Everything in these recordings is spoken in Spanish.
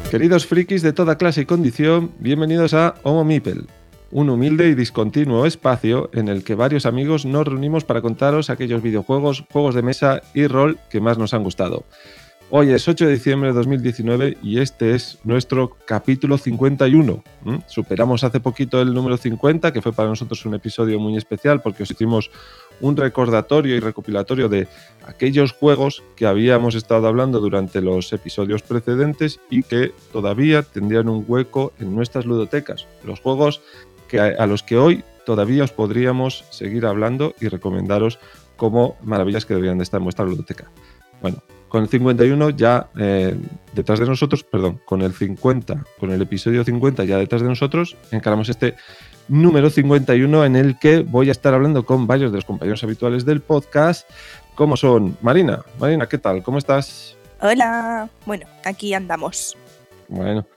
Queridos frikis de toda clase y condición, bienvenidos a Homo Mipel, un humilde y discontinuo espacio en el que varios amigos nos reunimos para contaros aquellos videojuegos, juegos de mesa y rol que más nos han gustado. Hoy es 8 de diciembre de 2019 y este es nuestro capítulo 51. Superamos hace poquito el número 50, que fue para nosotros un episodio muy especial porque os hicimos un recordatorio y recopilatorio de aquellos juegos que habíamos estado hablando durante los episodios precedentes y que todavía tendrían un hueco en nuestras ludotecas. Los juegos a los que hoy todavía os podríamos seguir hablando y recomendaros como maravillas que deberían de estar en vuestra ludoteca. Bueno, con el 51 ya detrás de nosotros, con el 50, con el episodio 50 ya detrás de nosotros, encaramos este número 51 en el que voy a estar hablando con varios de los compañeros habituales del podcast, como son Marina. Marina, ¿qué tal? ¿Cómo estás? Hola. Bueno, aquí andamos. Bueno.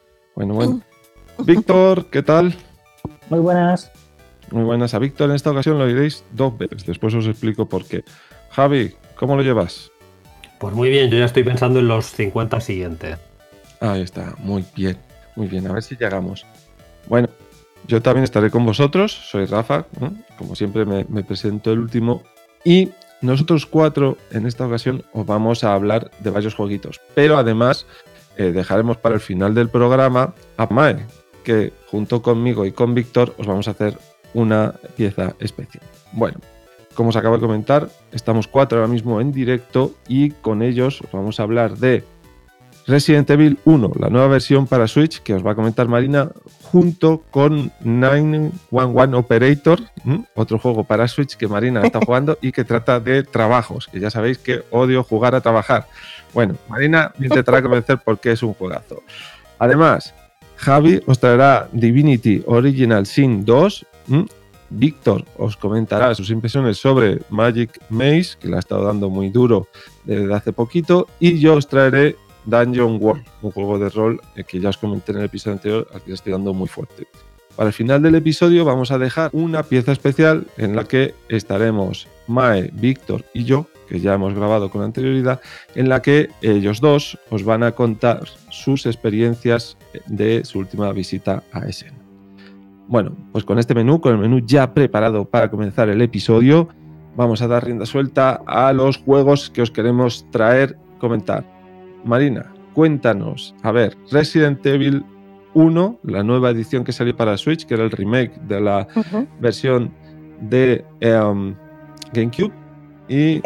Víctor, ¿qué tal? Muy buenas. Muy buenas. A Víctor en esta ocasión lo oiréis 2 veces. Después os explico por qué. Javi, ¿cómo lo llevas? Pues muy bien, yo ya estoy pensando en los 50 siguientes. Ahí está, muy bien, a ver si llegamos. Bueno, yo también estaré con vosotros, soy Rafa, como siempre me presento el último, y nosotros 4 en esta ocasión os vamos a hablar de varios jueguitos, pero además dejaremos para el final del programa a Mae, que junto conmigo y con Víctor os vamos a hacer una pieza especial. Bueno, como os acabo de comentar, estamos 4 ahora mismo en directo y con ellos os vamos a hablar de Resident Evil 1, la nueva versión para Switch que os va a comentar Marina, junto con 911 Operator, otro juego para Switch que Marina está jugando y que trata de trabajos, que ya sabéis que odio jugar a trabajar. Bueno, Marina me intentará convencer porque es un juegazo. Además, Javi os traerá Divinity Original Sin 2, Víctor os comentará sus impresiones sobre Magic Maze, que le ha estado dando muy duro desde hace poquito, y yo os traeré Dungeon World, un juego de rol que ya os comenté en el episodio anterior, al que le estoy dando muy fuerte. Para el final del episodio vamos a dejar una pieza especial en la que estaremos Mae, Víctor y yo, que ya hemos grabado con anterioridad, en la que ellos dos os van a contar sus experiencias de su última visita a Essen. Bueno, pues con el menú ya preparado para comenzar el episodio, vamos a dar rienda suelta a los juegos que os queremos comentar. Marina, cuéntanos, a ver, Resident Evil 1, la nueva edición que salió para Switch, que era el remake de la versión de GameCube, y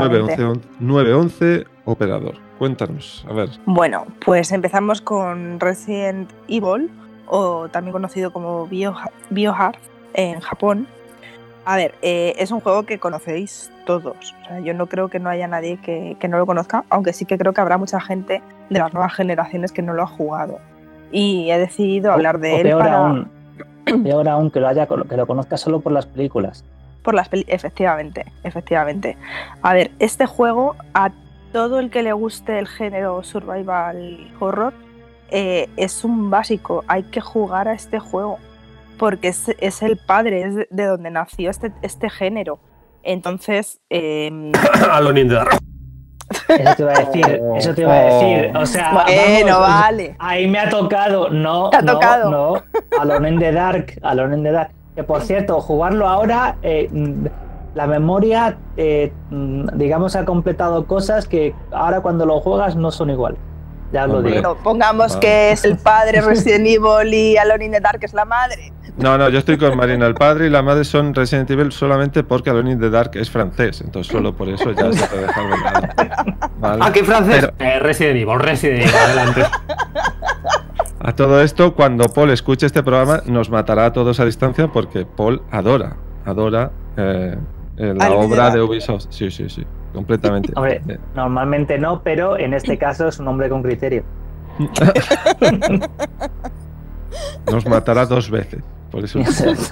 911 Operador. Cuéntanos, a ver. Bueno, pues empezamos con Resident Evil, o también conocido como Biohazard en Japón. A ver, es un juego que conocéis todos. O sea, yo no creo que no haya nadie que no lo conozca, aunque sí que creo que habrá mucha gente de las nuevas generaciones que no lo ha jugado. Y he decidido hablar de él Peor aún, que lo conozca solo por las películas. Efectivamente. A ver, este juego, a todo el que le guste el género survival horror, es un básico. Hay que jugar a este juego porque es el padre, es de donde nació este género. Entonces Alone in the Dark. Eso te iba a decir. O sea, bueno, vale. Ahí me ha tocado. No. Alone in the Dark. Que por cierto, jugarlo ahora, la memoria, digamos, ha completado cosas que ahora cuando lo juegas no son igual. Ya lo digo. Bueno, pongamos que es el padre Resident Evil y Alone in the Dark es la madre. No, yo estoy con Marina. El padre y la madre son Resident Evil solamente porque Alone in the Dark es francés. Entonces solo por eso ya se puede dejar de lado. ¿Vale? ¿Ah, qué francés? Resident Evil, adelante. A todo esto, cuando Paul escuche este programa, nos matará a todos a distancia porque Paul adora la obra de Ubisoft. Sí, completamente. Hombre, normalmente no, pero en este caso es un hombre con criterio. Nos matará 2 veces. Por eso.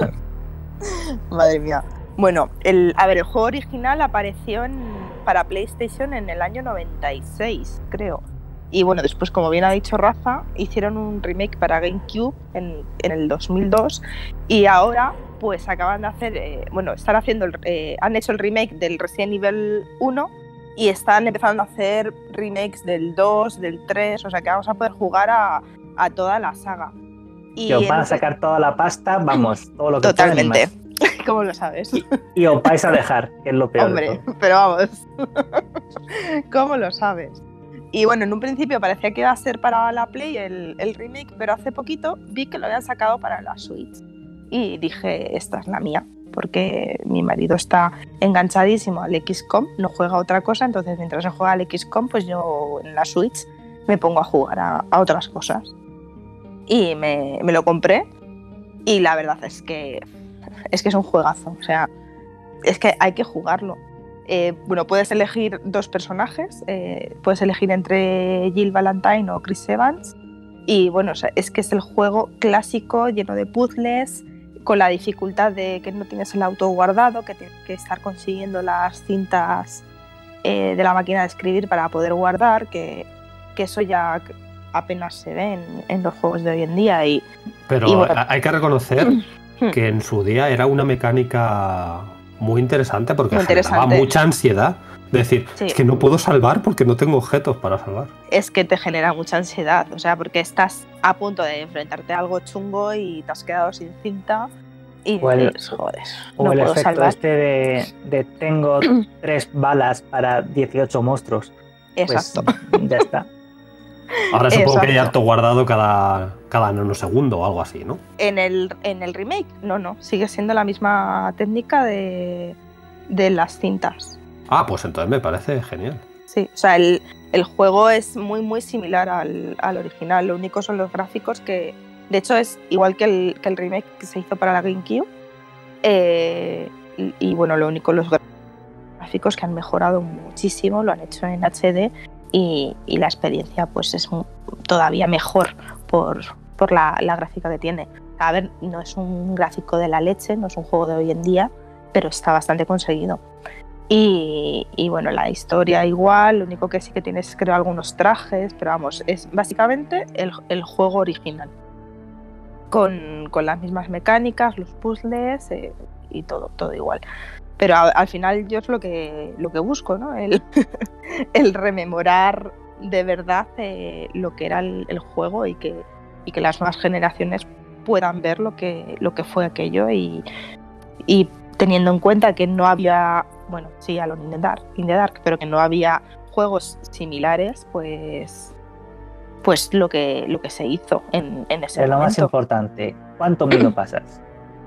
Madre mía. Bueno, el juego original apareció para PlayStation en el año 96, creo. Y bueno, después, como bien ha dicho Rafa, hicieron un remake para GameCube en el 2002 y ahora pues acaban de hacer, han hecho el remake del Resident Evil 1 y están empezando a hacer remakes del 2, del 3, o sea que vamos a poder jugar a a toda la saga. Y os van a sacar toda la pasta, vamos, todo lo que totalmente. ¿Cómo lo sabes? Y os vais a dejar, que es lo peor. Hombre, pero vamos. ¿Cómo lo sabes? Y bueno, en un principio parecía que iba a ser para la Play el remake, pero hace poquito vi que lo habían sacado para la Switch. Y dije, esta es la mía, porque mi marido está enganchadísimo al XCOM, no juega a otra cosa, entonces mientras se juega al XCOM, pues yo en la Switch me pongo a jugar a otras cosas. Y me lo compré y la verdad es que es un juegazo, o sea, es que hay que jugarlo. Bueno, puedes elegir dos personajes, puedes elegir entre Jill Valentine o Chris Evans y bueno, o sea, es que es el juego clásico lleno de puzzles, con la dificultad de que no tienes el auto guardado, que tienes que estar consiguiendo las cintas de la máquina de escribir para poder guardar, que eso ya apenas se ve en los juegos de hoy en día. Pero bueno, hay que reconocer que en su día era una mecánica muy interesante porque generaba mucha ansiedad. Decir, sí, es que no puedo salvar porque no tengo objetos para salvar. Es que te genera mucha ansiedad, o sea, porque estás a punto de enfrentarte a algo chungo y te has quedado sin cinta y dices, joder, no el puedo efecto salvar. Este de tengo 3 balas para 18 monstruos. Exacto. Pues ya está. Ahora supongo que hay harto guardado cada nanosegundo o algo así, ¿no? En el remake, no, sigue siendo la misma técnica de las cintas. Ah, pues entonces me parece genial. Sí, o sea, el juego es muy, muy similar al original. Lo único son los gráficos que, de hecho, es igual que el remake que se hizo para la GameCube. Y bueno, lo único, los gráficos que han mejorado muchísimo, lo han hecho en HD y la experiencia pues es todavía mejor por la gráfica que tiene. A ver, no es un gráfico de la leche, no es un juego de hoy en día, pero está bastante conseguido. Y bueno, la historia igual, lo único que sí que tienes, creo, algunos trajes, pero vamos, es básicamente el juego original. Con las mismas mecánicas, los puzzles y todo igual. Pero al final yo es lo que busco, ¿no? El rememorar de verdad lo que era el juego y que las nuevas generaciones puedan ver lo que fue aquello y teniendo en cuenta que no había, bueno, sí, Alone in the Dark, pero que no había juegos similares, pues lo que se hizo en ese momento. Lo más importante, ¿cuánto miedo pasas?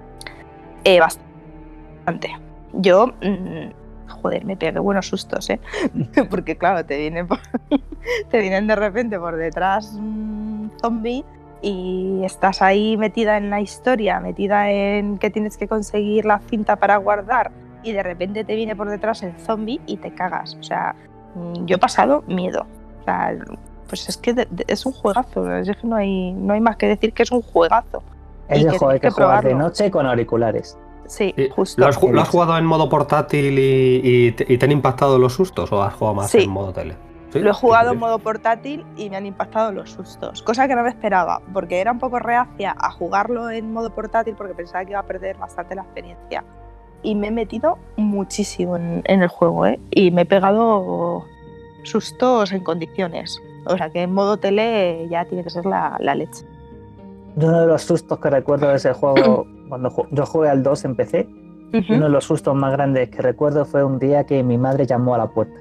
Bastante. Yo, me pegué buenos sustos, porque claro, te vienen de repente por detrás un zombie y estás ahí metida en la historia, metida en que tienes que conseguir la cinta para guardar y de repente te viene por detrás el zombie y te cagas. O sea, yo he pasado miedo. O sea, pues es que es un juegazo. Es que no hay más que decir que es un juegazo. Es el juego que jugar de noche con auriculares. Sí, justo. ¿Lo has jugado en modo portátil y te han impactado los sustos o has jugado más en modo tele? ¿Sí? Lo he jugado en modo portátil y me han impactado los sustos, cosa que no me esperaba, porque era un poco reacia a jugarlo en modo portátil porque pensaba que iba a perder bastante la experiencia. Y me he metido muchísimo en el juego, y me he pegado sustos en condiciones. O sea que en modo tele ya tiene que ser la leche. Uno de los sustos que recuerdo de ese juego, cuando yo jugué al 2 en PC, uno de los sustos más grandes que recuerdo fue un día que mi madre llamó a la puerta.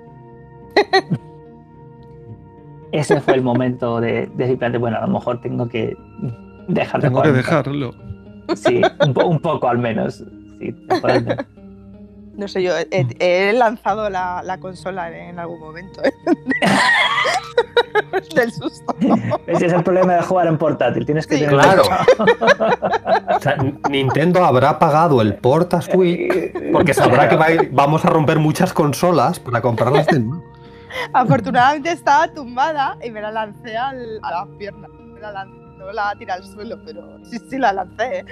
Ese fue el momento de decir, bueno, a lo mejor tengo que dejarlo. Tengo que dejarlo. Sí, un poco al menos. Sí, temporalmente. No sé, yo he lanzado la consola en algún momento. Del susto. Ese es el problema de jugar en portátil. Tienes que tener. Claro. O sea, Nintendo habrá pagado el PortaSwitch porque sabrá que vamos a romper muchas consolas para comprarlas de nuevo. Afortunadamente estaba tumbada y me la lancé a las piernas. No la tiré al suelo, pero sí la lancé.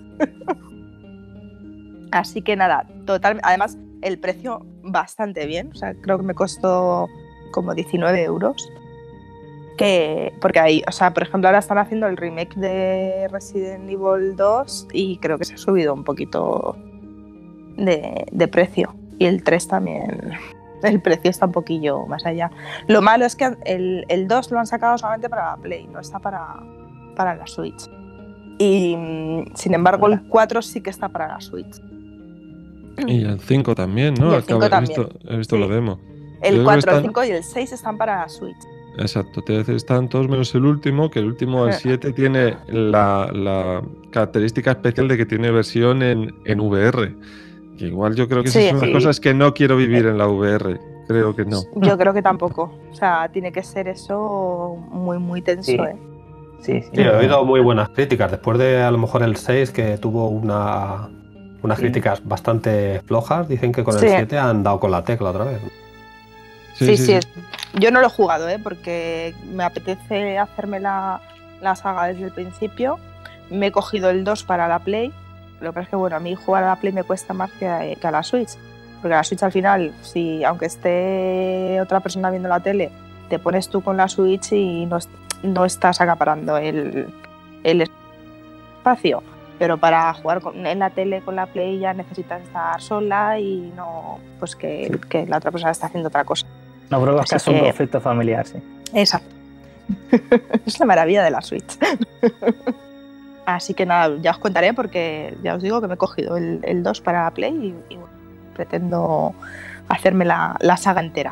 Así que nada, total. Además, el precio bastante bien. O sea, creo que me costó como 19 euros. Porque ahí, o sea, por ejemplo, ahora están haciendo el remake de Resident Evil 2 y creo que se ha subido un poquito de precio. Y el 3 también. El precio está un poquillo más allá. Lo malo es que el 2 lo han sacado solamente para la Play, no está para para la Switch. Y sin embargo el 4 sí que está para la Switch. Y el 5 también, ¿no? Y el 5 también. He visto la demo. El 4, el 5 y el 6 están para la Switch. Exacto, te decir, están todos menos el último, que el último, el 7, tiene la característica especial de que tiene versión en VR. Que igual yo creo que esas son las cosas que no quiero vivir en la VR. Creo que no. Yo creo que tampoco. O sea, tiene que ser eso muy, muy tenso, Sí, he oído muy buenas críticas. Después de a lo mejor el 6, que tuvo unas críticas bastante flojas, dicen que con el 7 han dado con la tecla otra vez. Sí. Yo no lo he jugado, porque me apetece hacerme la saga desde el principio. Me he cogido el 2 para la Play. Lo que pasa es que, bueno, a mí jugar a la Play me cuesta más que a la Switch. Porque a la Switch al final, aunque esté otra persona viendo la tele, te pones tú con la Switch y no estás acaparando el espacio. Pero para jugar en la tele con la Play ya necesitas estar sola y no pues que la otra persona está haciendo otra cosa. No provocas un conflicto familiar, sí. Exacto. Es la maravilla de la Switch. Así que nada, ya os contaré porque ya os digo que me he cogido el 2 para la Play y bueno, pretendo hacerme la saga entera.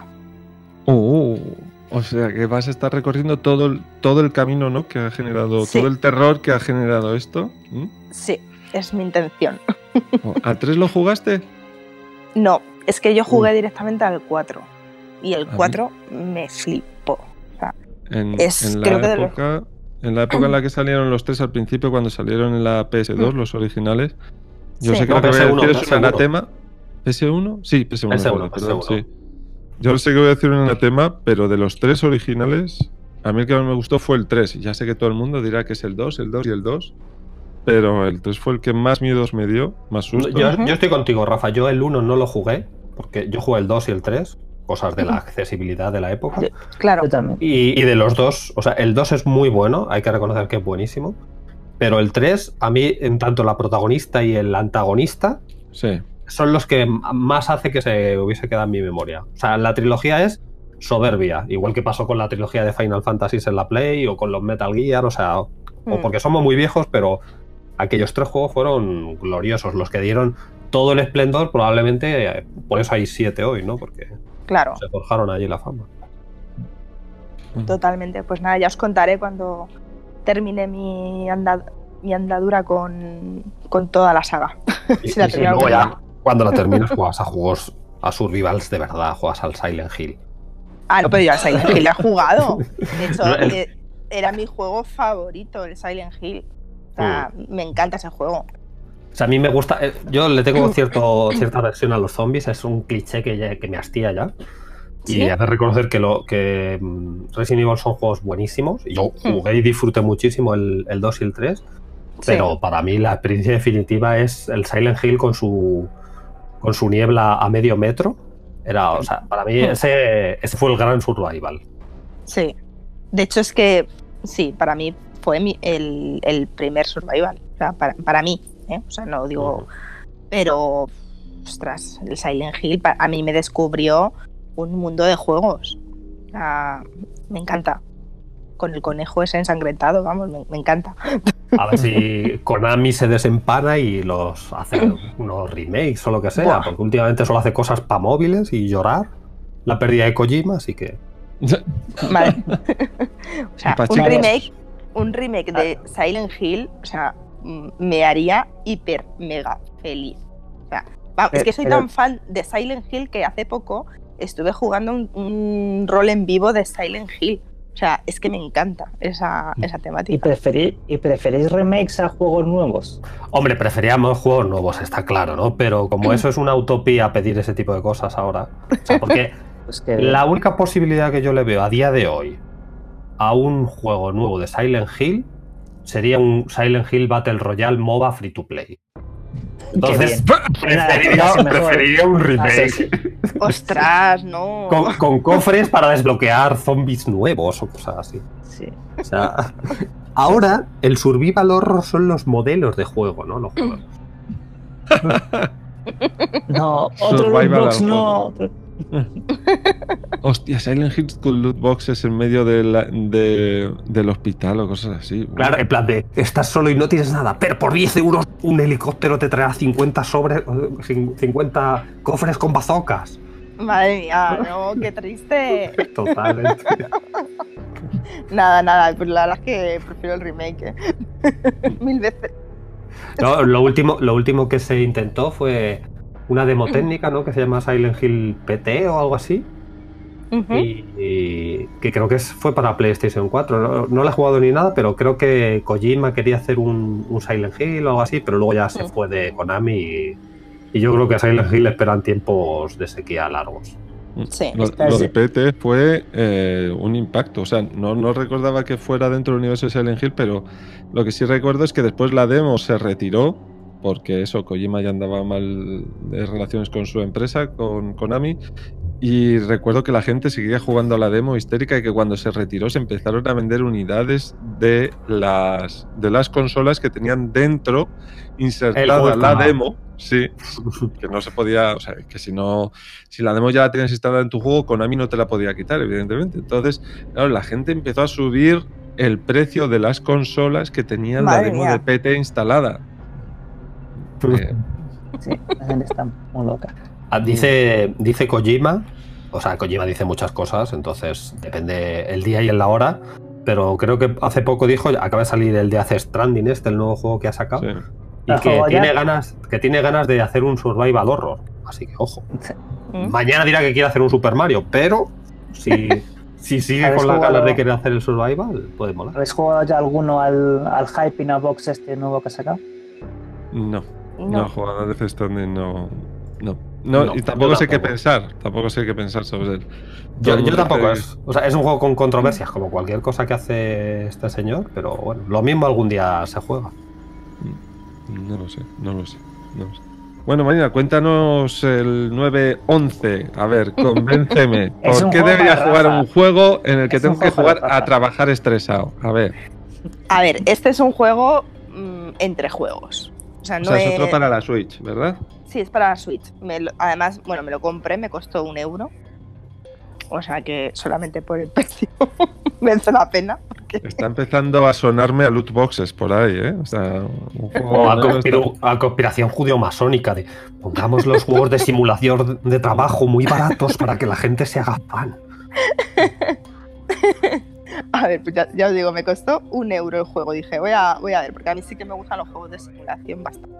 O sea que vas a estar recorriendo todo el camino, ¿no? Que ha generado, todo el terror que ha generado esto. Sí, es mi intención. ¿Al 3 lo jugaste? No, es que yo jugué directamente al 4 y el 4 me flipó. O sea, en la época en la que salieron los 3 al principio, cuando salieron en la PS2, los originales, yo sé que lo que voy a decir es un anatema. ¿PS1? Sí, PS1. Perdón, sí. Yo sé que voy a decir un anatema, pero de los 3 originales, a mí el que más me gustó fue el 3. Y ya sé que todo el mundo dirá que es el 2 y el 2, pero el 3 fue el que más miedos me dio, más susto. Yo estoy contigo, Rafa. Yo el 1 no lo jugué, porque yo jugué el 2 y el 3, cosas de la accesibilidad de la época. Claro. Yo también. Y de los dos, o sea, el 2 es muy bueno, hay que reconocer que es buenísimo, pero el 3, a mí, en tanto la protagonista y el antagonista, son los que más hace que se hubiese quedado en mi memoria. O sea, la trilogía es soberbia, igual que pasó con la trilogía de Final Fantasy en la Play o con los Metal Gear, o sea, o porque somos muy viejos, pero aquellos 3 juegos fueron gloriosos, los que dieron todo el esplendor, probablemente por eso hay 7 hoy, ¿no? Porque se forjaron allí la fama. Totalmente, pues nada, ya os contaré cuando termine mi andadura con toda la saga. Si la luego ya, cuando la termines, juegas a juegos, a survivals de verdad, juegas al Silent Hill. Ah, no, pero yo al Silent Hill he jugado. De hecho, era mi juego favorito, el Silent Hill. O sea, me encanta ese juego. O sea, a mí me gusta, yo le tengo cierta versión a los zombies, es un cliché que me hastía ya. Y he de reconocer que Resident Evil son juegos buenísimos. Yo jugué y disfruté muchísimo el 2 y el 3. Pero para mí la experiencia definitiva es el Silent Hill con su niebla a medio metro. O sea, para mí ese fue el gran survival. Sí. De hecho es que sí, para mí fue el primer survival. O sea, para mí, o sea, no digo... Pero, ostras, el Silent Hill a mí me descubrió un mundo de juegos. O sea, me encanta. Con el conejo ese ensangrentado, vamos, me encanta. A ver si Konami se desempana y los hace unos remakes o lo que sea, porque últimamente solo hace cosas para móviles y llorar la pérdida de Kojima, así que... Vale. O sea, un remake de Silent Hill, o sea, me haría hiper mega feliz. O sea, es que soy tan fan de Silent Hill que hace poco estuve jugando un rol en vivo de Silent Hill. O sea, es que me encanta esa temática. ¿Y preferís remakes a juegos nuevos? Hombre, preferíamos juegos nuevos, está claro, ¿no? Pero como eso es una utopía pedir ese tipo de cosas ahora. O sea, porque la única posibilidad que yo le veo a día de hoy a un juego nuevo de Silent Hill sería un Silent Hill Battle Royale MOBA free to play. Entonces, preferiría un remake. Ostras, no. Con cofres para desbloquear zombies nuevos o cosas así. Sí. O sea, ahora el survival horror son los modelos de juego, ¿no? Los juegos. No, otro Xbox no. Hostia, Silent Hill con loot boxes en medio del hospital o cosas así. Claro, en plan de, estás solo y no tienes nada, pero por 10 euros un helicóptero te traerá 50 cofres con bazocas. Madre mía, no, qué triste. Totalmente. Nada, pues la verdad es que prefiero el remake, 1000 veces. No, lo último que se intentó fue una demo técnica, ¿no? Que se llama Silent Hill PT o algo así. Y que creo que fue para PlayStation 4. No la he jugado ni nada, pero creo que Kojima quería hacer un Silent Hill o algo así, pero luego ya se fue de Konami y yo creo que a Silent Hill esperan tiempos de sequía largos. Sí, lo de PT fue un impacto. O sea, no recordaba que fuera dentro del universo de Silent Hill, pero lo que sí recuerdo es que después la demo se retiró porque Kojima ya andaba mal de relaciones con su empresa, con Konami. Y recuerdo que la gente seguía jugando a la demo histérica y que cuando se retiró se empezaron a vender unidades de las consolas que tenían dentro insertada la demo. Sí, que no se podía, o sea, que si la demo ya la tenías instalada en tu juego, Konami no te la podía quitar, evidentemente. Entonces, claro, la gente empezó a subir el precio de las consolas que tenían la demo de PT instalada. Sí, la gente está muy loca. Dice Kojima, o sea, Kojima dice muchas cosas, entonces depende el día y en la hora, pero creo que hace poco dijo, acaba de salir el Death Stranding, el nuevo juego que ha sacado, sí. Y que tiene ganas de hacer un survival horror, así que ojo. Mañana dirá que quiere hacer un Super Mario, pero si sigue con las ganas de querer hacer el survival, puede molar. ¿Habéis jugado ya alguno al Hype in a Box nuevo que ha sacado? No he jugado a Death Stranding, no, y tampoco sé qué pensar. Tampoco sé qué pensar sobre él. Yo tampoco. O sea, es un juego con controversias, como cualquier cosa que hace este señor, pero bueno, lo mismo algún día se juega. No lo sé. Bueno, Marina, cuéntanos el 9-11. A ver, convénceme. ¿Por qué debería jugar un juego en el que tengo que jugar a trabajar estresado? A ver, este es un juego entre juegos. O sea, es otro para la Switch, ¿verdad? Sí, es para la Switch. Además, me lo compré, me costó €1. O sea que solamente por el precio merece la pena. Porque... Está empezando a sonarme a loot boxes por ahí, ¿eh? O sea, a conspiración judeo-masónica de pongamos los juegos de simulación de trabajo muy baratos para que la gente se haga fan. A ver, pues ya os digo, me costó €1 el juego. Dije, voy a ver, porque a mí sí que me gustan los juegos de simulación bastante.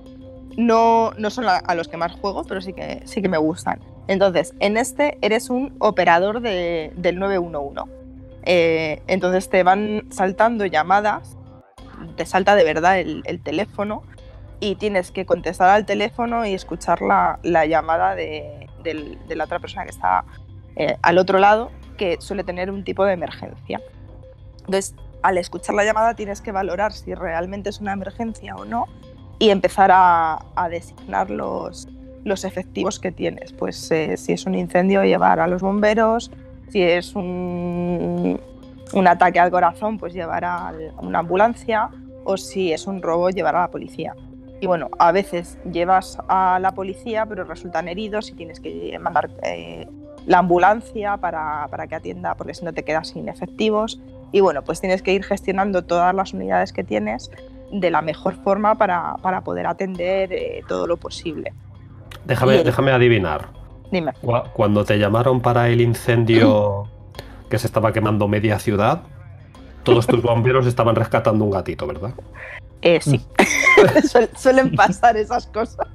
No son a los que más juego, pero sí que me gustan. Entonces, en este eres un operador del 911. Entonces te van saltando llamadas, te salta de verdad el teléfono y tienes que contestar al teléfono y escuchar la llamada de la otra persona que está al otro lado, que suele tener un tipo de emergencia. Entonces, al escuchar la llamada tienes que valorar si realmente es una emergencia o no y empezar a designar los efectivos que tienes. Pues si es un incendio, llevar a los bomberos, si es un ataque al corazón, pues llevar a una ambulancia, o si es un robo, llevar a la policía. Y bueno, a veces llevas a la policía, pero resultan heridos y tienes que mandar la ambulancia para que atienda, porque si no te quedas sin efectivos. Y bueno, pues tienes que ir gestionando todas las unidades que tienes de la mejor forma para poder atender todo lo posible. Déjame adivinar. Dime. Cuando te llamaron para el incendio que se estaba quemando media ciudad, todos tus bomberos estaban rescatando un gatito, ¿verdad? Sí. Suelen pasar esas cosas.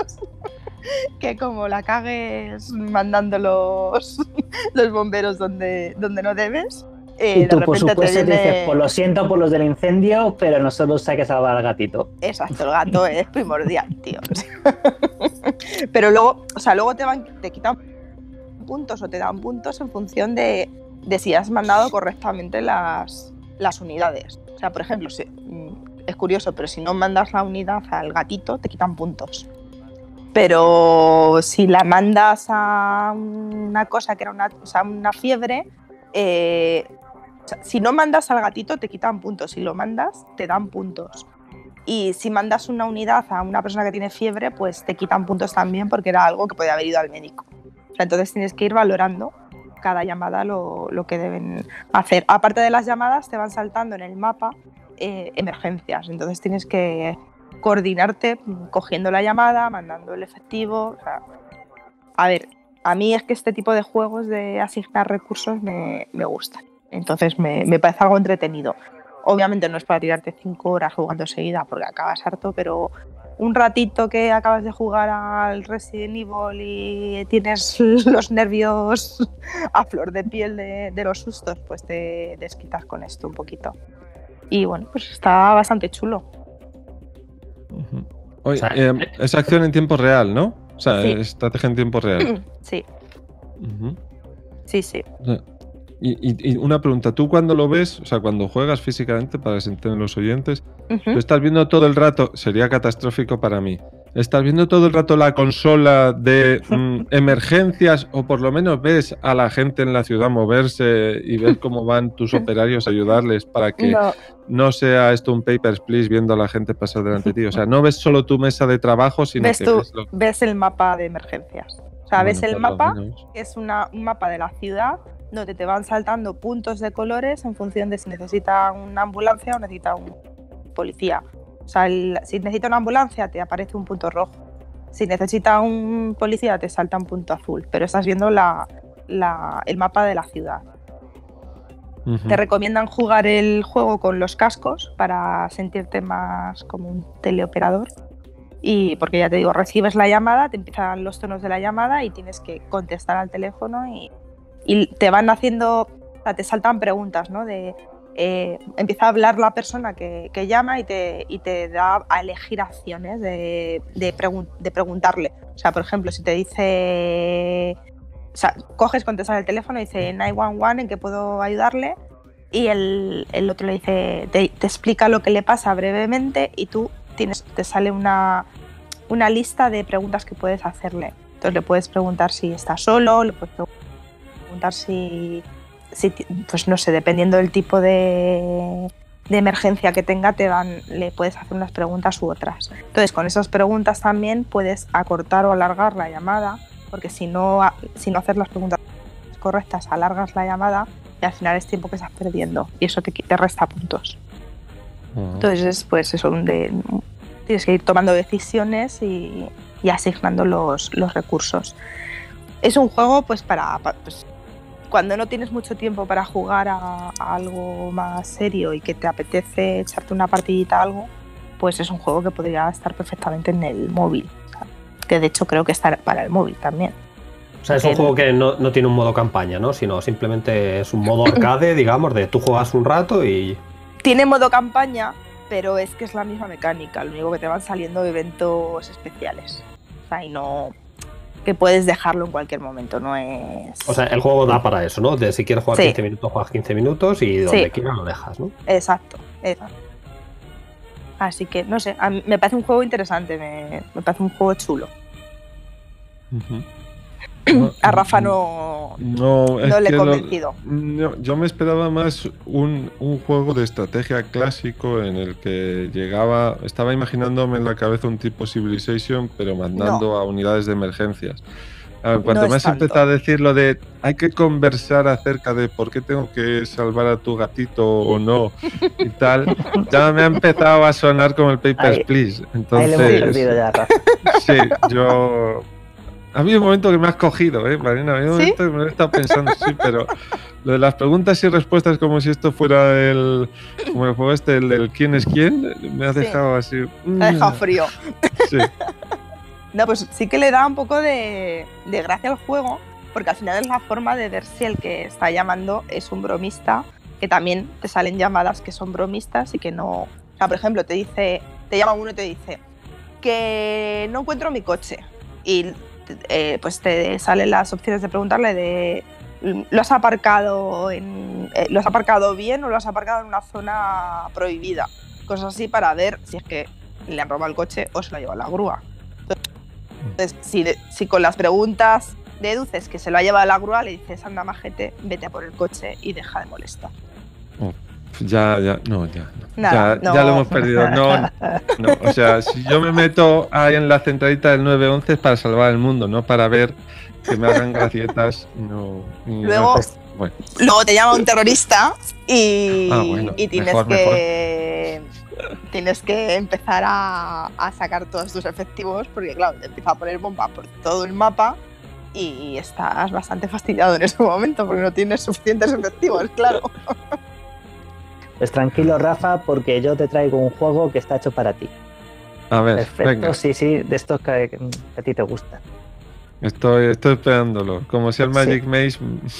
Que como la cagues mandando los bomberos donde no debes. Y tú, por supuesto, dices, pues lo siento por los del incendio, pero nosotros hay que salvar al gatito. Exacto, el gato es primordial, tío. Pero luego te quitan puntos o te dan puntos en función de si has mandado correctamente las unidades. O sea, por ejemplo, es curioso, pero si no mandas la unidad al gatito, te quitan puntos. Pero si la mandas a una cosa que era una fiebre, si no mandas al gatito te quitan puntos, si lo mandas te dan puntos. Y si mandas una unidad a una persona que tiene fiebre, pues te quitan puntos también porque era algo que podía haber ido al médico. O sea, entonces tienes que ir valorando cada llamada lo que deben hacer. Aparte de las llamadas, te van saltando en el mapa emergencias. Entonces tienes que coordinarte cogiendo la llamada, mandando el efectivo. O sea, a ver, a mí es que este tipo de juegos de asignar recursos me gustan. Entonces me parece algo entretenido. Obviamente no es para tirarte 5 horas jugando seguida porque acabas harto, pero un ratito que acabas de jugar al Resident Evil y tienes los nervios a flor de piel de los sustos, pues te desquitas con esto un poquito. Y bueno, pues está bastante chulo. Oye, es acción en tiempo real, ¿no? O sea, sí. Estrategia en tiempo real. Sí. Sí. Y una pregunta, ¿tú cuando lo ves, o sea, cuando juegas físicamente, para que se entiendan los oyentes, tú estás viendo todo el rato, sería catastrófico para mí, estás viendo todo el rato la consola de emergencias o por lo menos ves a la gente en la ciudad moverse y ves cómo van tus operarios a ayudarles para que no sea esto un Papers, Please viendo a la gente pasar delante de ti? O sea, no ves solo tu mesa de trabajo, sino ves el mapa de emergencias. O sea, ves el mapa, que es un mapa de la ciudad, donde te van saltando puntos de colores en función de si necesita una ambulancia o necesita un policía. O sea, si necesita una ambulancia te aparece un punto rojo. Si necesita un policía te salta un punto azul. Pero estás viendo el mapa de la ciudad. Te recomiendan jugar el juego con los cascos para sentirte más como un teleoperador. Y porque ya te digo, recibes la llamada, te empiezan los tonos de la llamada y tienes que contestar al teléfono y te van haciendo, o sea, te saltan preguntas, ¿no? Empieza a hablar la persona que llama y te da a elegir acciones de preguntarle. O sea, por ejemplo, si te dice, o sea, coges, contestas el teléfono y dice 911, ¿en qué puedo ayudarle? Y el otro le dice, te explica lo que le pasa brevemente y tú te sale una lista de preguntas que puedes hacerle. Entonces le puedes preguntar si está solo, le puedes preguntar si pues no sé, dependiendo del tipo de emergencia que tenga, le puedes hacer unas preguntas u otras. Entonces, con esas preguntas también puedes acortar o alargar la llamada, porque si no haces las preguntas correctas, alargas la llamada y al final es tiempo que estás perdiendo y eso te resta puntos. Entonces, pues eso, tienes que ir tomando decisiones y asignando los recursos. Es un juego pues para pues, cuando no tienes mucho tiempo para jugar a algo más serio y que te apetece echarte una partidita a algo, pues es un juego que podría estar perfectamente en el móvil. O sea, que de hecho creo que está para el móvil también. O sea, es un juego que no tiene un modo campaña, ¿no? Sino simplemente es un modo arcade, digamos, de tú juegas un rato y... Tiene modo campaña, pero es que es la misma mecánica. Lo único que te van saliendo eventos especiales. O sea, y no... que puedes dejarlo en cualquier momento, no es... O sea, el juego da para eso, ¿no? De si quieres jugar 15 minutos, juegas 15 minutos y donde quieras lo dejas, ¿no? Exacto. Así que, no sé, a mí me parece un juego interesante, me parece un juego chulo. A Rafa no le he convencido. Yo me esperaba más un juego de estrategia clásico en el que estaba imaginándome en la cabeza un tipo Civilization, pero mandando a unidades de emergencias. Cuando me has empezado a decir lo de hay que conversar acerca de por qué tengo que salvar a tu gatito o no y tal, ya me ha empezado a sonar como el Papers, Please. Entonces, ahí le hemos perdido ya, Rafa. Sí, yo... Ha habido un momento que me has cogido, Marina. Ha habido un momento que me lo he estado pensando, sí, pero lo de las preguntas y respuestas como si esto fuera como el juego el del quién es quién, me ha dejado así... Me ha dejado frío. Sí. No, pues sí que le da un poco de gracia al juego, porque al final es la forma de ver si el que está llamando es un bromista, que también te salen llamadas que son bromistas y que no... O sea, por ejemplo, te llama uno y te dice que no encuentro mi coche y... pues te salen las opciones de preguntarle de ¿lo has aparcado bien o lo has aparcado en una zona prohibida? Cosas así para ver si es que le han robado el coche o se lo ha llevado la grúa. Entonces, si con las preguntas deduces que se lo ha llevado la grúa, le dices anda majete, vete a por el coche y deja de molestar. Ya lo hemos perdido. No, o sea, si yo me meto ahí en la centralita del 911 es para salvar el mundo, no para ver que me hagan gracietas. Luego te llama un terrorista y tienes que empezar a sacar todos tus efectivos, porque claro, te empieza a poner bomba por todo el mapa y estás bastante fastidiado en ese momento porque no tienes suficientes efectivos, claro. Pues tranquilo, Rafa, porque yo te traigo un juego que está hecho para ti. A ver, perfecto, venga. Sí, de estos que a ti te gustan. Estoy esperándolo, como sea el Magic Maze.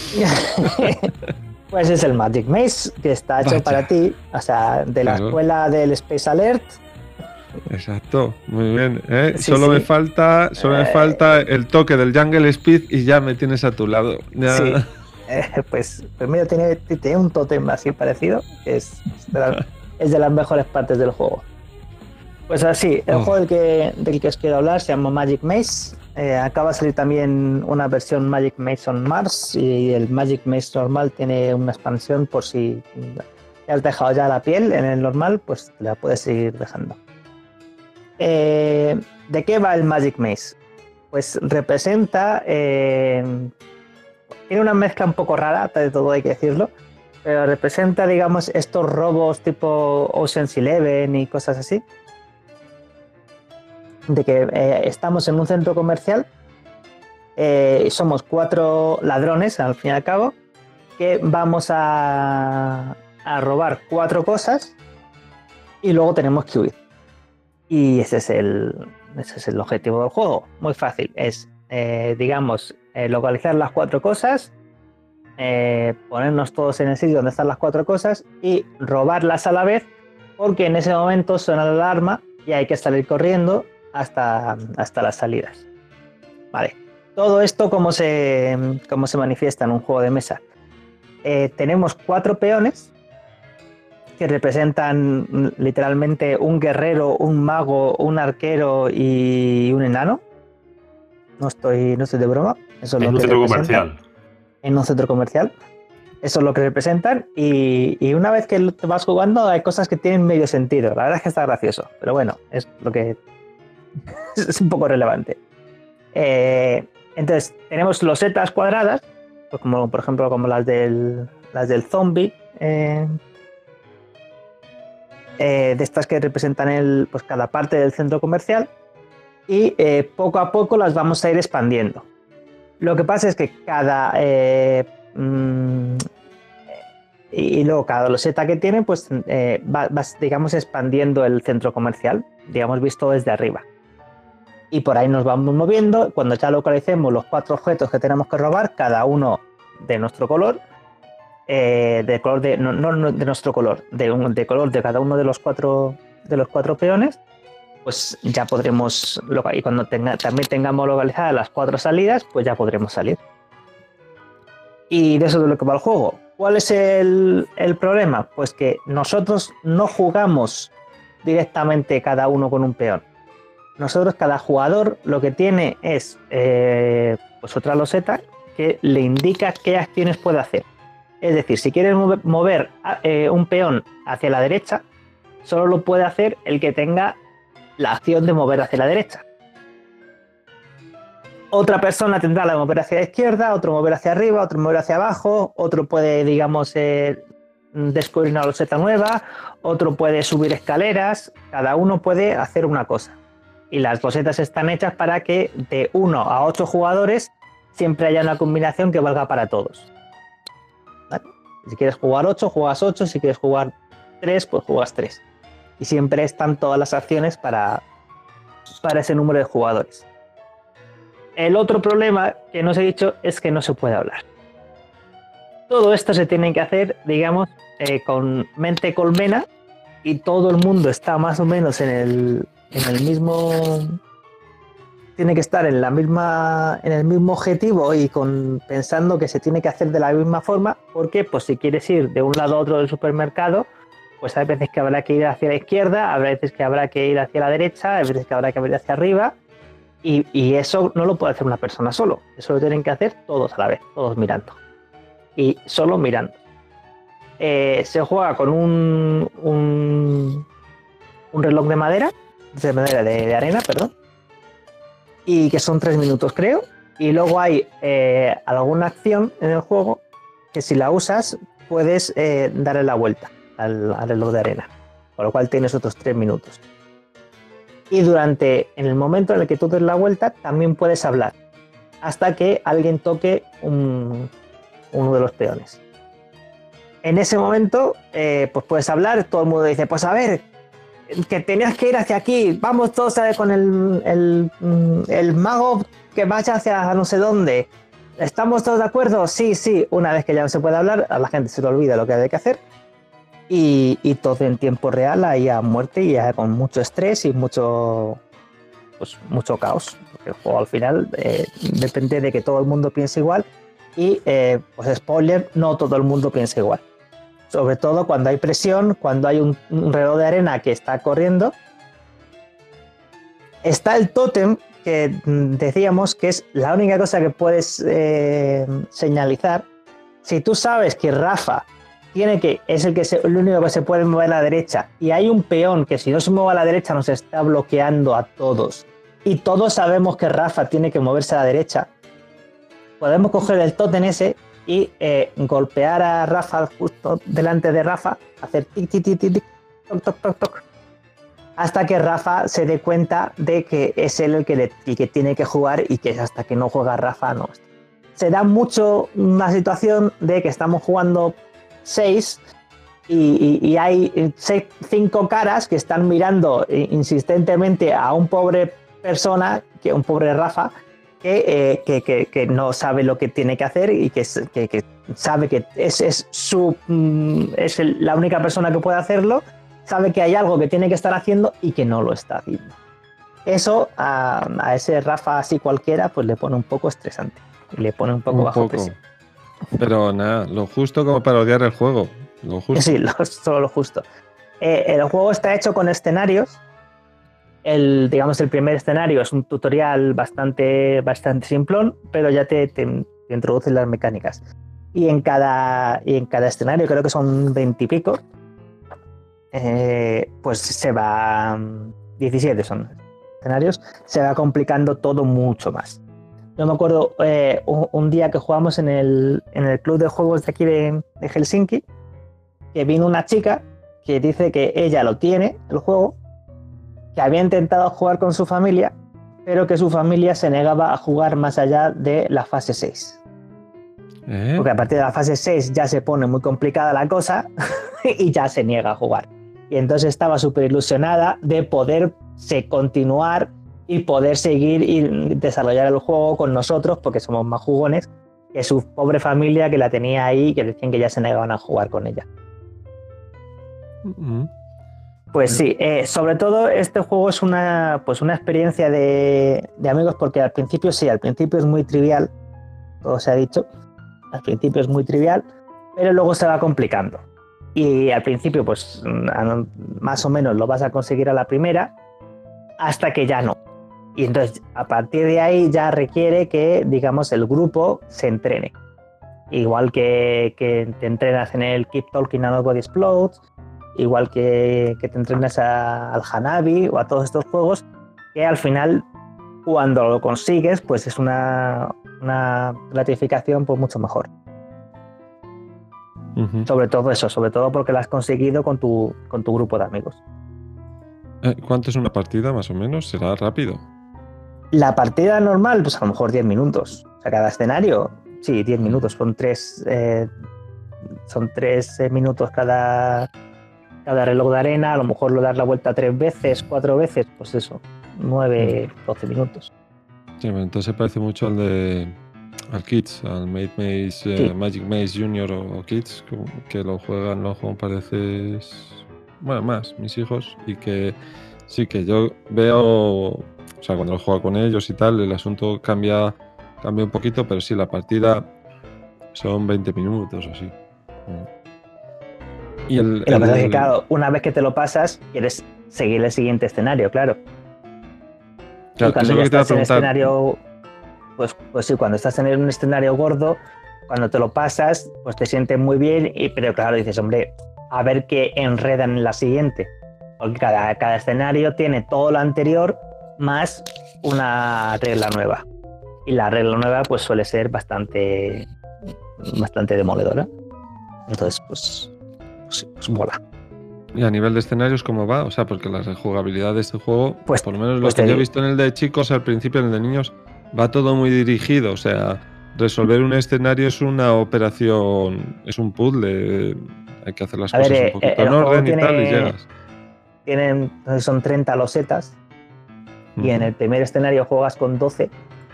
Pues es el Magic Maze, que está hecho para ti, o sea, de la escuela del Space Alert. Exacto, muy bien. Solo me falta el toque del Jungle Speed y ya me tienes a tu lado. Ya. Sí. Pues mira, tiene un tótem así parecido, que es de las mejores partes del juego. Pues así, el juego del que os quiero hablar se llama Magic Maze. Acaba de salir también una versión Magic Maze on Mars, y el Magic Maze normal tiene una expansión por si has dejado ya la piel en el normal, pues la puedes seguir dejando. ¿De qué va el Magic Maze? Pues representa... tiene una mezcla un poco rara, de todo hay que decirlo, pero representa, digamos, estos robos tipo Ocean's Eleven y cosas así. De que estamos en un centro comercial, somos 4 ladrones, al fin y al cabo, que vamos a robar 4 cosas y luego tenemos que huir. Y ese es el objetivo del juego. Muy fácil, es, localizar las 4 cosas, ponernos todos en el sitio donde están las 4 cosas y robarlas a la vez, porque en ese momento suena la alarma y hay que salir corriendo hasta las salidas. Vale. Todo esto, ¿cómo se manifiesta en un juego de mesa? Tenemos 4 peones que representan literalmente un guerrero, un mago, un arquero y un enano. No estoy de broma. Eso es en un centro comercial. En un centro comercial. Eso es lo que representan. Y una vez que te vas jugando, hay cosas que tienen medio sentido. La verdad es que está gracioso. Pero bueno, es lo que es un poco relevante. Entonces, tenemos losetas cuadradas, pues como por ejemplo como las del zombie. De estas que representan pues cada parte del centro comercial. Y poco a poco las vamos a ir expandiendo. Lo que pasa es que y luego cada loseta que tiene, pues vas, digamos, expandiendo el centro comercial, digamos, visto desde arriba. Y por ahí nos vamos moviendo. Cuando ya localicemos los 4 objetos que tenemos que robar, cada uno de nuestro color, no de nuestro color, de color de cada uno de los 4 peones, pues ya podremos, y cuando también tengamos localizadas las 4 salidas, pues ya podremos salir. Y de eso es de lo que va el juego. ¿Cuál es el problema? Pues que nosotros no jugamos directamente cada uno con un peón. Nosotros, cada jugador, lo que tiene es pues otra loseta que le indica qué acciones puede hacer. Es decir, si quieres mover un peón hacia la derecha, solo lo puede hacer el que tenga la acción de mover hacia la derecha. Otra persona tendrá la de mover hacia la izquierda, otro mover hacia arriba, otro mover hacia abajo, otro puede, digamos, descubrir una loseta nueva, otro puede subir escaleras, cada uno puede hacer una cosa. Y las losetas están hechas para que de 1 a 8 jugadores siempre haya una combinación que valga para todos. ¿Vale? Si quieres jugar 8, juegas 8, si quieres jugar 3, pues juegas 3. Y siempre están todas las acciones para ese número de jugadores. El otro problema que no os he dicho es que no se puede hablar. Todo esto se tiene que hacer, digamos, con mente colmena, y todo el mundo está más o menos en el mismo... Tiene que estar en el mismo objetivo y pensando que se tiene que hacer de la misma forma, porque pues si quieres ir de un lado a otro del supermercado, pues hay veces que habrá que ir hacia la izquierda, habrá veces que habrá que ir hacia la derecha, hay veces que habrá que ir hacia arriba, y eso no lo puede hacer una persona solo. Eso lo tienen que hacer todos a la vez, todos mirando. Y solo mirando. se juega con un reloj de madera, de arena, perdón, y que son 3 minutos, creo. Y luego hay alguna acción en el juego que si la usas puedes darle la vuelta al reloj de arena, con lo cual tienes otros 3 minutos. Y en el momento en el que tú des la vuelta también puedes hablar hasta que alguien toque uno de los peones. En ese momento pues puedes hablar, todo el mundo dice, pues a ver, que tenías que ir hacia aquí, vamos todos a ver con el mago que vaya hacia no sé dónde. ¿Estamos todos de acuerdo? Sí. Una vez que ya no se puede hablar, a la gente se le olvida lo que hay que hacer. Y todo en tiempo real, ahí a muerte y con mucho estrés y mucho caos. Porque el juego al final depende de que todo el mundo piense igual. Y, pues spoiler, no todo el mundo piensa igual. Sobre todo cuando hay presión, cuando hay un reloj de arena que está corriendo. Está el tótem, que decíamos que es la única cosa que puedes señalizar. Si tú sabes que Rafa es el único que se puede mover a la derecha y hay un peón que si no se mueve a la derecha nos está bloqueando a todos y todos sabemos que Rafa tiene que moverse a la derecha, podemos coger el tótem ese y golpear a Rafa justo delante de Rafa, hacer tic, tic, tic, tic, toc, toc, toc, toc, hasta que Rafa se dé cuenta de que es él el que tiene que jugar y que hasta que no juega Rafa no. Se da mucho una situación de que estamos jugando 6 y hay 5 caras que están mirando insistentemente a un pobre persona, un pobre Rafa, que no sabe lo que tiene que hacer y que sabe que es la única persona que puede hacerlo, sabe que hay algo que tiene que estar haciendo y que no lo está haciendo. Eso a ese Rafa así cualquiera pues le pone un poco estresante y le pone un poco bajo presión. Pero nada, lo justo como para odiar el juego. Lo justo. Sí, solo lo justo. El juego está hecho con escenarios. El primer escenario es un tutorial bastante simplón, pero ya te introducen las mecánicas. Y en cada escenario, creo que son 20 y pico, pues se va... 17 son escenarios, se va complicando todo mucho más. Yo me acuerdo un día que jugamos en el club de juegos de aquí de Helsinki, que vino una chica que dice que ella lo tiene, el juego, que había intentado jugar con su familia, pero que su familia se negaba a jugar más allá de la fase 6. Porque a partir de la fase 6 ya se pone muy complicada la cosa y ya se niega a jugar. Y entonces estaba súper ilusionada de poderse continuar y poder seguir y desarrollar el juego con nosotros, porque somos más jugones que su pobre familia que la tenía ahí, que decían que ya se negaban a jugar con ella. Pues sí, sobre todo este juego es una experiencia de amigos, porque al principio es muy trivial, todo se ha dicho, al principio es muy trivial, pero luego se va complicando. Y al principio pues más o menos lo vas a conseguir a la primera, hasta que ya no. Y entonces, a partir de ahí ya requiere que, digamos, el grupo se entrene. Igual que te entrenas en el Keep Talking and Nobody Explodes, igual que te entrenas al Hanabi o a todos estos juegos, que al final, cuando lo consigues, pues es una gratificación pues mucho mejor. Sobre todo porque lo has conseguido con tu grupo de amigos. ¿Cuánto es una partida, más o menos? ¿Será rápido? La partida normal, pues a lo mejor 10 minutos. O sea, cada escenario, sí, 10 minutos. Son 3 minutos cada reloj de arena. A lo mejor lo das la vuelta 3 veces, 4 veces, pues eso, 9, 12 minutos. Sí, entonces parece mucho al Kids, al Magic Maze Junior o Kids, que lo juegan un par de veces, bueno, más, mis hijos, y que sí que yo veo, o sea, cuando lo juego con ellos y tal, el asunto cambia un poquito, pero sí, la partida son 20 minutos o así. Y lo que pasa es que, claro, una vez que te lo pasas, quieres seguir el siguiente escenario, claro. Claro, y cuando ya estás en el escenario, pues sí, cuando estás en un escenario gordo, cuando te lo pasas, pues te sientes muy bien, pero claro, dices, hombre, a ver qué enredan en la siguiente. Porque cada escenario tiene todo lo anterior más una regla nueva. Y la regla nueva pues suele ser bastante demoledora. Entonces, pues mola. ¿Y a nivel de escenarios cómo va? O sea, porque la rejugabilidad de este juego, pues, por lo menos lo que yo he visto en el de chicos al principio, en el de niños, va todo muy dirigido. O sea, resolver un escenario es una operación, es un puzzle. Hay que hacer las cosas un poquito en orden y tal, y llegas. Son 30 losetas. Y en el primer escenario juegas con 12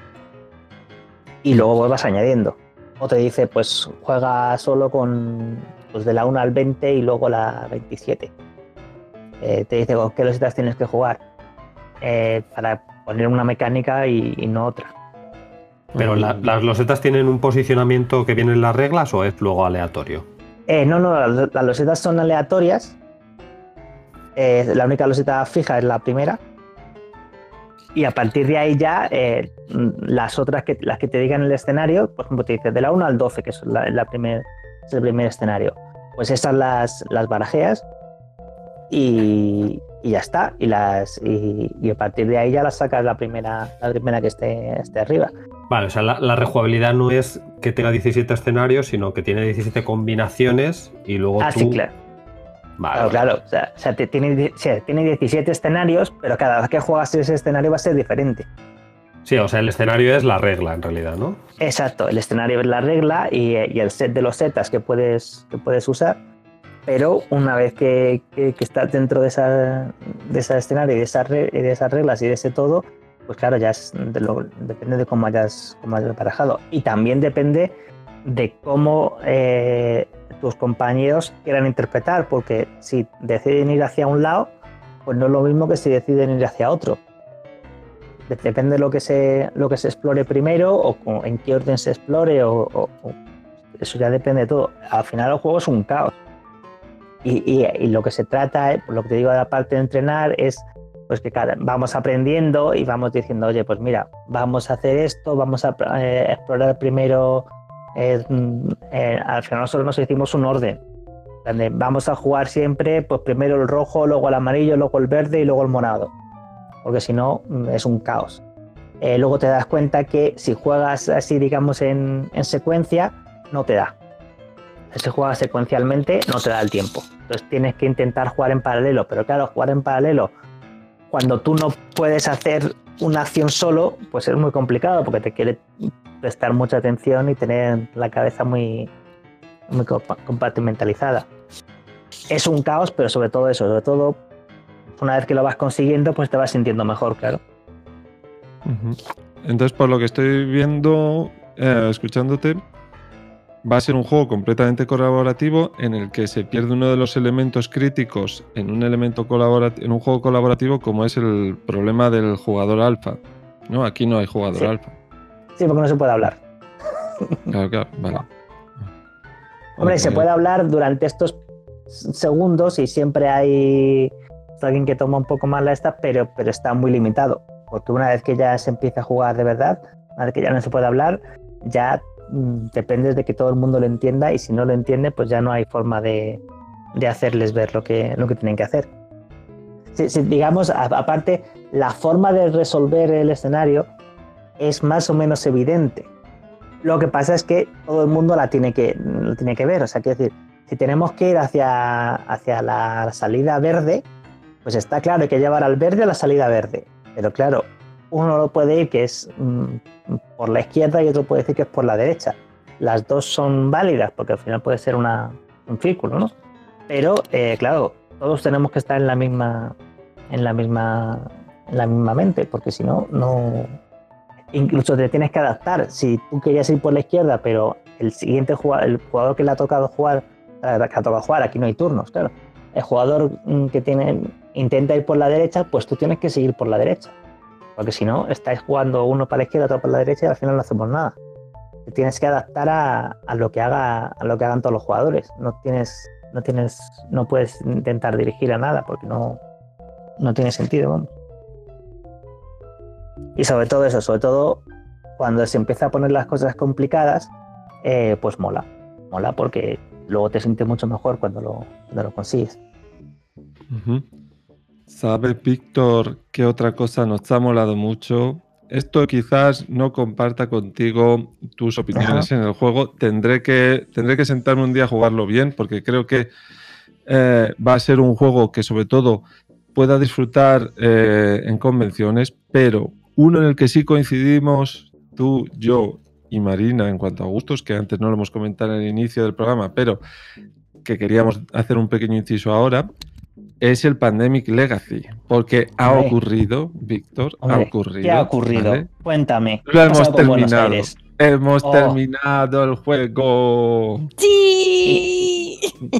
y luego vas añadiendo. O te dice, pues juega solo con pues de la 1 al 20 y luego la 27. Te dice con qué losetas tienes que jugar para poner una mecánica y no otra. ¿Pero las losetas tienen un posicionamiento que viene en las reglas o es luego aleatorio? No, las losetas son aleatorias. La única loseta fija es la primera. Y a partir de ahí ya las otras las que te digan el escenario, por ejemplo, te dice de la 1 al 12, que es el primer escenario. Pues esas las barajeas y ya está. Y a partir de ahí ya las sacas la primera que esté arriba. Vale, o sea, la rejugabilidad no es que tenga 17 escenarios, sino que tiene 17 combinaciones y luego tú... Sí, claro. Vale. Claro. O sea, tiene 17 escenarios, pero cada vez que juegas ese escenario va a ser diferente. Sí, o sea, el escenario es la regla en realidad, ¿no? Exacto, el escenario es la regla y el set de los setas que puedes usar, pero una vez que estás dentro de ese escenario y de esas reglas y de ese todo, pues claro, ya depende de cómo hayas barajado. Y también depende de cómo tus compañeros quieran interpretar, porque si deciden ir hacia un lado, pues no es lo mismo que si deciden ir hacia otro. Depende de lo que se explore primero o en qué orden se explore, o eso ya depende de todo. Al final el juego es un caos. Y lo que se trata, por lo que te digo de la parte de entrenar, es pues que vamos aprendiendo y vamos diciendo, oye, pues mira, vamos a hacer esto, vamos a explorar primero. Al final nosotros nos hicimos un orden. Vamos a jugar siempre, pues primero el rojo, luego el amarillo, luego el verde y luego el morado. Porque si no, es un caos. Luego te das cuenta que si juegas así, digamos, en secuencia, no te da. Si juegas secuencialmente, no te da el tiempo. Entonces tienes que intentar jugar en paralelo. Pero claro, jugar en paralelo, cuando tú no puedes hacer una acción solo, pues es muy complicado porque te quiere prestar mucha atención y tener la cabeza muy compartimentalizada. Es un caos, pero sobre todo una vez que lo vas consiguiendo, pues te vas sintiendo mejor, claro. Entonces, por lo que estoy viendo, escuchándote, va a ser un juego completamente colaborativo en el que se pierde uno de los elementos críticos en un juego colaborativo, como es el problema del jugador alfa. ¿No? Aquí no hay jugador alfa. Sí, porque no se puede hablar. Claro, vale. Hombre, se puede hablar durante estos segundos y siempre hay alguien que toma un poco más la esta, pero está muy limitado. Porque una vez que ya se empieza a jugar de verdad, una vez que ya no se puede hablar, ya depende de que todo el mundo lo entienda, y si no lo entiende, pues ya no hay forma de hacerles ver lo que tienen que hacer. Si, digamos, aparte, la forma de resolver el escenario es más o menos evidente. Lo que pasa es que todo el mundo lo tiene que ver. O sea, quiero decir, si tenemos que ir hacia la salida verde, pues está claro, hay que llevar al verde a la salida verde. Pero claro, uno lo puede ir que es por la izquierda y otro puede decir que es por la derecha. Las dos son válidas porque al final puede ser un círculo, ¿no? Pero claro, todos tenemos que estar en la misma mente, porque si no, incluso te tienes que adaptar. Si tú querías ir por la izquierda, pero el jugador que le ha tocado jugar, aquí no hay turnos, claro. El jugador que intenta ir por la derecha, pues tú tienes que seguir por la derecha. Porque si no, estáis jugando uno para la izquierda, otro para la derecha y al final no hacemos nada. Te tienes que adaptar a lo que hagan todos los jugadores. No puedes intentar dirigir a nada porque no tiene sentido, vamos. Y sobre todo cuando se empieza a poner las cosas complicadas, pues mola porque luego te sientes mucho mejor cuando lo consigues. ¿Sabes, Víctor, qué otra cosa nos ha molado mucho? Esto quizás no comparta contigo tus opiniones en el juego. Tendré que sentarme un día a jugarlo bien, porque creo que va a ser un juego que sobre todo pueda disfrutar en convenciones, pero uno en el que sí coincidimos tú, yo y Marina en cuanto a gustos, que antes no lo hemos comentado en el inicio del programa, pero que queríamos hacer un pequeño inciso ahora, es el Pandemic Legacy, porque ha ocurrido, Víctor, ha ocurrido. ¿Qué ha ocurrido? ¿Vale? Cuéntame. Lo hemos terminado. Hemos terminado el juego. ¡Sí!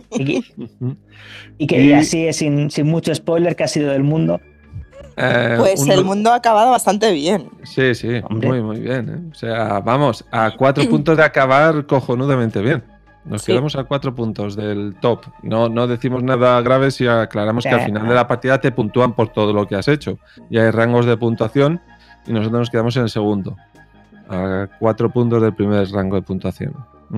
Y así es, sin mucho spoiler, que ha sido del mundo. Pues el mundo ha acabado bastante bien. Sí, muy bien. ¿Eh? O sea, vamos, a 4 puntos de acabar cojonudamente bien. Nos quedamos a 4 puntos del top. No decimos nada grave si aclaramos que al final de la partida te puntúan por todo lo que has hecho. Y hay rangos de puntuación y nosotros nos quedamos en el segundo. A 4 puntos del primer rango de puntuación.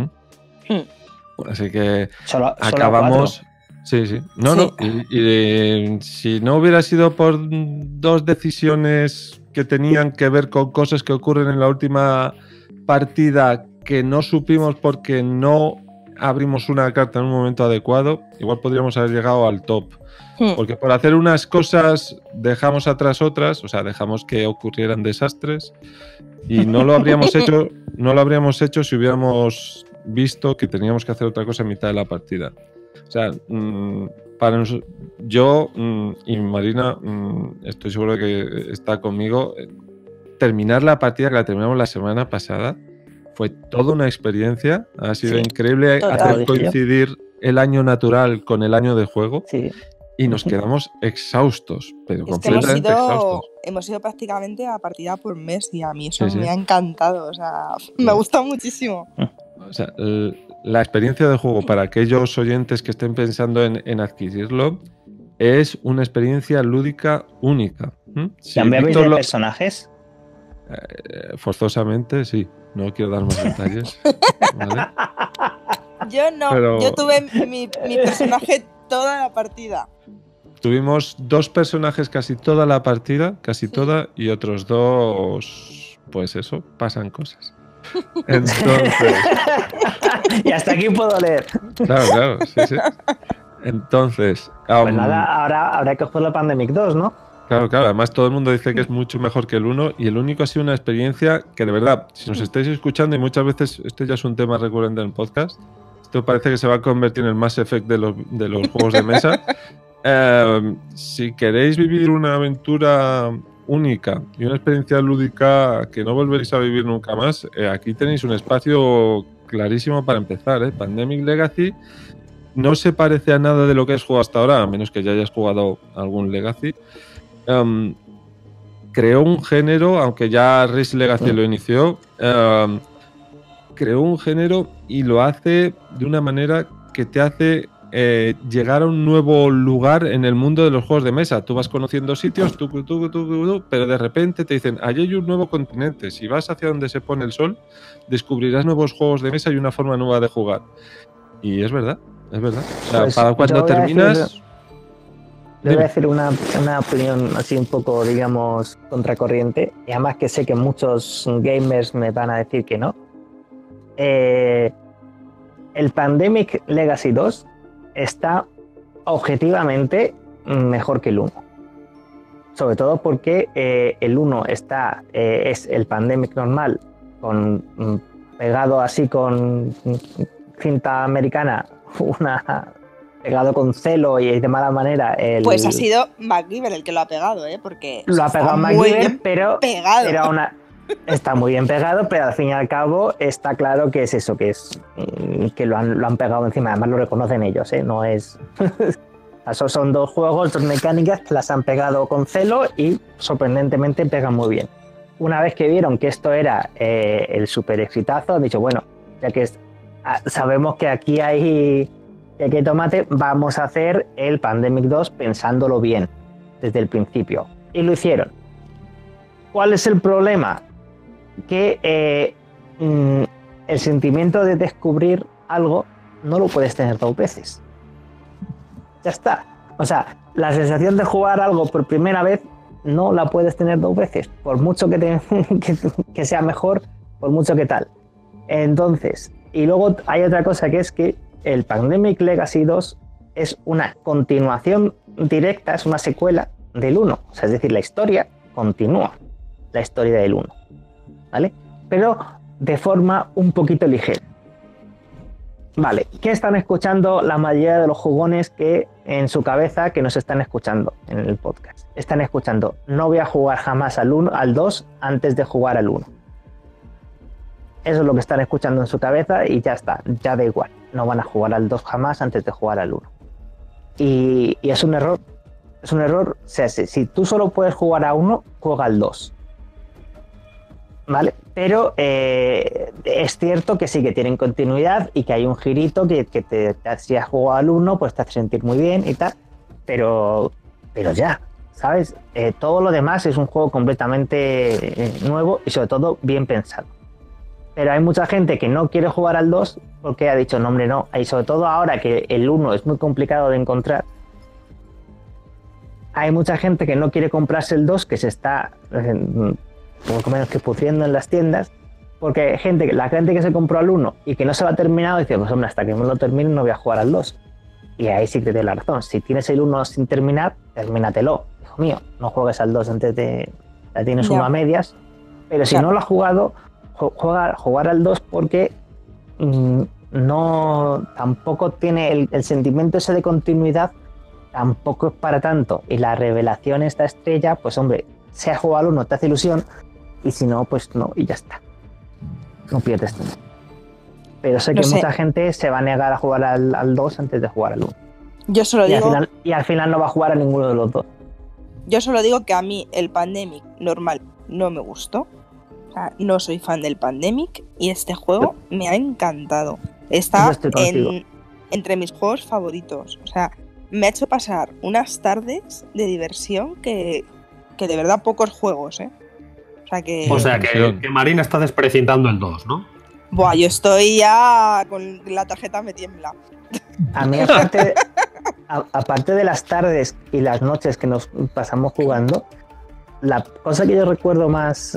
Así que acabamos... Sí. No. Y si no hubiera sido por 2 decisiones que tenían que ver con cosas que ocurren en la última partida que no supimos porque no abrimos una carta en un momento adecuado, igual podríamos haber llegado al top. Porque por hacer unas cosas dejamos atrás otras, o sea, dejamos que ocurrieran desastres y no lo habríamos hecho si hubiéramos visto que teníamos que hacer otra cosa en mitad de la partida. O sea, para nosotros, yo y Marina, estoy seguro que está conmigo, terminar la partida que la terminamos la semana pasada fue toda una experiencia. Ha sido increíble hacer coincidir el año natural con el año de juego. Sí. Y nos quedamos exhaustos, pero completamente exhaustos. Hemos ido prácticamente a partida por mes y a mí eso me ha encantado. O sea, me ha gustado muchísimo. O sea, la experiencia de juego para aquellos oyentes que estén pensando en adquirirlo es una experiencia lúdica única. ¿Cambiáis de personajes? Forzosamente, sí. No quiero dar más detalles. ¿Vale? Yo no. Pero... Yo tuve mi personaje toda la partida. Tuvimos 2 personajes casi toda la partida, toda, y otros 2, pues eso, pasan cosas. Entonces... Y hasta aquí puedo leer. Claro, sí. Entonces... Pues nada, ahora habrá que jugar la Pandemic 2, ¿no? Claro, además todo el mundo dice que es mucho mejor que el 1 y el único ha sido una experiencia que de verdad, si nos estáis escuchando, y muchas veces esto ya es un tema recurrente en el podcast, esto parece que se va a convertir en el Mass Effect de los juegos de mesa. Si queréis vivir una aventura única y una experiencia lúdica que no volveréis a vivir nunca más, aquí tenéis un espacio clarísimo para empezar. Pandemic Legacy no se parece a nada de lo que has jugado hasta ahora, a menos que ya hayas jugado algún Legacy. Creó un género, aunque ya Risk Legacy lo inició, creó un género y lo hace de una manera que te hace llegar a un nuevo lugar en el mundo de los juegos de mesa. Tú vas conociendo sitios, pero de repente te dicen, allí hay un nuevo continente. Si vas hacia donde se pone el sol, descubrirás nuevos juegos de mesa y una forma nueva de jugar. Y es verdad. O sea, pues para cuando terminas... Le voy a decir una opinión así un poco, digamos, contracorriente, y además que sé que muchos gamers me van a decir que no. El Pandemic Legacy 2 está objetivamente mejor que el 1. Sobre todo porque el 1 es el Pandemic normal, pegado así con cinta americana, pegado con celo y de mala manera. Pues ha sido MacGyver el que lo ha pegado, porque lo ha pegado MacGyver, pero está muy bien pegado, pero al fin y al cabo está claro que es eso, que lo han pegado encima. Además lo reconocen ellos, no es... Esos son 2 juegos, 2 mecánicas que las han pegado con celo y sorprendentemente pegan muy bien. Una vez que vieron que esto era el super exitazo, han dicho, bueno, ya que sabemos que aquí hay tomate, vamos a hacer el Pandemic 2 pensándolo bien desde el principio. Y lo hicieron. ¿Cuál es el problema? Que el sentimiento de descubrir algo no lo puedes tener 2 veces. Ya está. O sea, la sensación de jugar algo por primera vez no la puedes tener 2 veces, por mucho que sea mejor, por mucho que tal. Entonces, y luego hay otra cosa, que es que el Pandemic Legacy 2 es una continuación directa, es una secuela del 1. O sea, es decir, la historia continúa, la historia del 1, ¿vale? Pero de forma un poquito ligera. Vale, ¿qué están escuchando la mayoría de los jugones que en su cabeza que nos están escuchando en el podcast? Están escuchando, no voy a jugar jamás al 2 antes de jugar al 1. Eso es lo que están escuchando en su cabeza y ya está, ya da igual. No van a jugar al 2 jamás antes de jugar al 1. Y es un error. Es un error. O sea, si tú solo puedes jugar a 1, juega al 2. ¿Vale? Pero es cierto que sí, que tienen continuidad y que hay un girito que si has jugado al 1, pues te hace sentir muy bien y tal. Pero ya, ¿sabes? Todo lo demás es un juego completamente nuevo y sobre todo bien pensado. Pero hay mucha gente que no quiere jugar al 2 porque ha dicho, no, hombre, no. Y sobre todo ahora que el 1 es muy complicado de encontrar, hay mucha gente que no quiere comprarse el 2, que se está poco menos que pudriendo en las tiendas, porque la gente que se compró al 1 y que no se lo ha terminado dice, pues hombre, hasta que me lo termine no voy a jugar al 2. Y ahí sí que te doy la razón. Si tienes el 1 sin terminar, termínatelo. Hijo mío, no juegues al 2 antes de... Ya tienes uno a medias. Pero si no lo has jugado, jugar al 2 porque no tampoco tiene el sentimiento ese de continuidad, tampoco es para tanto. Y la revelación esta estrella, pues hombre, si has jugado al 1 te hace ilusión, y si no, pues no, y ya está. No pierdes tiempo. Pero sé que mucha gente se va a negar a jugar al 2 antes de jugar al 1. Yo solo digo... Al final no va a jugar a ninguno de los dos. Yo solo digo que a mí el Pandemic normal no me gustó. O sea, no soy fan del Pandemic y este juego me ha encantado. Está entre mis juegos favoritos. O sea, me ha hecho pasar unas tardes de diversión que de verdad pocos juegos, ¿eh? O sea que Marina está desprecintando el 2, ¿no? Buah, yo estoy ya con la tarjeta me tiembla. A mí, aparte de las tardes y las noches que nos pasamos jugando, la cosa que yo recuerdo más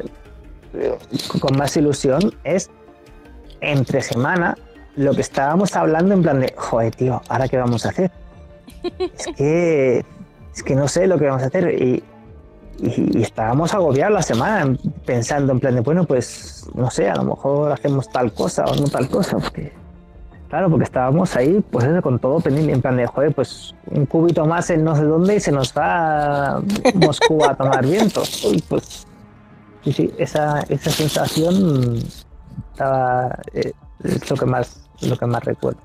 con más ilusión es entre semana lo que estábamos hablando en plan de, joder, tío, ¿ahora qué vamos a hacer? Es que no sé lo que vamos a hacer y estábamos agobiados la semana pensando en plan de, bueno, pues no sé, a lo mejor hacemos tal cosa o no tal cosa, porque estábamos ahí, pues eso, con todo pendiente, en plan de, joder, pues un cubito más en no sé dónde y se nos va Moscú a tomar viento. Uy, pues sí, esa sensación estaba, es lo que más recuerdo.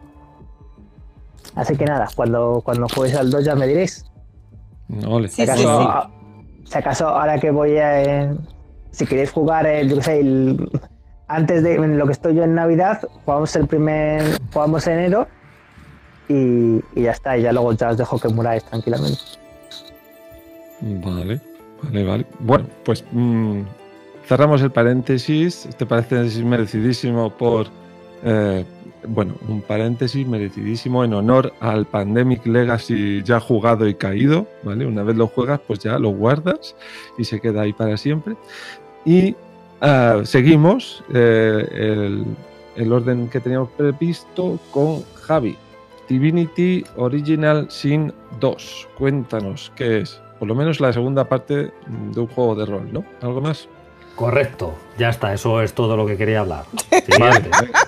Así que nada, cuando juegues al 2 ya me diréis. No, Si acaso ahora que voy a... si queréis jugar, yo qué sé, antes de lo que estoy yo en Navidad, jugamos enero y ya está. Y ya luego ya os dejo que muráis tranquilamente. Vale. Bueno, pues cerramos el paréntesis. Este paréntesis merecidísimo por... un paréntesis merecidísimo en honor al Pandemic Legacy ya jugado y caído, ¿vale? Una vez lo juegas, pues ya lo guardas y se queda ahí para siempre. Y seguimos el orden que teníamos previsto con Javi. Divinity Original Sin 2. Cuéntanos qué es. Por lo menos la segunda parte de un juego de rol, ¿no? ¿Algo más? Correcto, ya está, eso es todo lo que quería hablar. Vale.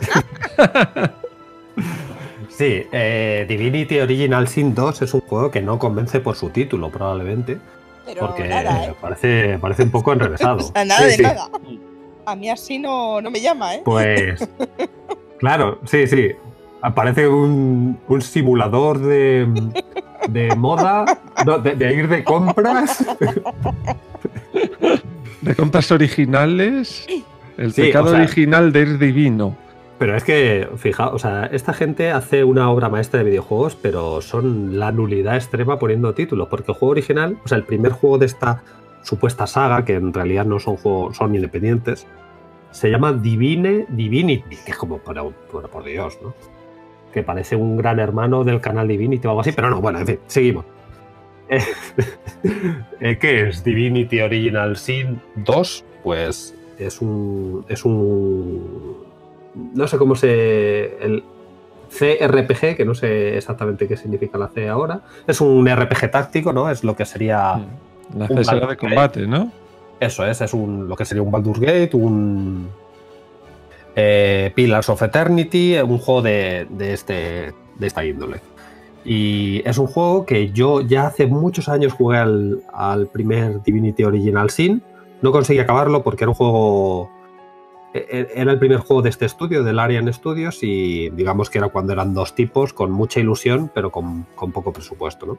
Sí, Divinity Original Sin 2 es un juego que no convence por su título, probablemente. Pero porque nada, parece un poco enrevesado. O sea, nada de nada. A mí así no me llama, ¿eh? Pues, claro, sí. Parece un simulador de moda, de ir de compras. De compras originales, el Sí, pecado original de ir divino. Pero es que, fijaos, o sea, esta gente hace una obra maestra de videojuegos, pero son la nulidad extrema poniendo títulos, porque el juego original, o sea, el primer juego de esta supuesta saga, que en realidad no son juegos, son independientes, se llama Divinity, que es como, por Dios, ¿no? Que parece un gran hermano del canal Divinity o algo así, pero no, bueno, en fin, seguimos. ¿Qué es Divinity Original Sin 2? Pues es un no sé cómo el CRPG, que no sé exactamente qué significa la C ahora. Es un RPG táctico, ¿no? Es lo que sería la C será de combate, ¿no? Eso es lo que sería un Baldur's Gate, un Pillars of Eternity, un juego de esta índole. Y es un juego que yo ya hace muchos años jugué al primer Divinity Original Sin. No conseguí acabarlo porque era el primer juego de este estudio, del Larian Studios, y digamos que era cuando eran dos tipos con mucha ilusión, pero con poco presupuesto, ¿no?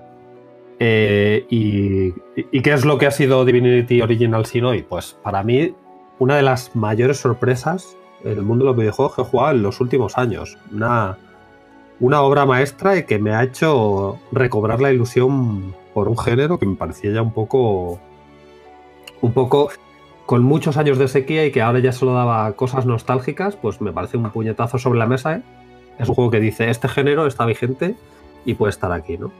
¿Y qué es lo que ha sido Divinity Original Sin hoy? Pues para mí, una de las mayores sorpresas en el mundo de los videojuegos que he jugado en los últimos años. Una obra maestra y que me ha hecho recobrar la ilusión por un género que me parecía ya un poco con muchos años de sequía y que ahora ya solo daba cosas nostálgicas. Pues me parece un puñetazo sobre la mesa, ¿eh? Es un juego que dice, este género está vigente y puede estar aquí, ¿no?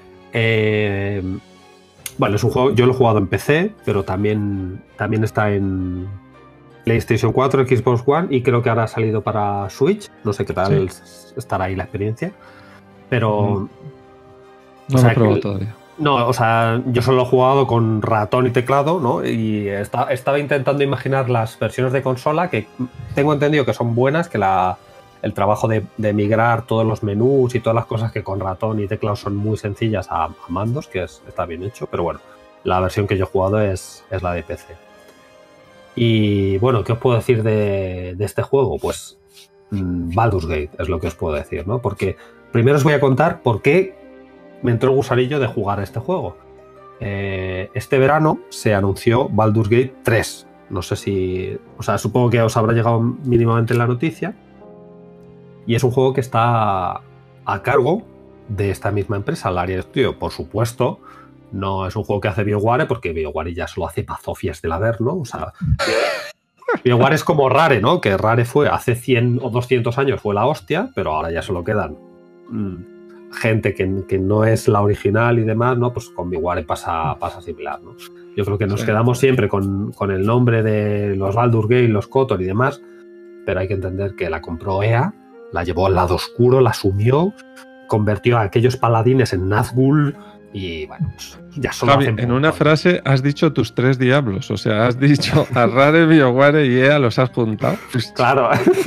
Bueno, es un juego, yo lo he jugado en PC, pero también está en PlayStation 4, Xbox One, y creo que ahora ha salido para Switch. No sé qué tal estará ahí la experiencia, pero no lo he probado todavía. No, o sea, yo solo he jugado con ratón y teclado, ¿no? Y estaba intentando imaginar las versiones de consola, que tengo entendido que son buenas, que el trabajo de migrar todos los menús y todas las cosas que con ratón y teclado son muy sencillas a mandos, que está bien hecho, pero bueno, la versión que yo he jugado es la de PC. Y bueno, ¿qué os puedo decir de este juego? Pues Baldur's Gate es lo que os puedo decir, ¿no? Porque primero os voy a contar por qué me entró el gusanillo de jugar a este juego. Este verano se anunció Baldur's Gate 3. No sé si... O sea, supongo que os habrá llegado mínimamente la noticia. Y es un juego que está a cargo de esta misma empresa, Larian Studio. Por supuesto, no es un juego que hace BioWare, porque BioWare ya solo hace pazofias del haber, ¿no? O sea, BioWare es como Rare, ¿no? Que Rare fue hace 100 o 200 años fue la hostia, pero ahora ya solo quedan gente que no es la original y demás, ¿no? Pues con BioWare pasa similar, ¿no? Yo creo que nos quedamos siempre con el nombre de los Baldur's Gate, los KOTOR y demás, pero hay que entender que la compró EA, la llevó al lado oscuro, la sumió, convirtió a aquellos paladines en Nazgûl y bueno, pues ya solo Javi, en una frase has dicho tus tres diablos, o sea, has dicho a Rare, BioWare y EA los has juntado. Claro.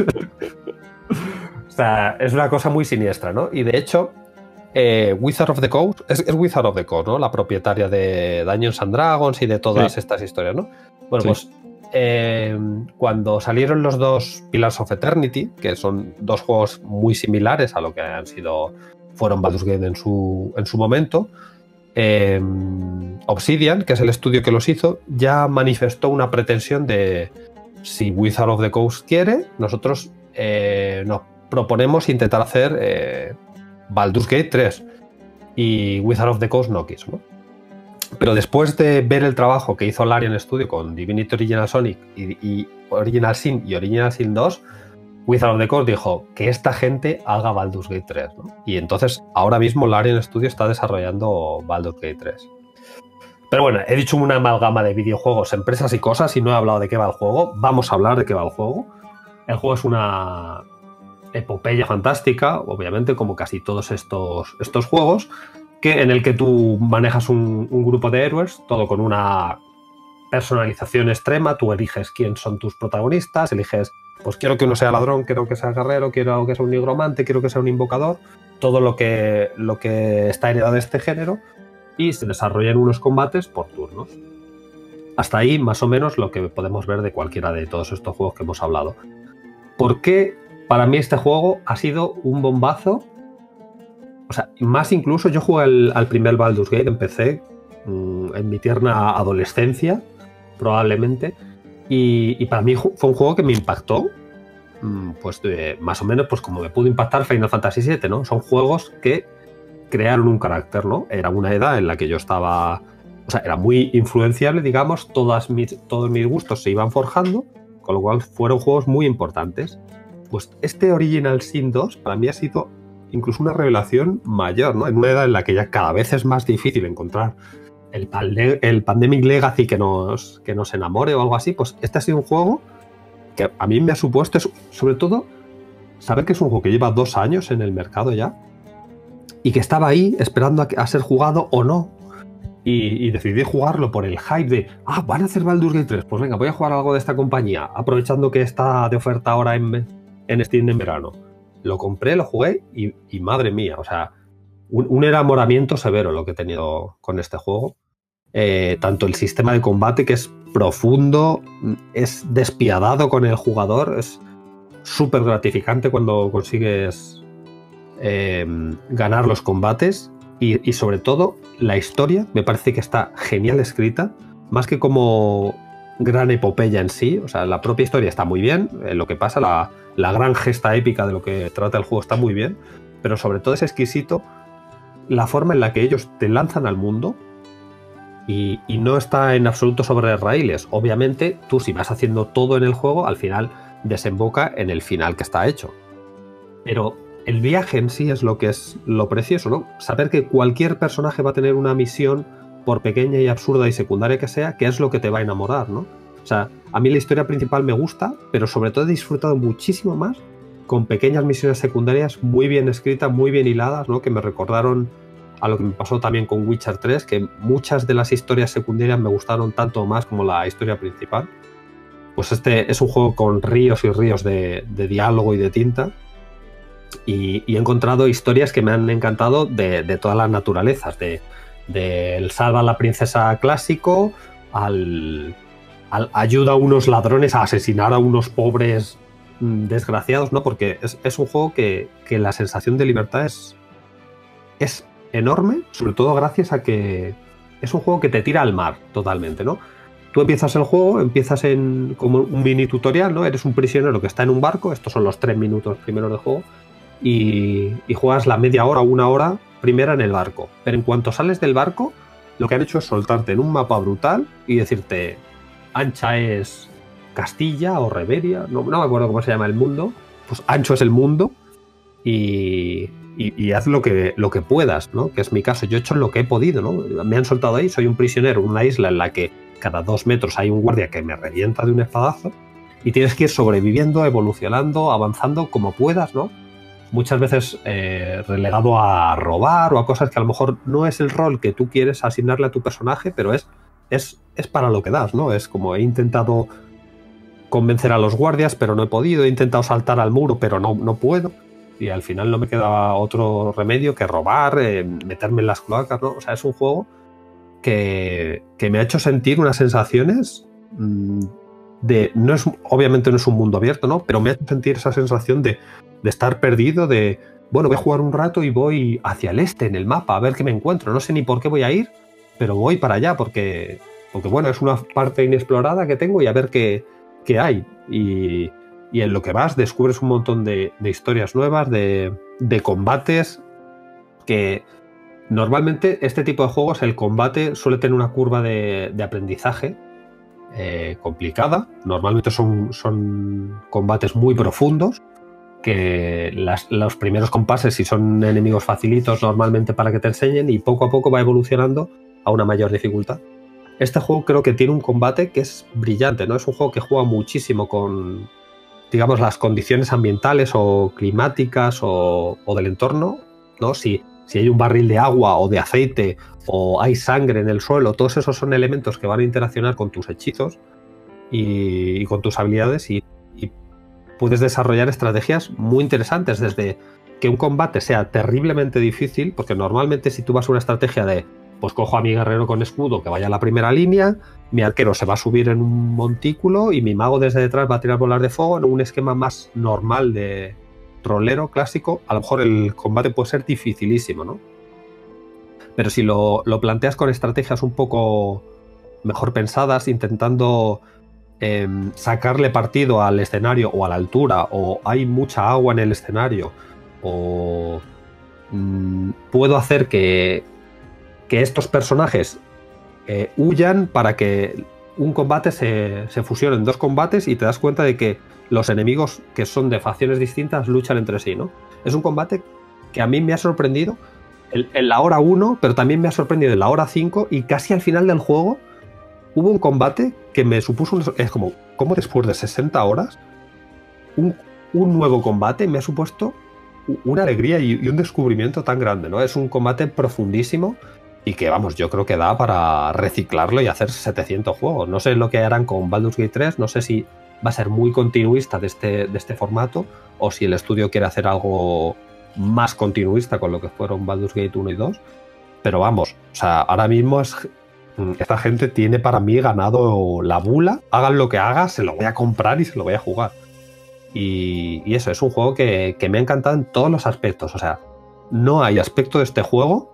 O sea, es una cosa muy siniestra, ¿no? Y de hecho, Wizard of the Coast, es Wizard of the Coast, ¿no? La propietaria de Dungeons and Dragons y de todas estas historias, ¿no? Bueno, pues cuando salieron los dos Pillars of Eternity, que son dos juegos muy similares a lo que fueron Baldur's Gate en su momento, Obsidian, que es el estudio que los hizo, ya manifestó una pretensión de, si Wizard of the Coast quiere, nosotros nos proponemos intentar hacer Baldur's Gate 3, y Wizard of the Coast no quiso, ¿no? Pero después de ver el trabajo que hizo Larian Studio con Divinity Original Sonic y Original Sin y Original Sin 2, Wizard of the Coast dijo que esta gente haga Baldur's Gate 3, ¿no? Y entonces ahora mismo Larian Studio está desarrollando Baldur's Gate 3. Pero bueno, he dicho una amalgama de videojuegos, empresas y cosas, y no he hablado de qué va el juego. Vamos a hablar de qué va el juego. El juego es una epopeya fantástica, obviamente, como casi todos estos juegos, en el que tú manejas un grupo de héroes, todo con una personalización extrema. Tú eliges quién son tus protagonistas, eliges, pues quiero que uno sea ladrón, quiero que sea guerrero, quiero que sea un nigromante, quiero que sea un invocador, todo lo que está heredado de este género, y se desarrollan unos combates por turnos. Hasta ahí, más o menos, lo que podemos ver de cualquiera de todos estos juegos que hemos hablado. ¿Por qué para mí este juego ha sido un bombazo? O sea, más incluso, yo jugué al primer Baldur's Gate en PC en mi tierna adolescencia, probablemente, y para mí fue un juego que me impactó, pues más o menos pues como me pudo impactar Final Fantasy VII, ¿no? Son juegos que crearon un carácter, ¿no? Era una edad en la que yo estaba, o sea, era muy influenciable, digamos, todos mis gustos se iban forjando, con lo cual fueron juegos muy importantes. Pues este Original Sin 2 para mí ha sido incluso una revelación mayor, ¿no? En una edad en la que ya cada vez es más difícil encontrar el Pandemic Legacy que nos enamore o algo así, pues este ha sido un juego que a mí me ha supuesto, sobre todo, saber que es un juego que lleva 2 años en el mercado ya y que estaba ahí esperando a ser jugado o no. Y decidí jugarlo por el hype de van a hacer Baldur's Gate 3, pues venga, voy a jugar algo de esta compañía, aprovechando que está de oferta ahora en Steam en verano. Lo compré, lo jugué y madre mía, o sea, un enamoramiento severo lo que he tenido con este juego. Tanto el sistema de combate, que es profundo, es despiadado con el jugador, es súper gratificante cuando consigues ganar los combates. Y sobre todo, la historia me parece que está genial escrita, más que como gran epopeya en sí. O sea, la propia historia está muy bien, lo que pasa, la gran gesta épica de lo que trata el juego está muy bien, pero sobre todo es exquisito la forma en la que ellos te lanzan al mundo y no está en absoluto sobre raíles. Obviamente, tú si vas haciendo todo en el juego, al final desemboca en el final que está hecho. Pero el viaje en sí es lo que es lo precioso, ¿no? Saber que cualquier personaje va a tener una misión, por pequeña y absurda y secundaria que sea, que es lo que te va a enamorar, ¿no? O sea, a mí la historia principal me gusta, pero sobre todo he disfrutado muchísimo más con pequeñas misiones secundarias muy bien escritas, muy bien hiladas, ¿no? Que me recordaron a lo que me pasó también con Witcher 3, que muchas de las historias secundarias me gustaron tanto más como la historia principal. Pues este es un juego con ríos y ríos de diálogo y de tinta. Y he encontrado historias que me han encantado de todas las naturalezas, del salva a la princesa clásico, al ayuda a unos ladrones a asesinar a unos pobres desgraciados, ¿no? Porque es un juego que la sensación de libertad es enorme, sobre todo gracias a que es un juego que te tira al mar totalmente, ¿no? Tú empiezas el juego, empiezas como un mini tutorial, ¿no? Eres un prisionero que está en un barco, estos son los 3 minutos primeros del juego, y juegas la media hora o 1 hora primera en el barco. Pero en cuanto sales del barco, lo que han hecho es soltarte en un mapa brutal y decirte, ancha es Castilla o Reveria, no me acuerdo cómo se llama el mundo, pues ancho es el mundo y haz lo que puedas, ¿no? Que es mi caso, yo he hecho lo que he podido, ¿no? Me han soltado ahí, soy un prisionero en una isla en la que cada 2 metros hay un guardia que me revienta de un espadazo y tienes que ir sobreviviendo, evolucionando, avanzando como puedas, ¿no? Muchas veces relegado a robar o a cosas que a lo mejor no es el rol que tú quieres asignarle a tu personaje, pero es para lo que das, ¿no? Es como he intentado convencer a los guardias, pero no he podido, he intentado saltar al muro, pero no puedo, y al final no me quedaba otro remedio que robar, meterme en las cloacas, ¿no? O sea, es un juego que me ha hecho sentir unas sensaciones obviamente no es un mundo abierto, ¿no? Pero me ha hecho sentir esa sensación de estar perdido, bueno, voy a jugar un rato y voy hacia el este en el mapa a ver qué me encuentro. No sé ni por qué voy a ir, pero voy para allá porque bueno, es una parte inexplorada que tengo y a ver qué hay. Y en lo que vas descubres un montón de historias nuevas, de combates que normalmente este tipo de juegos, el combate suele tener una curva de aprendizaje complicada. Normalmente son combates muy profundos, que los primeros compases, si son enemigos facilitos normalmente para que te enseñen, y poco a poco va evolucionando a una mayor dificultad. Este juego creo que tiene un combate que es brillante, ¿no? Es un juego que juega muchísimo con, digamos, las condiciones ambientales o climáticas o del entorno, ¿no? Si hay un barril de agua o de aceite o hay sangre en el suelo, todos esos son elementos que van a interaccionar con tus hechizos y con tus habilidades, y puedes desarrollar estrategias muy interesantes, desde que un combate sea terriblemente difícil, porque normalmente si tú vas a una estrategia de pues cojo a mi guerrero con escudo que vaya a la primera línea, mi arquero se va a subir en un montículo y mi mago desde detrás va a tirar bolas de fuego, en un esquema más normal de rolero clásico, a lo mejor el combate puede ser dificilísimo, ¿no? Pero si lo planteas con estrategias un poco mejor pensadas, intentando sacarle partido al escenario o a la altura, o hay mucha agua en el escenario, o puedo hacer que estos personajes huyan para que un combate se fusiona en 2 combates y te das cuenta de que los enemigos que son de facciones distintas luchan entre sí, ¿no? Es un combate que a mí me ha sorprendido en la hora 1, pero también me ha sorprendido en la hora 5 y casi al final del juego hubo un combate que me supuso... Es como después de 60 horas un nuevo combate me ha supuesto una alegría y un descubrimiento tan grande, ¿no? Es un combate profundísimo y que, vamos, yo creo que da para reciclarlo y hacer 700 juegos. No sé lo que harán con Baldur's Gate 3, no sé si va a ser muy continuista de este formato o si el estudio quiere hacer algo más continuista con lo que fueron Baldur's Gate 1 y 2, pero vamos, o sea, ahora mismo esta gente tiene para mí ganado la bula. Hagan lo que haga, se lo voy a comprar y se lo voy a jugar. Y eso, es un juego que me ha encantado en todos los aspectos. O sea, no hay aspecto de este juego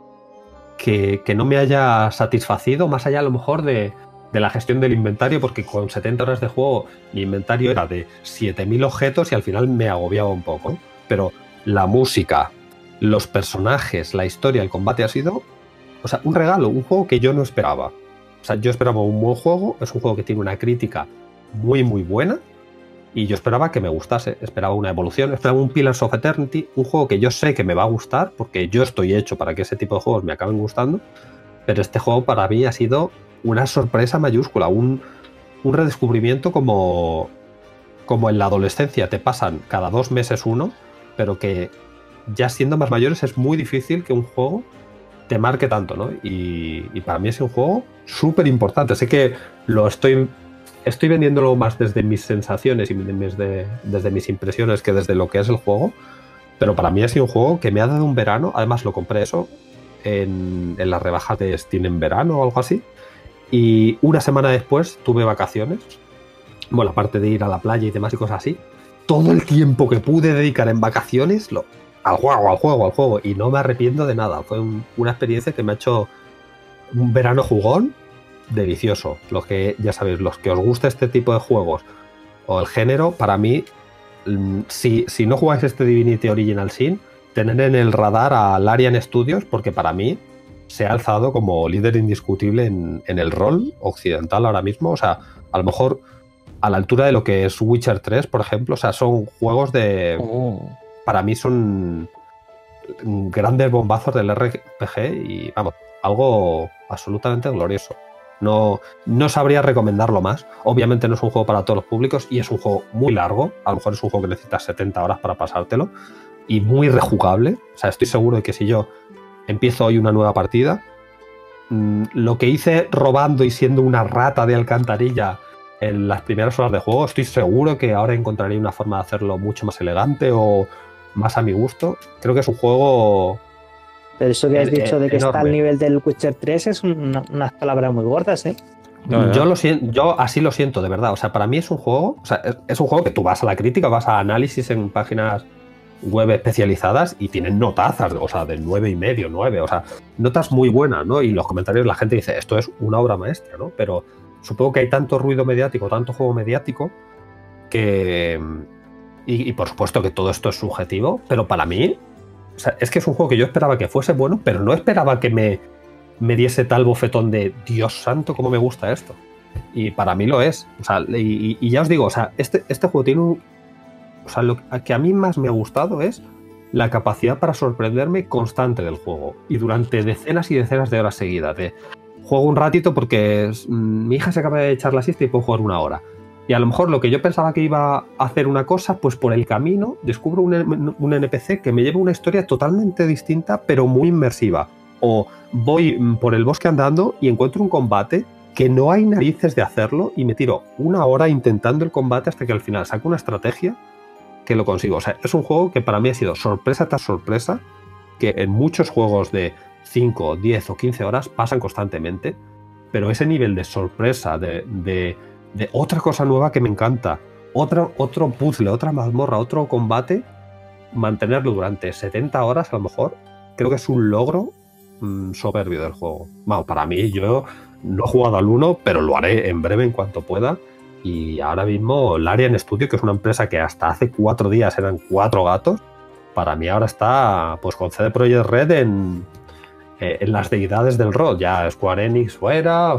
que no me haya satisfacido, más allá a lo mejor de la gestión del inventario, porque con 70 horas de juego mi inventario era de 7000 objetos y al final me agobiaba un poco, ¿no? Pero la música, los personajes, la historia, el combate ha sido, o sea, un regalo, un juego que yo no esperaba. O sea, yo esperaba un buen juego, es un juego que tiene una crítica muy muy buena y yo esperaba que me gustase, esperaba una evolución, esperaba un Pillars of Eternity, un juego que yo sé que me va a gustar porque yo estoy hecho para que ese tipo de juegos me acaben gustando, pero este juego para mí ha sido una sorpresa mayúscula, un redescubrimiento como en la adolescencia te pasan cada 2 meses uno, pero que ya siendo más mayores es muy difícil que un juego te marque tanto, ¿no? Y para mí es un juego súper importante. Sé que lo estoy vendiéndolo más desde mis sensaciones y desde mis impresiones que desde lo que es el juego, pero para mí ha sido un juego que me ha dado un verano. Además lo compré eso en las rebajas de Steam en verano o algo así, y una semana después tuve vacaciones, bueno, aparte de ir a la playa y demás y cosas así, todo el tiempo que pude dedicar en vacaciones al juego, y no me arrepiento de nada. Fue una experiencia que me ha hecho un verano jugón delicioso. Los que, ya sabéis, los que os gusta este tipo de juegos o el género, para mí, si no jugáis este Divinity Original Sin, tener en el radar a Larian Studios, porque para mí se ha alzado como líder indiscutible en el rol occidental ahora mismo. O sea, a lo mejor a la altura de lo que es Witcher 3, por ejemplo. O sea, son juegos para mí son grandes bombazos del RPG y, vamos, algo absolutamente glorioso. No sabría recomendarlo más. Obviamente no es un juego para todos los públicos y es un juego muy largo. A lo mejor es un juego que necesitas 70 horas para pasártelo y muy rejugable. O sea, estoy seguro de que si yo empiezo hoy una nueva partida, lo que hice robando y siendo una rata de alcantarilla en las primeras horas de juego, estoy seguro que ahora encontraría una forma de hacerlo mucho más elegante o más a mi gusto. Creo que es un juego... Pero eso que has dicho de que enorme. Está al nivel del Witcher 3 es unas palabras muy gordas, ¿eh? No. Yo así lo siento, de verdad. O sea, para mí es un juego... O sea, es un juego que tú vas a la crítica, vas a análisis en páginas web especializadas y tienen notazas, o sea, de 9,5, 9, o sea, notas muy buenas, ¿no? Y los comentarios la gente dice, esto es una obra maestra, ¿no? Pero supongo que hay tanto ruido mediático, tanto juego mediático, que... Y por supuesto que todo esto es subjetivo, pero para mí, o sea, es que es un juego que yo esperaba que fuese bueno, pero no esperaba que me diese tal bofetón de Dios santo, cómo me gusta esto. Y para mí lo es. O sea, y ya os digo, o sea, este juego tiene un... O sea, lo que a mí más me ha gustado es la capacidad para sorprenderme constante del juego. Y durante decenas y decenas de horas seguidas. De juego un ratito porque mi hija se acaba de echar la siesta y puedo jugar 1 hora. Y a lo mejor lo que yo pensaba que iba a hacer una cosa, pues por el camino descubro un NPC que me lleva una historia totalmente distinta, pero muy inmersiva. O voy por el bosque andando y encuentro un combate que no hay narices de hacerlo y me tiro 1 hora intentando el combate hasta que al final saco una estrategia que lo consigo. O sea, es un juego que para mí ha sido sorpresa tras sorpresa, que en muchos juegos de 5, 10 o 15 horas pasan constantemente, pero ese nivel de sorpresa, de otra cosa nueva que me encanta, otro puzzle, otra mazmorra, otro combate, mantenerlo durante 70 horas a lo mejor, creo que es un logro soberbio del juego. Bueno, para mí, yo no he jugado al 1, pero lo haré en breve en cuanto pueda. Y ahora mismo Larian Studio, que es una empresa que hasta hace 4 días eran 4 gatos, para mí ahora está pues con CD Projekt Red en las deidades del rol. Ya Square Enix fuera, o sea,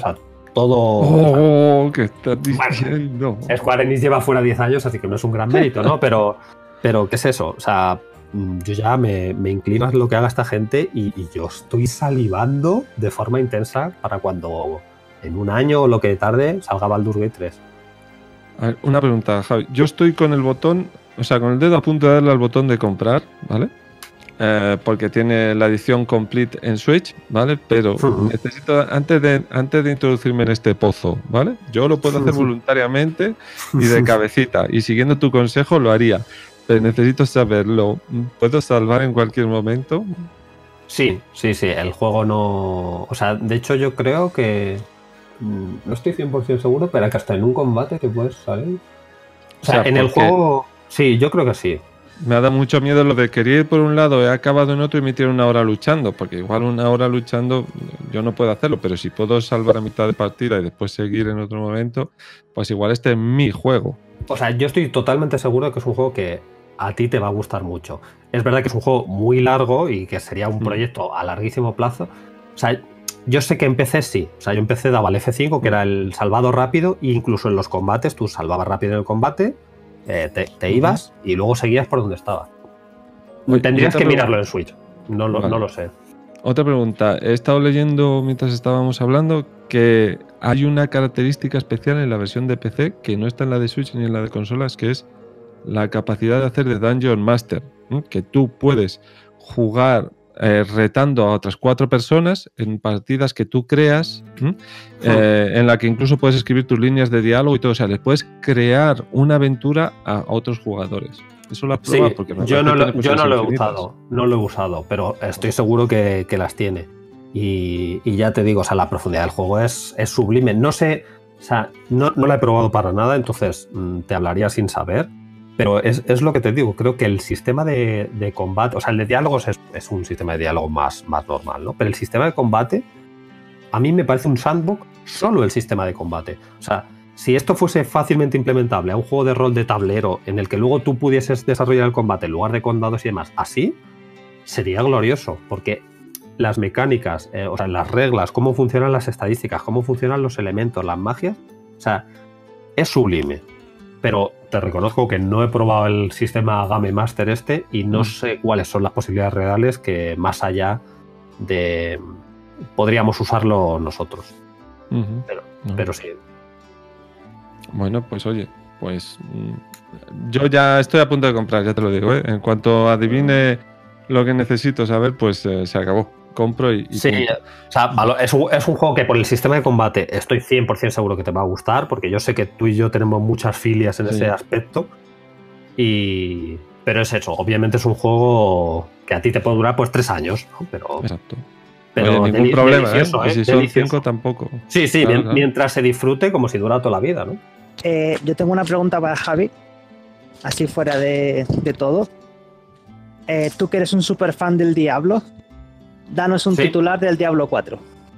todo... ¡Oh! ¿Qué estás diciendo? Bueno, Square Enix lleva fuera 10 años, así que no es un gran mérito, ¿no? Pero ¿qué es eso? O sea, yo ya me inclino a lo que haga esta gente y yo estoy salivando de forma intensa para cuando en un año o lo que tarde salga Baldur's Gate 3. A ver, una pregunta, Javi. Yo estoy con el botón, o sea, con el dedo a punto de darle al botón de comprar, ¿vale? Porque tiene la edición complete en Switch, ¿vale? Pero necesito, antes de introducirme en este pozo, ¿vale? Yo lo puedo hacer voluntariamente y de cabecita, y siguiendo tu consejo lo haría, pero necesito saberlo. ¿Puedo salvar en cualquier momento? Sí, el juego no... O sea, de hecho yo creo que... No estoy 100% seguro, pero que hasta en un combate te puedes salir. O sea, en el juego... Sí, yo creo que sí. Me ha dado mucho miedo lo de querer ir por un lado, he acabado en otro y me tiene una hora luchando, porque igual una hora luchando yo no puedo hacerlo, pero si puedo salvar a mitad de partida y después seguir en otro momento, pues igual este es mi juego. O sea, yo estoy totalmente seguro de que es un juego que a ti te va a gustar mucho. Es verdad que es un juego muy largo y que sería un proyecto a larguísimo plazo. O sea, yo sé que empecé sí. O sea, yo empecé, daba el F5, que era el salvado rápido, e incluso en los combates, tú salvabas rápido en el combate, te ibas y luego seguías por donde estabas. Tendrías que mirarlo en Switch. No lo sé. Otra pregunta. He estado leyendo mientras estábamos hablando que hay una característica especial en la versión de PC que no está en la de Switch ni en la de consolas, que es la capacidad de hacer de Dungeon Master, ¿no? Que tú puedes jugar retando a otras 4 personas en partidas que tú creas, en la que incluso puedes escribir tus líneas de diálogo y todo. O sea, les puedes crear una aventura a otros jugadores. Eso lo has probado, sí, porque yo no lo he usado, pero estoy seguro que las tiene. Y ya te digo, o sea, la profundidad del juego es sublime. No sé, o sea, no la he probado para nada, entonces te hablaría sin saber. Pero es lo que te digo, creo que el sistema de combate, o sea, el de diálogos es un sistema de diálogo más normal, ¿no? Pero el sistema de combate, a mí me parece un sandbox solo el sistema de combate. O sea, si esto fuese fácilmente implementable a un juego de rol de tablero en el que luego tú pudieses desarrollar el combate en lugar de condados y demás, así sería glorioso, porque las mecánicas, o sea, las reglas, cómo funcionan las estadísticas, cómo funcionan los elementos, las magias, o sea, es sublime. Pero te reconozco que no he probado el sistema Game Master y no sé cuáles son las posibilidades reales que más allá de... podríamos usarlo nosotros. Pero sí. Bueno, pues oye, pues yo ya estoy a punto de comprar, ya te lo digo, ¿eh? En cuanto adivine lo que necesito saber, pues se acabó. Compro y sí, punto. O sea, es un juego que por el sistema de combate estoy 100% seguro que te va a gustar, porque yo sé que tú y yo tenemos muchas filias en ese aspecto. Pero es eso, obviamente es un juego que a ti te puede durar pues 3 años, ¿no? Exacto. Pero ningún problema, ¿eh? Pues si son 5 tampoco. Sí, claro. Mientras se disfrute como si durara toda la vida, ¿no? Yo tengo una pregunta para Javi, así fuera de todo. Tú que eres un super fan del Diablo, danos un titular del Diablo 4.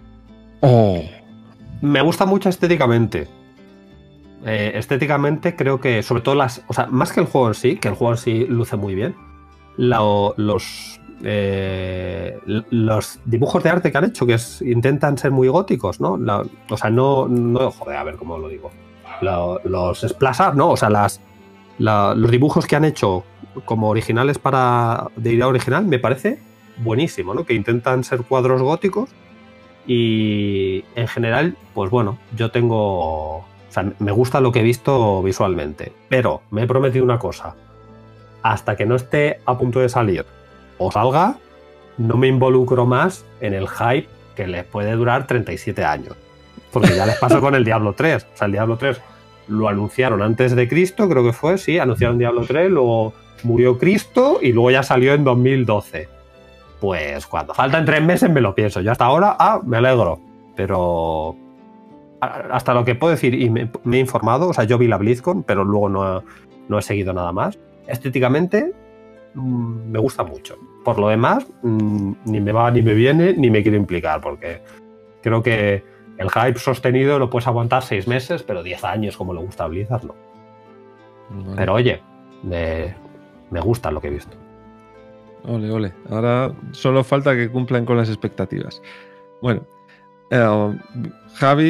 Me gusta mucho estéticamente. Estéticamente creo que, sobre todo o sea, más que el juego en sí, que el juego en sí luce muy bien, los dibujos de arte que han hecho, que intentan ser muy góticos, ¿no? O sea, no, joder, a ver cómo lo digo. Los splash art, ¿no? O sea, los dibujos que han hecho como originales de idea original, me parece buenísimo, ¿no? Que intentan ser cuadros góticos y en general, pues bueno, yo tengo... O sea, me gusta lo que he visto visualmente, pero me he prometido una cosa. Hasta que no esté a punto de salir o salga, no me involucro más en el hype que les puede durar 37 años. Porque ya les pasó con el Diablo 3. O sea, el Diablo 3 lo anunciaron antes de Cristo, creo que fue, sí, anunciaron Diablo 3, luego murió Cristo y luego ya salió en 2012. Pues cuando faltan 3 meses me lo pienso. Yo hasta ahora, me alegro. Pero hasta lo que puedo decir, y me he informado, o sea, yo vi la BlizzCon, pero luego no he seguido nada más. Estéticamente me gusta mucho. Por lo demás, ni me va ni me viene, ni me quiero implicar, porque creo que el hype sostenido lo puedes aguantar 6 meses, pero 10 años como le gusta a Blizzard, no. Vale. Pero oye, me gusta lo que he visto. Ole. Ahora solo falta que cumplan con las expectativas. Bueno, Javi,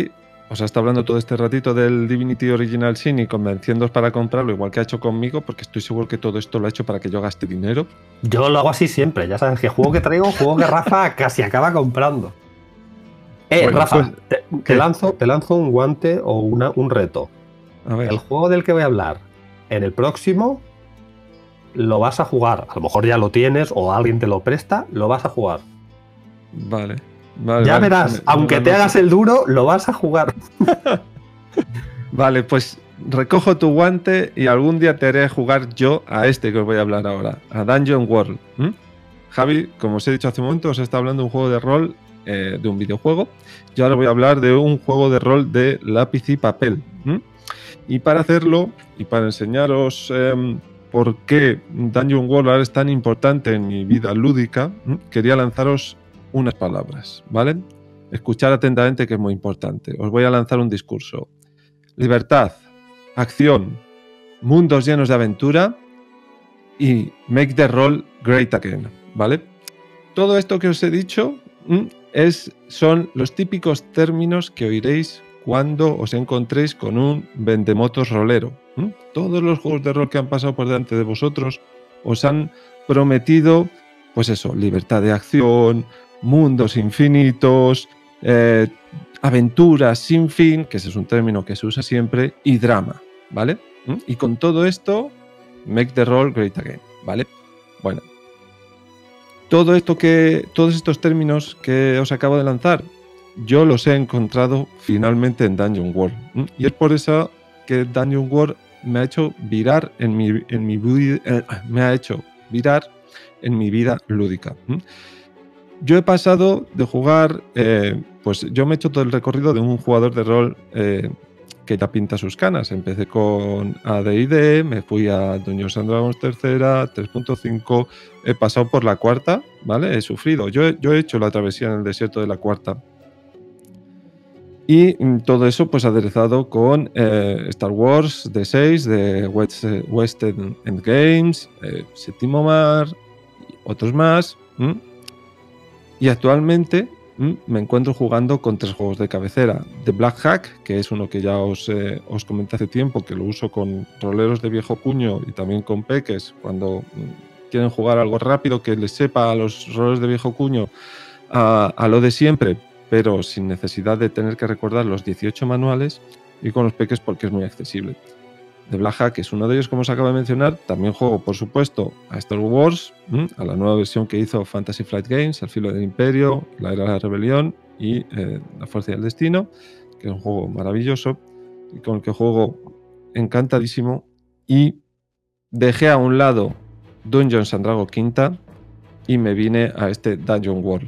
os ha estado hablando todo este ratito del Divinity Original Sin y convenciéndoos para comprarlo, igual que ha hecho conmigo, porque estoy seguro que todo esto lo ha hecho para que yo gaste dinero. Yo lo hago así siempre, ya sabes que juego que traigo, juego que Rafa casi acaba comprando. Bueno, Rafa, pues, te lanzo un guante o un reto. A ver. El juego del que voy a hablar en el próximo lo vas a jugar. A lo mejor ya lo tienes o alguien te lo presta, lo vas a jugar. Vale. Ya verás, aunque te hagas el duro, lo vas a jugar. Vale, pues recojo tu guante y algún día te haré jugar yo a este que os voy a hablar ahora, a Dungeon World. Javi, como os he dicho hace un momento, os está hablando de un juego de rol, de un videojuego. Yo ahora voy a hablar de un juego de rol de lápiz y papel. Y para hacerlo, y para enseñaros por qué Dungeon World ahora es tan importante en mi vida lúdica, quería lanzaros unas palabras, ¿vale? Escuchad atentamente, que es muy importante. Os voy a lanzar un discurso. Libertad, acción, mundos llenos de aventura y make the role great again, ¿vale? Todo esto que os he dicho son los típicos términos que oiréis cuando os encontréis con un vendemotos rolero. Todos los juegos de rol que han pasado por delante de vosotros os han prometido, pues eso, libertad de acción, mundos infinitos, aventuras sin fin, que ese es un término que se usa siempre, y drama, ¿vale? Y con todo esto, make the role great again, ¿vale? Bueno, todos estos términos que os acabo de lanzar, yo los he encontrado finalmente en Dungeon World. Y es por eso que Dungeon World me ha hecho virar en mi vida lúdica. Yo he pasado de jugar, pues yo me he hecho todo el recorrido de un jugador de rol que ya pinta sus canas. Empecé con AD&D, me fui a Dungeons & Dragons 3ª, 3.5, he pasado por la 4ª, ¿vale? He sufrido. Yo he hecho la travesía en el desierto de la 4ª. Y todo eso pues aderezado con Star Wars D6, de West End Games, Séptimo Mar, y otros más. Y actualmente me encuentro jugando con 3 juegos de cabecera. The Black Hack, que es uno que ya os comenté hace tiempo, que lo uso con roleros de viejo cuño y también con peques, cuando quieren jugar algo rápido que les sepa a los roleros de viejo cuño a lo de siempre, pero sin necesidad de tener que recordar los 18 manuales, y con los peques porque es muy accesible. The Black Hack es uno de ellos, como os acabo de mencionar. También juego, por supuesto, a Star Wars, a la nueva versión que hizo Fantasy Flight Games, Al filo del imperio, La era de la rebelión y La fuerza y el destino, que es un juego maravilloso y con el que juego encantadísimo. Y dejé a un lado Dungeons & Dragons quinta y me vine a este Dungeon World.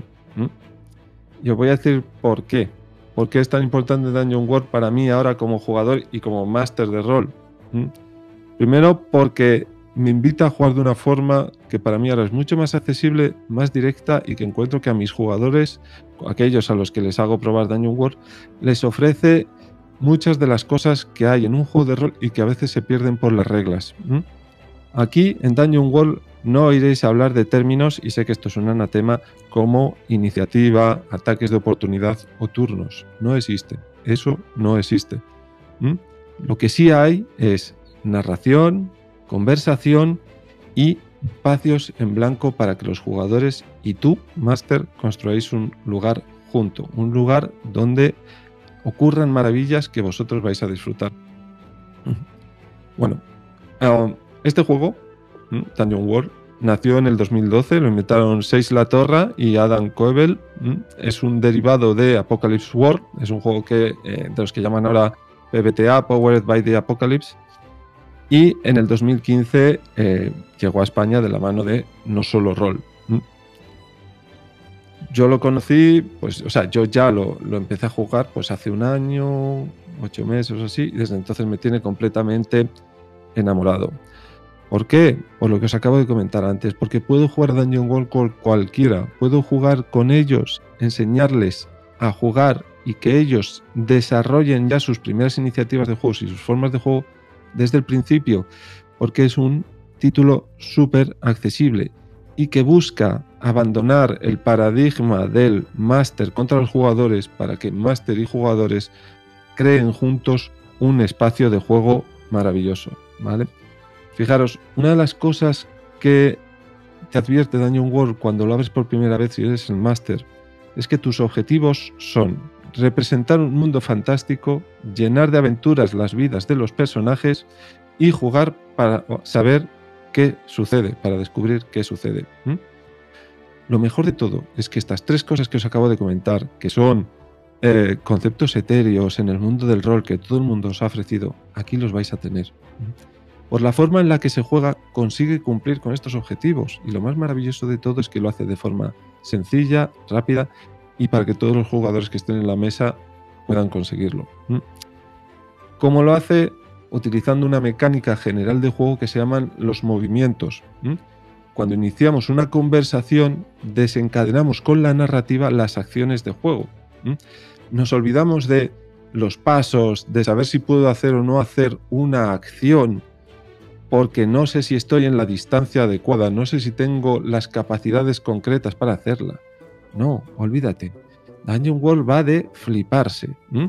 Y os voy a decir por qué. ¿Por qué es tan importante Dungeon World para mí ahora como jugador y como máster de rol? Primero, porque me invita a jugar de una forma que para mí ahora es mucho más accesible, más directa, y que encuentro que a mis jugadores, aquellos a los que les hago probar Dungeon World, les ofrece muchas de las cosas que hay en un juego de rol y que a veces se pierden por las reglas. Aquí en Dungeon World no oiréis hablar de términos, y sé que esto es un anatema, como iniciativa, ataques de oportunidad o turnos. No existe. Eso no existe. Lo que sí hay es narración, conversación y espacios en blanco para que los jugadores y tú, máster, construáis un lugar junto. Un lugar donde ocurran maravillas que vosotros vais a disfrutar. Bueno, este juego, Dungeon World, nació en el 2012, lo inventaron Seix La Torra y Adam Koebel. Es un derivado de Apocalypse World, es un juego que de los que llaman ahora PBTA, Powered by the Apocalypse, y en el 2015 llegó a España de la mano de No Solo Roll. Yo lo conocí, pues, o sea, yo ya lo empecé a jugar pues hace un año, 8 meses o así, y desde entonces me tiene completamente enamorado. ¿Por qué? Por lo que os acabo de comentar antes, porque puedo jugar Dungeon World con cualquiera, puedo jugar con ellos, enseñarles a jugar y que ellos desarrollen ya sus primeras iniciativas de juegos y sus formas de juego desde el principio, porque es un título súper accesible y que busca abandonar el paradigma del máster contra los jugadores para que máster y jugadores creen juntos un espacio de juego maravilloso, ¿vale? Fijaros, una de las cosas que te advierte Dungeon World cuando lo abres por primera vez y eres el máster es que tus objetivos son representar un mundo fantástico, llenar de aventuras las vidas de los personajes y jugar para saber qué sucede, para descubrir qué sucede. Lo mejor de todo es que estas tres cosas que os acabo de comentar, que son conceptos etéreos en el mundo del rol que todo el mundo os ha ofrecido, aquí los vais a tener. Por la forma en la que se juega, consigue cumplir con estos objetivos, y lo más maravilloso de todo es que lo hace de forma sencilla, rápida, y para que todos los jugadores que estén en la mesa puedan conseguirlo. ¿Cómo lo hace? Utilizando una mecánica general de juego que se llaman los movimientos. Cuando iniciamos una conversación, desencadenamos con la narrativa las acciones de juego. Nos olvidamos de los pasos, de saber si puedo hacer o no hacer una acción, porque no sé si estoy en la distancia adecuada, no sé si tengo las capacidades concretas para hacerla. No, olvídate. Dungeon World va de fliparse.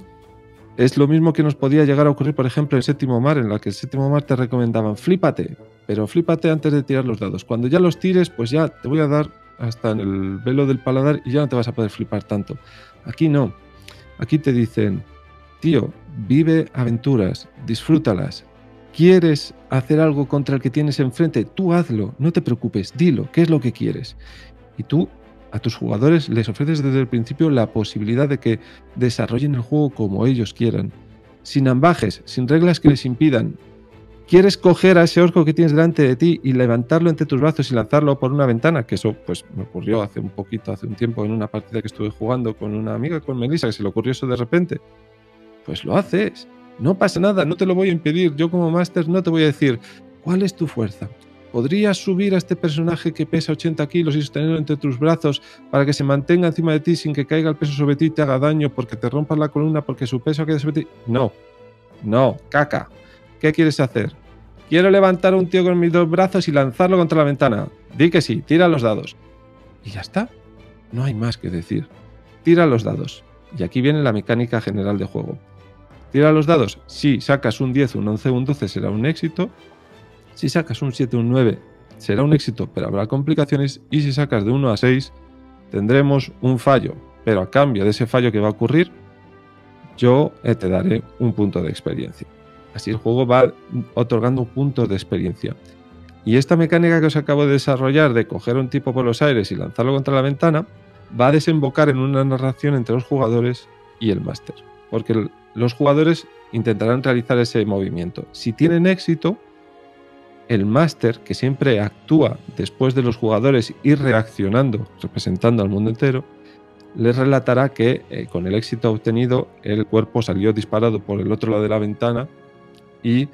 Es lo mismo que nos podía llegar a ocurrir, por ejemplo, en Séptimo Mar, en la que en Séptimo Mar te recomendaban flípate, pero flípate antes de tirar los dados. Cuando ya los tires, pues ya te voy a dar hasta en el velo del paladar y ya no te vas a poder flipar tanto. Aquí no. Aquí te dicen, tío, vive aventuras, disfrútalas. ¿Quieres hacer algo contra el que tienes enfrente? Tú hazlo, no te preocupes, dilo, ¿qué es lo que quieres? Y tú a tus jugadores les ofreces desde el principio la posibilidad de que desarrollen el juego como ellos quieran, sin ambajes, sin reglas que les impidan. ¿Quieres coger a ese orco que tienes delante de ti y levantarlo entre tus brazos y lanzarlo por una ventana? Que eso pues me ocurrió hace un tiempo en una partida que estuve jugando con una amiga, con Melissa, que se le ocurrió eso de repente. Pues lo haces. No pasa nada, no te lo voy a impedir. Yo como máster no te voy a decir ¿cuál es tu fuerza? ¿Podrías subir a este personaje que pesa 80 kilos y sostenerlo entre tus brazos para que se mantenga encima de ti sin que caiga el peso sobre ti y te haga daño porque te rompas la columna porque su peso quede sobre ti? No, caca. ¿Qué quieres hacer? Quiero levantar a un tío con mis dos brazos y lanzarlo contra la ventana. Di que sí, tira los dados. Y ya está. No hay más que decir. Tira los dados. Y aquí viene la mecánica general de juego. Tira los dados. Si sacas un 10, un 11, un 12 será un éxito. Si sacas un 7, un 9 será un éxito, pero habrá complicaciones. Y si sacas de 1 a 6 tendremos un fallo. Pero a cambio de ese fallo que va a ocurrir, yo te daré un punto de experiencia. Así el juego va otorgando puntos de experiencia. Y esta mecánica que os acabo de desarrollar de coger a un tipo por los aires y lanzarlo contra la ventana va a desembocar en una narración entre los jugadores y el máster. Porque los jugadores intentarán realizar ese movimiento. Si tienen éxito, el máster, que siempre actúa después de los jugadores y reaccionando, representando al mundo entero, les relatará que con el éxito obtenido el cuerpo salió disparado por el otro lado de la ventana y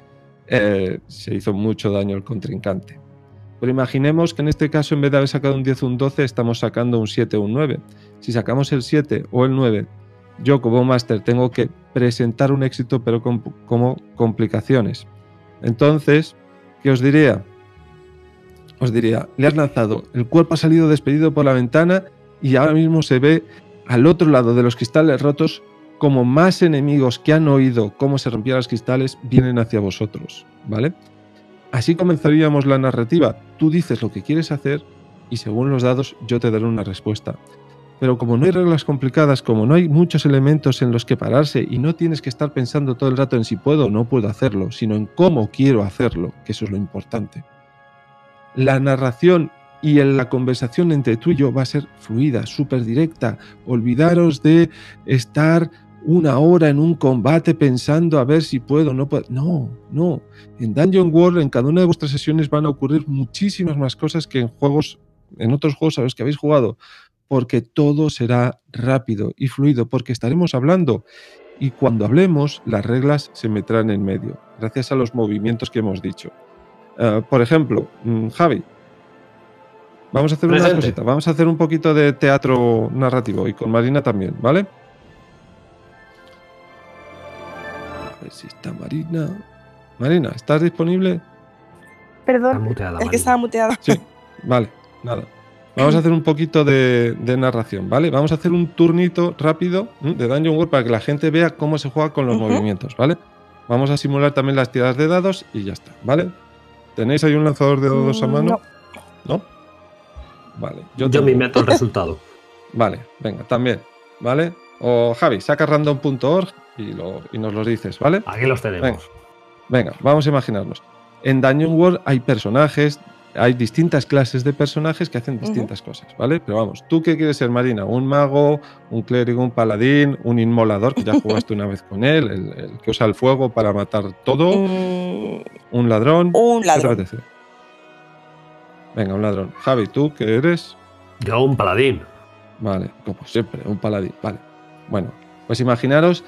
se hizo mucho daño al contrincante. Pero imaginemos que en este caso, en vez de haber sacado un 10 o un 12, estamos sacando un 7 o un 9. Si sacamos el 7 o el 9, yo como máster tengo que presentar un éxito, pero como complicaciones. Entonces, ¿qué os diría? Os diría, le has lanzado, el cuerpo ha salido despedido por la ventana y ahora mismo se ve al otro lado de los cristales rotos como más enemigos que han oído cómo se rompían los cristales vienen hacia vosotros, ¿vale? Así comenzaríamos la narrativa. Tú dices lo que quieres hacer y según los dados yo te daré una respuesta. Pero como no hay reglas complicadas, como no hay muchos elementos en los que pararse y no tienes que estar pensando todo el rato en si puedo o no puedo hacerlo, sino en cómo quiero hacerlo, que eso es lo importante. La narración y la conversación entre tú y yo va a ser fluida, súper directa. Olvidaros de estar una hora en un combate pensando a ver si puedo o no puedo. No. En Dungeon World, en cada una de vuestras sesiones van a ocurrir muchísimas más cosas que en otros juegos a los que habéis jugado, porque todo será rápido y fluido, porque estaremos hablando. Y cuando hablemos, las reglas se meterán en medio, gracias a los movimientos que hemos dicho. Por ejemplo, Javi, vamos a hacer una cosita. Vamos a hacer un poquito de teatro narrativo y con Marina también, ¿vale? A ver si está Marina. Marina, ¿estás disponible? Perdón, es que estaba muteada. Sí, vale, nada. Vamos a hacer un poquito de narración, ¿vale? Vamos a hacer un turnito rápido de Dungeon World para que la gente vea cómo se juega con los movimientos, ¿vale? Vamos a simular también las tiradas de dados y ya está, ¿vale? ¿Tenéis ahí un lanzador de dados a mano? ¿No? Vale. Yo me invento el resultado. Vale, venga, también, ¿vale? O Javi, saca random.org y nos los dices, ¿vale? Aquí los tenemos. Venga, vamos a imaginarnos. En Dungeon World hay personajes, hay distintas clases de personajes que hacen distintas cosas, ¿vale? Pero vamos, ¿tú qué quieres ser, Marina? ¿Un mago, un clérigo, un paladín, un inmolador, que ya jugaste una vez con él, el que usa el fuego para matar todo? ¿Un ladrón? Un ladrón. ¿Qué te apetece? Venga, un ladrón. Javi, ¿tú qué eres? Yo un paladín. Vale, como siempre, un paladín, vale. Bueno, pues imaginaros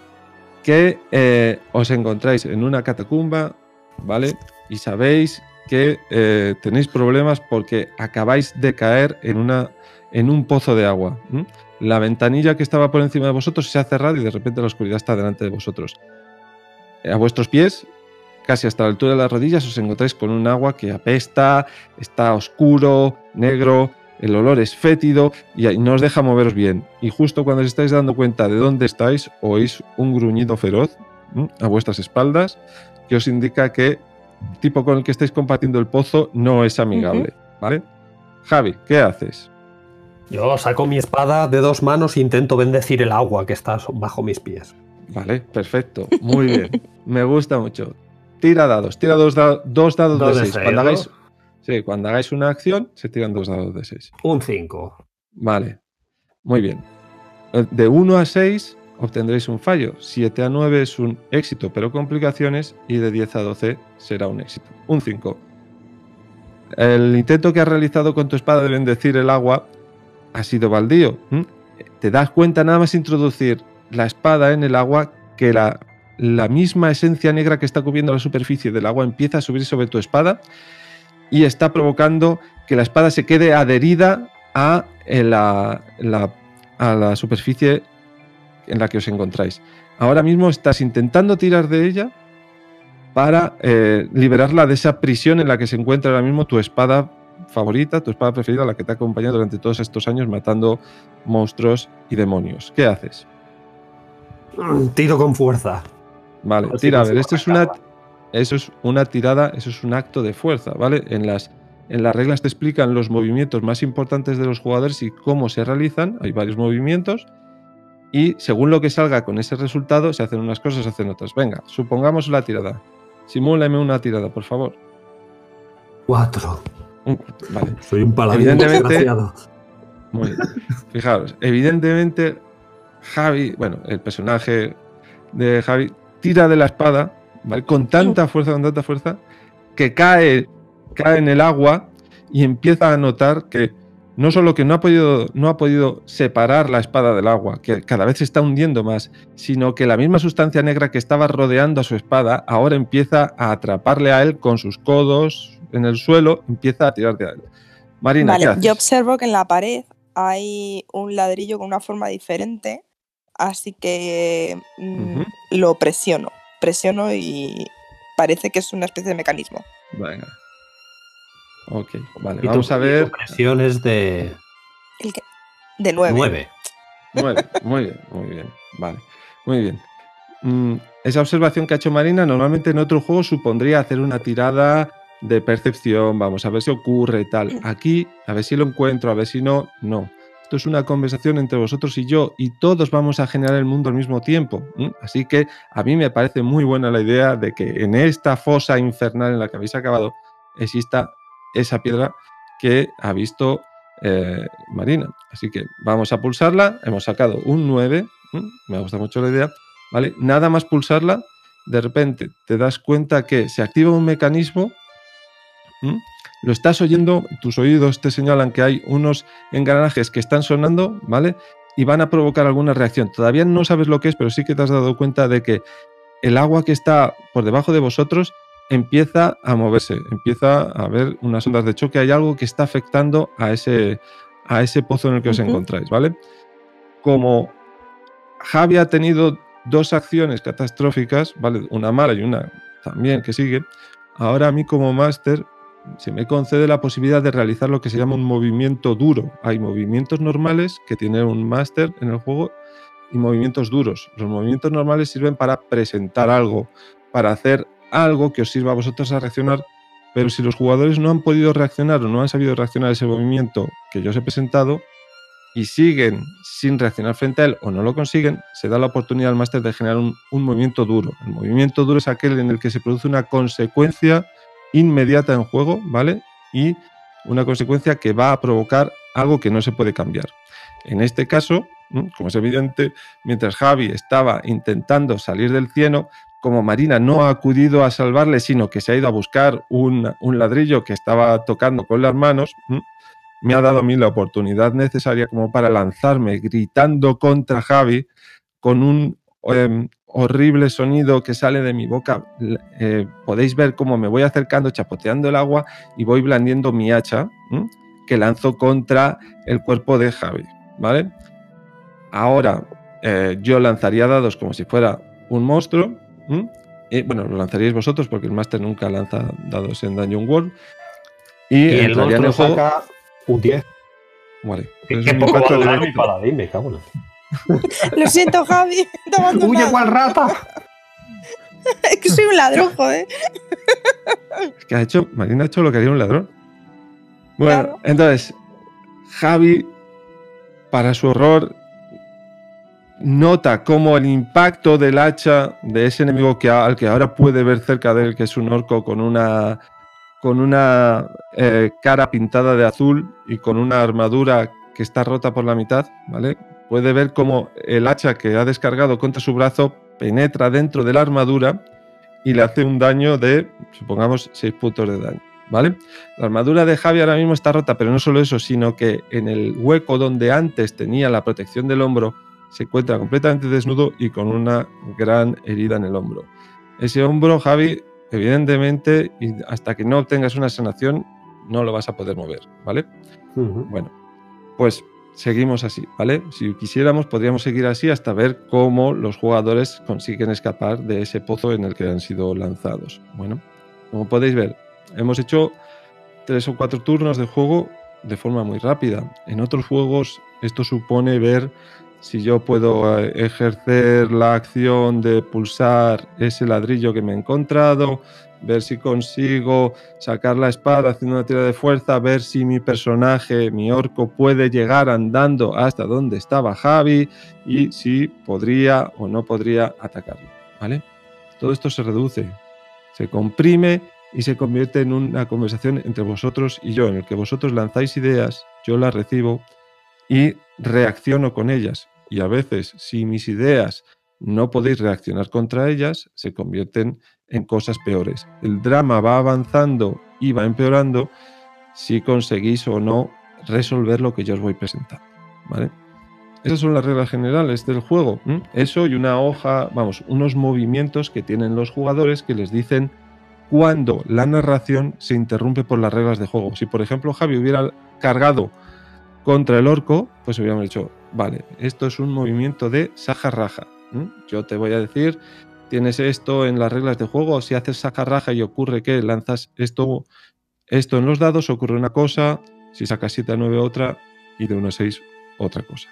que os encontráis en una catacumba, ¿vale? Y sabéis que tenéis problemas porque acabáis de caer en un pozo de agua. La ventanilla que estaba por encima de vosotros se ha cerrado y de repente la oscuridad está delante de vosotros. A vuestros pies, casi hasta la altura de las rodillas, os encontráis con un agua que apesta, está oscuro, negro, el olor es fétido y no os deja moveros bien. Y justo cuando os estáis dando cuenta de dónde estáis, oís un gruñido feroz a vuestras espaldas que os indica que el tipo con el que estáis compartiendo el pozo no es amigable, ¿vale? Javi, ¿qué haces? Yo saco mi espada de 2 manos e intento bendecir el agua que está bajo mis pies. Vale, perfecto, muy bien. Me gusta mucho. Tira dados, tira dos dados de 6. Cuando hagáis una acción, se tiran 2 dados de 6. Un 5. Vale, muy bien. De 1 a 6 obtendréis un fallo. 7 a 9 es un éxito, pero complicaciones. Y de 10 a 12 será un éxito. Un 5. El intento que has realizado con tu espada de bendecir el agua ha sido baldío. Te das cuenta nada más introducir la espada en el agua que la misma esencia negra que está cubriendo la superficie del agua empieza a subir sobre tu espada y está provocando que la espada se quede adherida a la superficie en la que os encontráis. Ahora mismo estás intentando tirar de ella para liberarla de esa prisión en la que se encuentra ahora mismo tu espada favorita, tu espada preferida, la que te ha acompañado durante todos estos años matando monstruos y demonios. ¿Qué haces? Tiro con fuerza. Vale, tira, a ver, eso es una tirada, eso es un acto de fuerza, ¿vale? En las reglas te explican los movimientos más importantes de los jugadores y cómo se realizan. Hay varios movimientos y según lo que salga con ese resultado se hacen unas cosas, se hacen otras. Venga, supongamos la tirada. Simúlame una tirada, por favor. 4. Vale. Soy un paladín desgraciado. Muy bien. Fijaros, evidentemente Javi, bueno, el personaje de Javi tira de la espada, ¿vale? Con tanta fuerza, que cae en el agua y empieza a notar que no solo que no ha podido separar la espada del agua, que cada vez se está hundiendo más, sino que la misma sustancia negra que estaba rodeando a su espada ahora empieza a atraparle a él con sus codos en el suelo, empieza a tirar de él. Marina, vale, ¿qué haces? Yo observo que en la pared hay un ladrillo con una forma diferente, así que lo presiono y parece que es una especie de mecanismo. Venga. Ok, vale, vamos a ver. Tu presión es de... ¿El qué? De 9. 9, muy bien, vale, muy bien. Esa observación que ha hecho Marina normalmente en otro juego supondría hacer una tirada de percepción, vamos a ver si ocurre y tal. Aquí, a ver si lo encuentro, a ver si no. Esto es una conversación entre vosotros y yo y todos vamos a generar el mundo al mismo tiempo. Así que a mí me parece muy buena la idea de que en esta fosa infernal en la que habéis acabado exista esa piedra que ha visto Marina. Así que vamos a pulsarla. Hemos sacado un 9. Me gusta mucho la idea. ¿Vale? Nada más pulsarla, de repente te das cuenta que se activa un mecanismo. Lo estás oyendo, tus oídos te señalan que hay unos engranajes que están sonando, ¿vale? Y van a provocar alguna reacción. Todavía no sabes lo que es, pero sí que te has dado cuenta de que el agua que está por debajo de vosotros empieza a moverse, empieza a haber unas ondas de choque, hay algo que está afectando a ese pozo en el que os encontráis, ¿vale? Como Javi ha tenido 2 acciones catastróficas, ¿vale? Una mala y una también que sigue, ahora a mí como máster se me concede la posibilidad de realizar lo que se llama un movimiento duro. Hay movimientos normales que tiene un máster en el juego y movimientos duros. Los movimientos normales sirven para presentar algo, para hacer algo que os sirva a vosotros a reaccionar, pero si los jugadores no han podido reaccionar o no han sabido reaccionar a ese movimiento que yo os he presentado y siguen sin reaccionar frente a él o no lo consiguen, se da la oportunidad al máster de generar un movimiento duro. El movimiento duro es aquel en el que se produce una consecuencia inmediata en juego, ¿vale? Y una consecuencia que va a provocar algo que no se puede cambiar. En este caso, como es evidente, mientras Javi estaba intentando salir del cieno, como Marina no ha acudido a salvarle, sino que se ha ido a buscar un ladrillo que estaba tocando con las manos, me ha dado a mí la oportunidad necesaria como para lanzarme gritando contra Javi con un horrible sonido que sale de mi boca. Podéis ver cómo me voy acercando, chapoteando el agua y voy blandiendo mi hacha que lanzo contra el cuerpo de Javi, ¿vale? Ahora yo lanzaría dados como si fuera un monstruo. Bueno, lo lanzaríais vosotros porque el máster nunca lanza dados en Dungeon World. Y el monstruo saca un 10. Vale. ¿Qué poco va a durar mi paladín? Me cago en la... Lo siento, Javi. ¡Huye, cual rata! Es que soy un ladrón, joder. Es que Marina ha hecho lo que haría un ladrón. Bueno, claro. Entonces, Javi, para su horror, nota cómo el impacto del hacha de ese enemigo al que ahora puede ver cerca de él, que es un orco con una cara pintada de azul y con una armadura que está rota por la mitad, ¿vale? Puede ver cómo el hacha que ha descargado contra su brazo penetra dentro de la armadura y le hace un daño de, supongamos, 6 puntos de daño, ¿vale? La armadura de Javi ahora mismo está rota, pero no solo eso, sino que en el hueco donde antes tenía la protección del hombro se encuentra completamente desnudo y con una gran herida en el hombro. Ese hombro, Javi, evidentemente, y hasta que no obtengas una sanación, no lo vas a poder mover, ¿vale? Bueno, pues seguimos así, ¿vale? Si quisiéramos, podríamos seguir así hasta ver cómo los jugadores consiguen escapar de ese pozo en el que han sido lanzados. Bueno, como podéis ver, hemos hecho 3 o 4 turnos de juego de forma muy rápida. En otros juegos esto supone ver si yo puedo ejercer la acción de pulsar ese ladrillo que me he encontrado, ver si consigo sacar la espada haciendo una tirada de fuerza, ver si mi personaje, mi orco, puede llegar andando hasta donde estaba Javi y si podría o no podría atacarlo, ¿vale? Todo esto se reduce, se comprime y se convierte en una conversación entre vosotros y yo, en el que vosotros lanzáis ideas, yo las recibo y reacciono con ellas. Y a veces, si mis ideas no podéis reaccionar contra ellas, se convierten en cosas peores. El drama va avanzando y va empeorando si conseguís o no resolver lo que yo os voy presentando, ¿vale? Esas son las reglas generales del juego. Eso y una hoja, unos movimientos que tienen los jugadores que les dicen cuando la narración se interrumpe por las reglas de juego. Si, por ejemplo, Javi hubiera cargado contra el orco, pues hubiéramos dicho, vale, esto es un movimiento de saja raja. Yo te voy a decir, tienes esto en las reglas de juego, si haces saja raja y ocurre que lanzas esto en los dados, ocurre una cosa, si sacas 7 a 9 otra y de 1 a 6 otra cosa.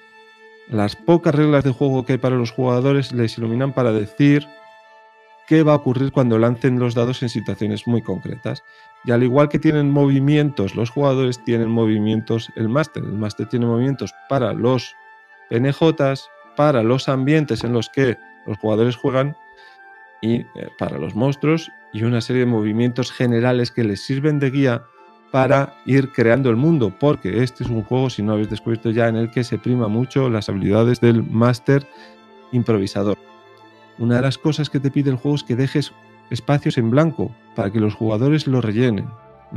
Las pocas reglas de juego que hay para los jugadores les iluminan para decir qué va a ocurrir cuando lancen los dados en situaciones muy concretas. Y al igual que tienen movimientos los jugadores, tienen movimientos el máster. El máster tiene movimientos para los PNJs, para los ambientes en los que los jugadores juegan y para los monstruos, y una serie de movimientos generales que les sirven de guía para ir creando el mundo, porque este es un juego, si no habéis descubierto ya, en el que se prima mucho las habilidades del máster improvisador. Una de las cosas que te pide el juego es que dejes espacios en blanco para que los jugadores lo rellenen.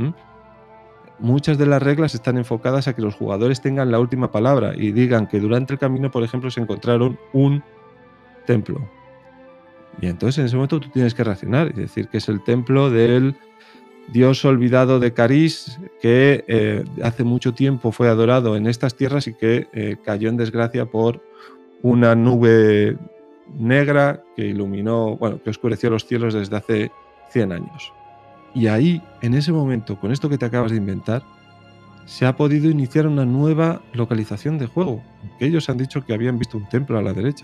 Muchas de las reglas están enfocadas a que los jugadores tengan la última palabra y digan que durante el camino, por ejemplo, se encontraron un templo. Y entonces en ese momento tú tienes que reaccionar y decir que es el templo del dios olvidado de Caris, que hace mucho tiempo fue adorado en estas tierras y que cayó en desgracia por una nube negra que iluminó, que oscureció los cielos desde hace 100 años. Y ahí, en ese momento, con esto que te acabas de inventar, se ha podido iniciar una nueva localización de juego. Que ellos han dicho que habían visto un templo a la derecha.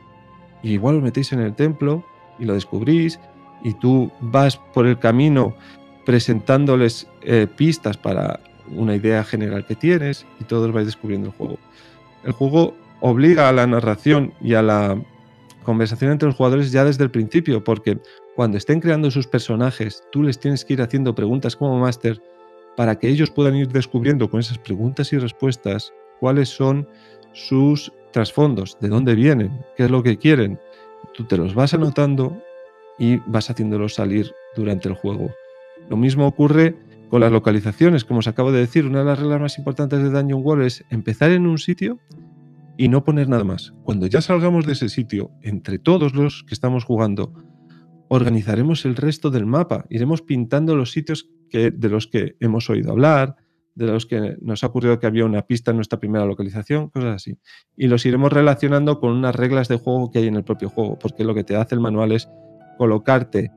Y igual os metéis en el templo y lo descubrís, y tú vas por el camino presentándoles pistas para una idea general que tienes, y todos vais descubriendo el juego. El juego obliga a la narración y a la conversación entre los jugadores ya desde el principio, porque cuando estén creando sus personajes, tú les tienes que ir haciendo preguntas como máster para que ellos puedan ir descubriendo con esas preguntas y respuestas cuáles son sus trasfondos, de dónde vienen, qué es lo que quieren. Tú te los vas anotando y vas haciéndolos salir durante el juego. Lo mismo ocurre con las localizaciones. Como os acabo de decir, una de las reglas más importantes de Dungeon World es empezar en un sitio y no poner nada más. Cuando ya salgamos de ese sitio, entre todos los que estamos jugando, organizaremos el resto del mapa. Iremos pintando los sitios de los que hemos oído hablar, de los que nos ha ocurrido que había una pista en nuestra primera localización, cosas así. Y los iremos relacionando con unas reglas de juego que hay en el propio juego, porque lo que te hace el manual es colocarte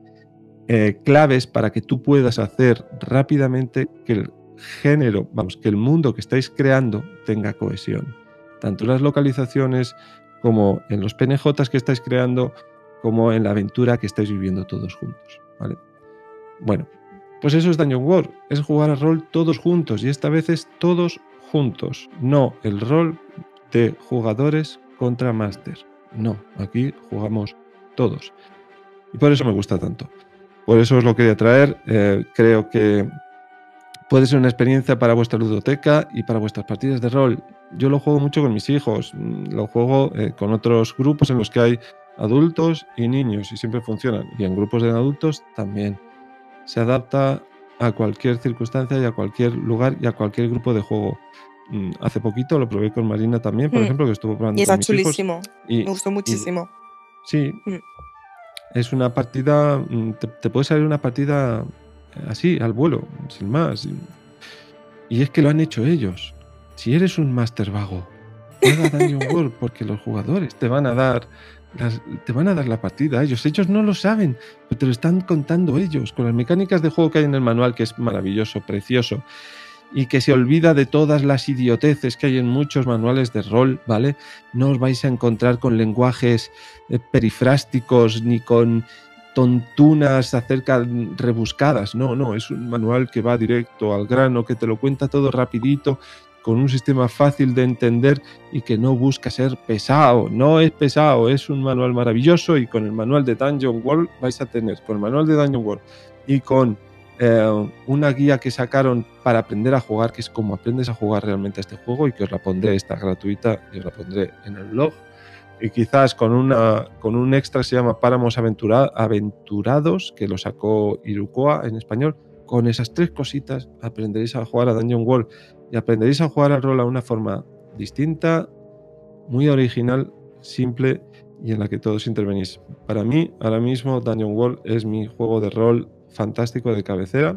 claves para que tú puedas hacer rápidamente que el género, que el mundo que estáis creando tenga cohesión. Tanto en las localizaciones como en los PNJs que estáis creando, como en la aventura que estáis viviendo todos juntos, ¿vale? Bueno, pues eso es Dungeon World, es jugar al rol todos juntos, y esta vez es todos juntos, no el rol de jugadores contra máster. No, aquí jugamos todos. Y por eso me gusta tanto. Por eso os lo quería traer. Creo que puede ser una experiencia para vuestra ludoteca y para vuestras partidas de rol. Yo lo juego mucho con mis hijos, lo juego con otros grupos en los que hay adultos y niños, y siempre funcionan. Y en grupos de adultos también. Se adapta a cualquier circunstancia y a cualquier lugar y a cualquier grupo de juego. Hace poquito lo probé con Marina también, por ejemplo, que estuvo probando. Y está con mis chulísimo. Hijos, y me gustó muchísimo. Sí. Es una partida, te puede salir una partida así, al vuelo, sin más. Y es que lo han hecho ellos. Si eres un máster vago, juega Dungeon World, porque los jugadores te van a dar la partida a ellos. Ellos no lo saben, pero te lo están contando ellos, con las mecánicas de juego que hay en el manual, que es maravilloso, precioso, y que se olvida de todas las idioteces que hay en muchos manuales de rol, ¿vale? No os vais a encontrar con lenguajes perifrásticos ni con tontunas rebuscadas. No, es un manual que va directo al grano, que te lo cuenta todo rapidito, con un sistema fácil de entender y que no busca ser pesado. No es pesado, es un manual maravilloso, y con el manual de Dungeon World vais a tener, con el manual de Dungeon World y con una guía que sacaron para aprender a jugar, que es como aprendes a jugar realmente a este juego, y que os la pondré, está gratuita, y os la pondré en el blog. Y quizás con un extra, se llama Páramos Aventurados, que lo sacó Irukoa en español. Con esas 3 cositas aprenderéis a jugar a Dungeon World, y aprenderéis a jugar al rol a una forma distinta, muy original, simple, y en la que todos intervenís. Para mí, ahora mismo, Dungeon World es mi juego de rol fantástico de cabecera,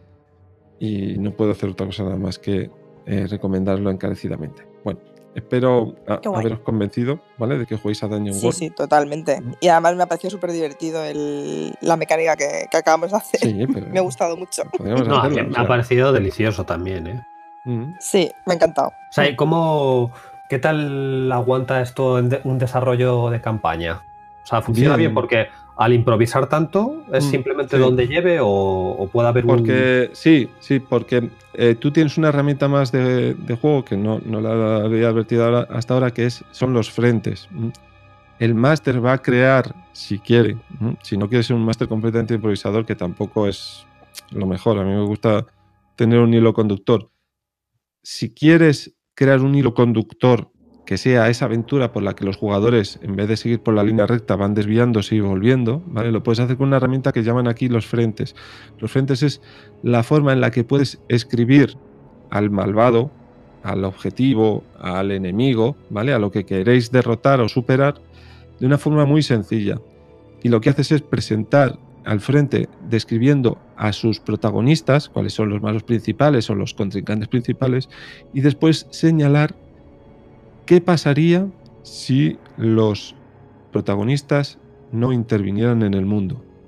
y no puedo hacer otra cosa nada más que recomendarlo encarecidamente. Bueno, espero haberos convencido, ¿vale?, de que juguéis a Dungeon World. Sí, totalmente. Y además me ha parecido súper divertido la mecánica que acabamos de hacer. Sí, pero me ha gustado mucho. Me ha parecido delicioso también, ¿eh? Sí, me ha encantado. O sea, ¿qué tal aguanta esto en un desarrollo de campaña? O sea, ¿funciona bien porque al improvisar tanto es simplemente donde lleve, o puede haber Sí, porque tú tienes una herramienta más de juego que no la había advertido hasta ahora, que son los frentes. El máster va a crear, si quiere, si no quiere ser un máster completamente improvisador, que tampoco es lo mejor, a mí me gusta tener un hilo conductor. Si quieres crear un hilo conductor que sea esa aventura por la que los jugadores, en vez de seguir por la línea recta, van desviándose y volviendo, ¿vale? Lo puedes hacer con una herramienta que llaman aquí los frentes. Los frentes es la forma en la que puedes escribir al malvado, al objetivo, al enemigo, ¿vale?, a lo que queréis derrotar o superar, de una forma muy sencilla. Y lo que haces es presentar al frente, describiendo a sus protagonistas, cuáles son los malos principales o los contrincantes principales, y después señalar qué pasaría si los protagonistas no intervinieran en el mundo.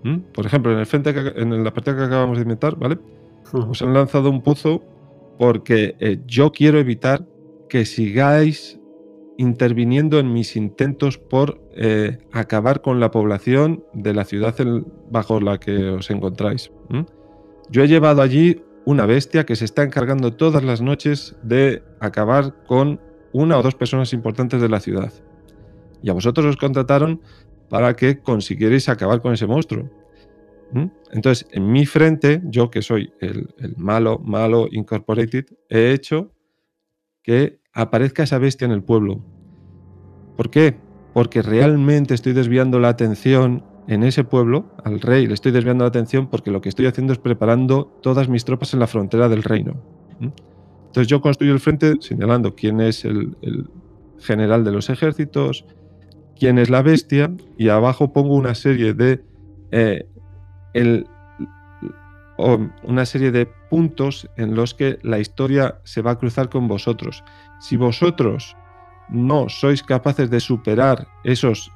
Por ejemplo, en la partida que acabamos de inventar, ¿vale? Os han lanzado un pozo porque yo quiero evitar que sigáis interviniendo en mis intentos por acabar con la población de la ciudad bajo la que os encontráis. Yo he llevado allí una bestia que se está encargando todas las noches de acabar con una o dos personas importantes de la ciudad. Y a vosotros os contrataron para que consiguierais acabar con ese monstruo. Entonces, en mi frente, yo que soy el malo Incorporated, he hecho que aparezca esa bestia en el pueblo. ¿Por qué? Porque realmente estoy desviando la atención en ese pueblo, al rey le estoy desviando la atención porque lo que estoy haciendo es preparando todas mis tropas en la frontera del reino. Entonces yo construyo el frente señalando quién es el general de los ejércitos, quién es la bestia, y abajo pongo una serie de una serie de puntos en los que la historia se va a cruzar con vosotros. Si vosotros no sois capaces de superar esos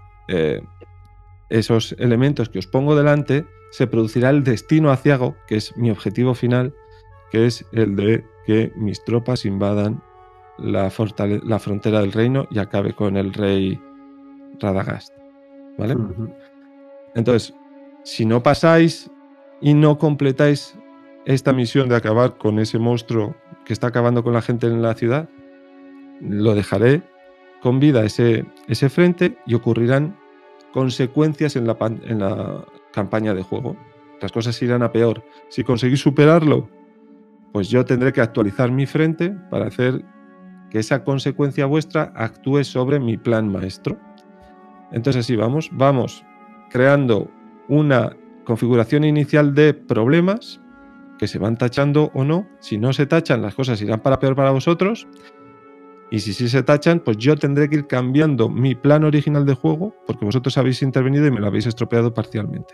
elementos que os pongo delante, se producirá el destino aciago, que es mi objetivo final, que es el de que mis tropas invadan la frontera del reino y acabe con el rey Radagast. ¿Vale? Entonces, si no pasáis y no completáis esta misión de acabar con ese monstruo que está acabando con la gente en la ciudad, lo dejaré con vida ese frente y ocurrirán consecuencias en la campaña de juego. Las cosas irán a peor. Si conseguís superarlo, pues yo tendré que actualizar mi frente para hacer que esa consecuencia vuestra actúe sobre mi plan maestro. Entonces así vamos creando una configuración inicial de problemas que se van tachando o no. Si no se tachan, las cosas irán para peor para vosotros. Y si sí se tachan, pues yo tendré que ir cambiando mi plan original de juego porque vosotros habéis intervenido y me lo habéis estropeado parcialmente.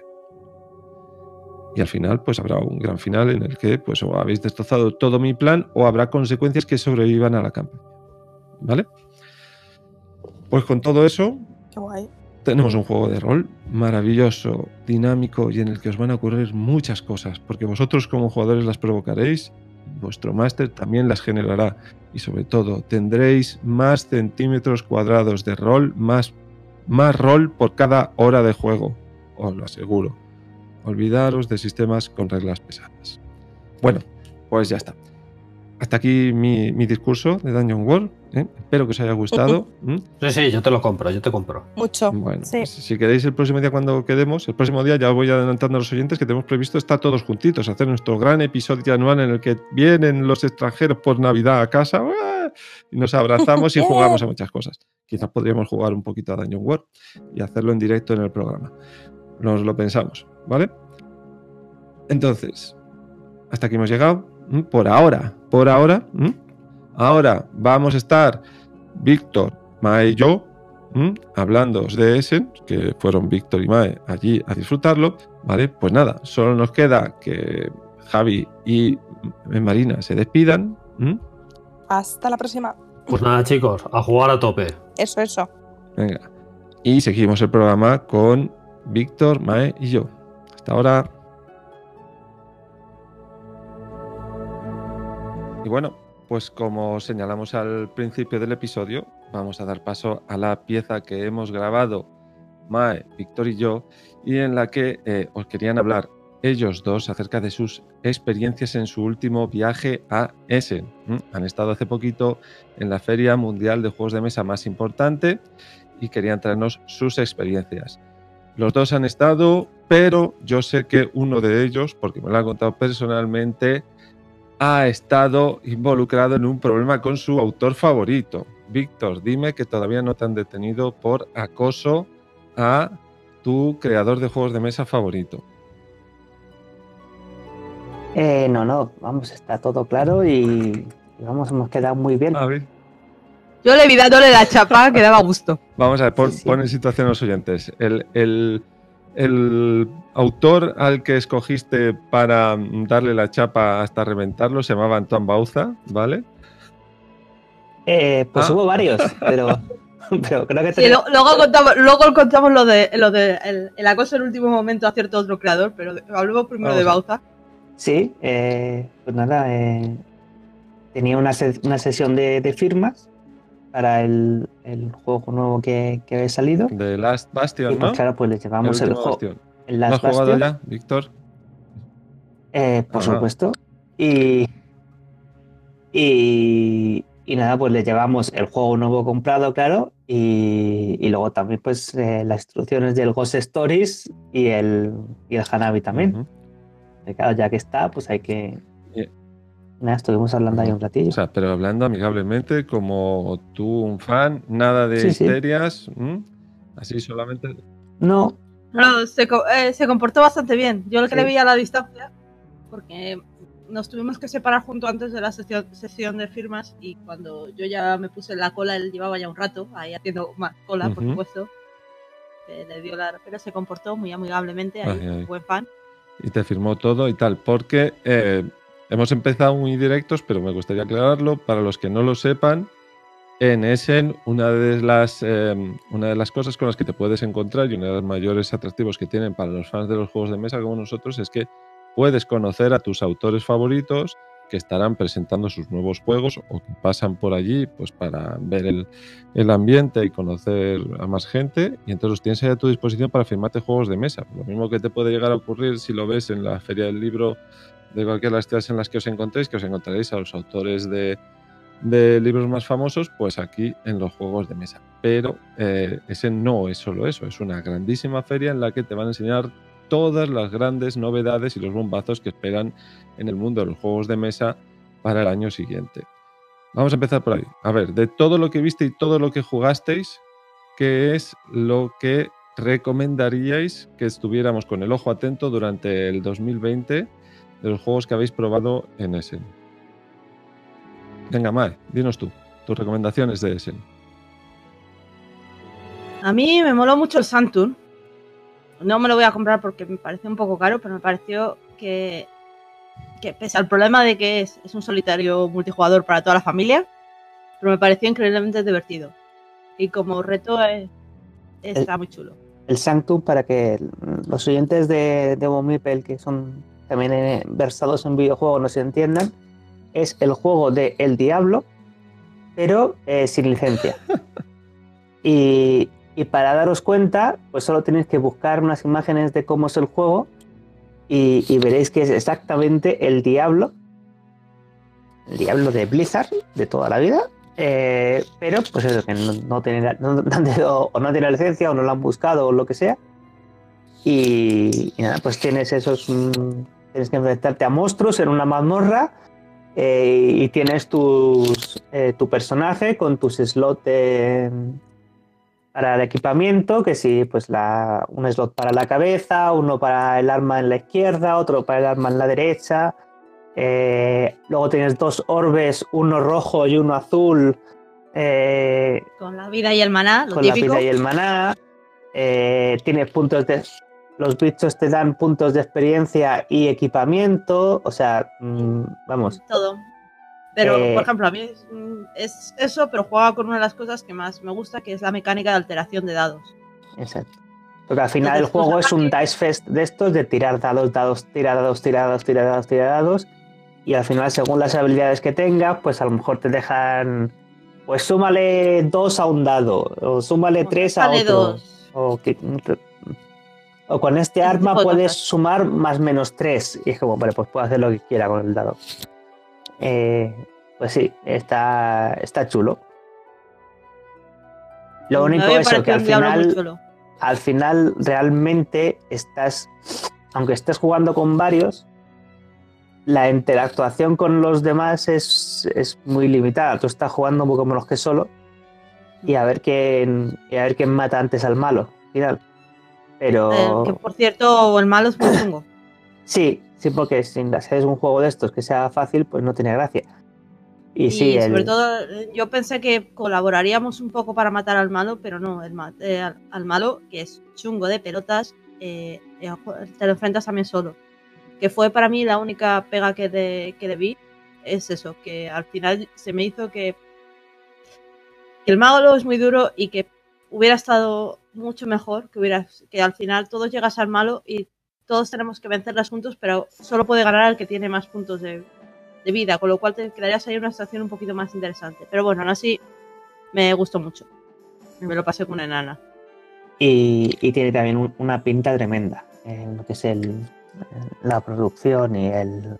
Y al final, pues habrá un gran final en el que pues o habéis destrozado todo mi plan o habrá consecuencias que sobrevivan a la campaña. ¿Vale? Pues con todo eso, qué guay. Tenemos un juego de rol maravilloso, dinámico y en el que os van a ocurrir muchas cosas, porque vosotros como jugadores las provocaréis, vuestro máster también las generará y sobre todo tendréis más centímetros cuadrados de rol, más rol por cada hora de juego, os lo aseguro. Olvidaros de sistemas con reglas pesadas. Bueno, pues ya está. Hasta aquí mi discurso de Dungeon World. Espero que os haya gustado. Sí, yo te lo compro, yo te compro. Mucho. Bueno, sí. Pues si queréis el próximo día cuando quedemos, el próximo día ya os voy adelantando a los oyentes que tenemos previsto estar todos juntitos, hacer nuestro gran episodio anual en el que vienen los extranjeros por Navidad a casa y nos abrazamos y jugamos a muchas cosas. Quizás podríamos jugar un poquito a Dungeon World y hacerlo en directo en el programa. Nos lo pensamos, ¿vale? Entonces, hasta aquí hemos llegado. Por ahora. Ahora vamos a estar Víctor, Mae y yo hablándoos de Essen, que fueron Víctor y Mae allí a disfrutarlo, ¿vale? Pues nada, solo nos queda que Javi y Marina se despidan. Hasta la próxima. Pues nada, chicos, a jugar a tope. Eso. Venga. Y seguimos el programa con Víctor, Mae y yo. Hasta ahora. Y bueno, pues como señalamos al principio del episodio, vamos a dar paso a la pieza que hemos grabado Mae, Víctor y yo, y en la que os querían hablar ellos dos acerca de sus experiencias en su último viaje a Essen. Han estado hace poquito en la Feria Mundial de Juegos de Mesa más importante y querían traernos sus experiencias. Los dos han estado, pero yo sé que uno de ellos, porque me lo han contado personalmente, ha estado involucrado en un problema con su autor favorito. Víctor, dime que todavía no te han detenido por acoso a tu creador de juegos de mesa favorito. No, vamos, está todo claro y vamos, hemos quedado muy bien. A ver. Yo le vi dándole la chapa que daba gusto. Vamos a ver, pon en situación a los oyentes. El autor al que escogiste para darle la chapa hasta reventarlo se llamaba Antoine Bauza, ¿vale? Pues hubo varios, pero... Pero creo que sí, luego contamos lo de el acoso en el último momento a cierto otro creador, pero hablemos primero de Bauza. Sí, pues nada, tenía una sesión de firmas para el juego nuevo que había salido. De Last Bastion, y pues ¿no? Claro, pues le llevamos el juego. ¿Lo has jugado ya, Víctor? Por supuesto. Y nada, pues le llevamos el juego nuevo comprado, claro, y luego también pues las instrucciones del Ghost Stories y el Hanabi también. Claro, ya que está, pues hay que... Nada, estuvimos hablando ahí un ratillo. O sea, pero hablando amigablemente, como tú, un fan, nada de histerias, así solamente... No. Se comportó bastante bien. Yo que le vi a la distancia, porque nos tuvimos que separar junto antes de la sesión de firmas, y cuando yo ya me puse en la cola, él llevaba ya un rato ahí haciendo más cola, por supuesto. Le dio pero se comportó muy amigablemente, buen fan. Y te firmó todo y tal, porque hemos empezado muy directos, pero me gustaría aclararlo para los que no lo sepan. En Essen, una de las cosas con las que te puedes encontrar y uno de los mayores atractivos que tienen para los fans de los juegos de mesa como nosotros es que puedes conocer a tus autores favoritos que estarán presentando sus nuevos juegos o que pasan por allí pues para ver el ambiente y conocer a más gente, y entonces los tienes ahí a tu disposición para firmarte juegos de mesa. Lo mismo que te puede llegar a ocurrir si lo ves en la Feria del Libro de cualquiera de las ciudades en las que os encontréis, que os encontraréis a los autores de libros más famosos, pues aquí en los juegos de mesa. Pero ese no es solo eso, es una grandísima feria en la que te van a enseñar todas las grandes novedades y los bombazos que esperan en el mundo de los juegos de mesa para el año siguiente. Vamos a empezar por ahí. A ver, de todo lo que viste y todo lo que jugasteis, ¿qué es lo que recomendaríais que estuviéramos con el ojo atento durante el 2020 de los juegos que habéis probado en Essen? Venga, Mae, dinos tú, tus recomendaciones de Essen. A mí me moló mucho el Sanctum. No me lo voy a comprar porque me parece un poco caro, pero me pareció que pese al problema de que es un solitario multijugador para toda la familia, pero me pareció increíblemente divertido. Y como reto está muy chulo. El Sanctum, para que los oyentes de Bomipel, que son también versados en videojuegos, no se entiendan, es el juego de El Diablo, pero sin licencia. Y para daros cuenta, pues solo tenéis que buscar unas imágenes de cómo es el juego y veréis que es exactamente el Diablo de Blizzard, de toda la vida, pero pues eso, que no tiene la licencia o no lo han buscado o lo que sea. Y nada, pues tienes tienes que enfrentarte a monstruos en una mazmorra. Y tienes tu personaje con tus slots para el equipamiento, que sí, pues un slot para la cabeza, uno para el arma en la izquierda, otro para el arma en la derecha. Luego tienes 2 orbes, uno rojo y uno azul. Con la vida y el maná, lo con típico. La vida y el maná. Tienes puntos de... Los bichos te dan puntos de experiencia y equipamiento, o sea, vamos. Todo. Pero, por ejemplo, a mí es eso, pero juega con una de las cosas que más me gusta, que es la mecánica de alteración de dados. Exacto. Porque al final el juego es un dice fest de estos, de tirar dados, tirar dados, y al final, según las habilidades que tengas, pues a lo mejor te dejan, pues súmale 2 a un dado, o súmale 3 a otro. O con este arma puedes sumar más menos 3. Y es como, vale, pues puedo hacer lo que quiera con el dado. Pues sí, está chulo. Lo único es que al final realmente aunque estés jugando con varios, la interactuación con los demás es muy limitada. Tú estás jugando muy como los que solo y a ver quién mata antes al malo. Final. Pero... que por cierto, el malo es muy chungo. Sí, porque si es un juego de estos que sea fácil, pues no tiene gracia. Y sí, sobre todo, yo pensé que colaboraríamos un poco para matar al malo, pero no, al malo, que es chungo de pelotas, te lo enfrentas también solo. Que fue para mí la única pega que le vi, es eso, que al final se me hizo que el malo es muy duro y que hubiera estado mucho mejor que al final todos llegas al malo y todos tenemos que vencerlas juntos, pero solo puede ganar el que tiene más puntos de vida, con lo cual te quedarías ahí una situación un poquito más interesante. Pero bueno, aún así me gustó mucho. Me lo pasé con una enana. Y tiene también una pinta tremenda en lo que es la producción y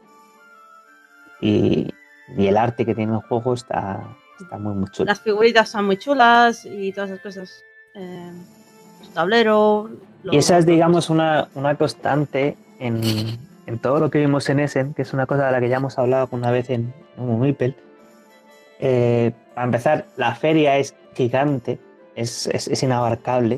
el arte que tiene el juego está muy chulo. Las figuritas son muy chulas y todas esas cosas. El tablero. Y esa es, digamos, una constante en todo lo que vimos en Essen, que es una cosa de la que ya hemos hablado una vez en Meeple. Para empezar, la feria es gigante, es inabarcable.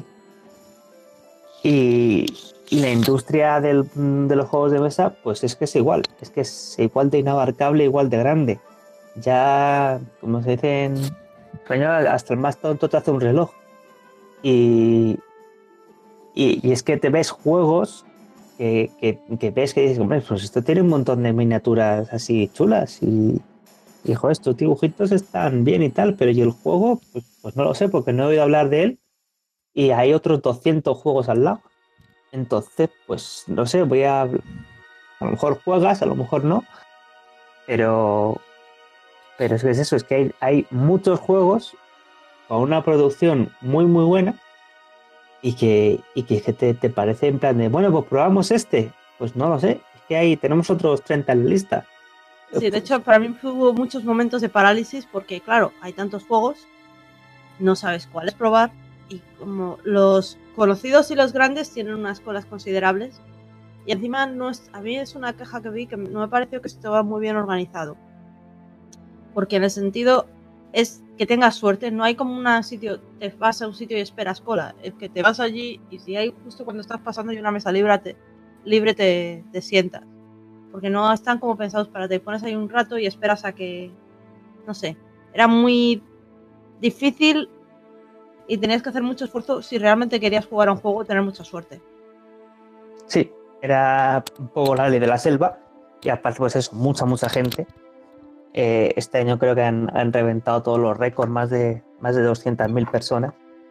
Y la industria de los juegos de mesa, pues es que es igual de inabarcable, igual de grande. Ya, como se dice en español, hasta el más tonto te hace un reloj. Y es que te ves juegos que ves que dices, hombre, pues esto tiene un montón de miniaturas así chulas y joder, estos dibujitos están bien y tal, pero ¿y el juego? Pues no lo sé, porque no he oído hablar de él y hay otros 200 juegos al lado. Entonces, pues no sé, a lo mejor juegas, a lo mejor no, pero es que es eso, es que hay muchos juegos con una producción muy muy buena y que te parece en plan de, bueno, pues probamos este. Pues no lo sé, es que tenemos otros 30 en la lista. Sí, de hecho, para mí hubo muchos momentos de parálisis porque, claro, hay tantos juegos, no sabes cuáles probar y como los conocidos y los grandes tienen unas colas considerables y encima a mí es una queja que vi que no me pareció que estaba muy bien organizado. Porque en el sentido es que tengas suerte, no hay como un sitio, te vas a un sitio y esperas cola, es que te vas allí y si hay justo cuando estás pasando y una mesa libre te sientas, porque no están como pensados para te pones ahí un rato y esperas a que, no sé, era muy difícil y tenías que hacer mucho esfuerzo si realmente querías jugar a un juego, tener mucha suerte. Sí, era un poco la ley de la selva y aparte pues eso, mucha gente. Este año creo que han reventado todos los récords, más de 200.000 personas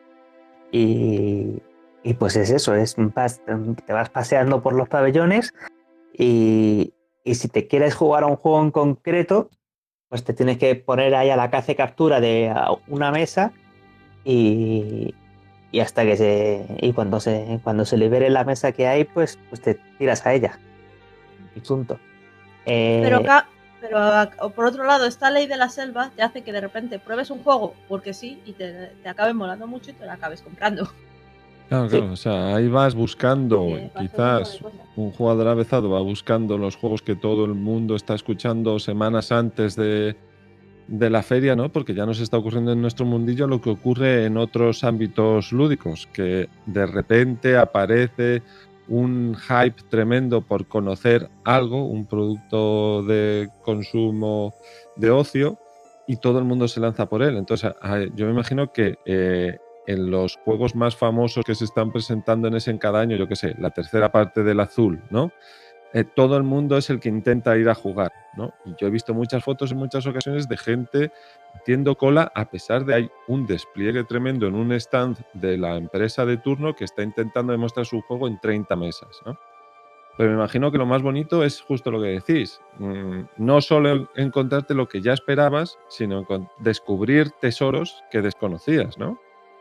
y pues es eso, te vas paseando por los pabellones y si te quieres jugar a un juego en concreto, pues te tienes que poner ahí a la caza y captura de una mesa y hasta que cuando se libere la mesa que hay, pues te tiras a ella y punto. Pero por otro lado, esta ley de la selva te hace que de repente pruebes un juego porque sí y te acabe molando mucho y te lo acabes comprando. Claro, Sí. o sea, ahí vas buscando, quizás un jugador avezado va buscando los juegos que todo el mundo está escuchando semanas antes de la feria, ¿no? Porque ya nos está ocurriendo en nuestro mundillo lo que ocurre en otros ámbitos lúdicos, que de repente aparece un hype tremendo por conocer algo, un producto de consumo de ocio, y todo el mundo se lanza por él. Entonces, yo me imagino que en los juegos más famosos que se están presentando en ese cada año, yo qué sé, la tercera parte del Azul, ¿no? Todo el mundo es el que intenta ir a jugar, ¿no? Y yo he visto muchas fotos en muchas ocasiones de gente haciendo cola a pesar de hay un despliegue tremendo en un stand de la empresa de turno que está intentando demostrar su juego en 30 mesas, ¿no? Pero me imagino que lo más bonito es justo lo que decís. No solo encontrarte lo que ya esperabas, sino descubrir tesoros que desconocías, ¿no?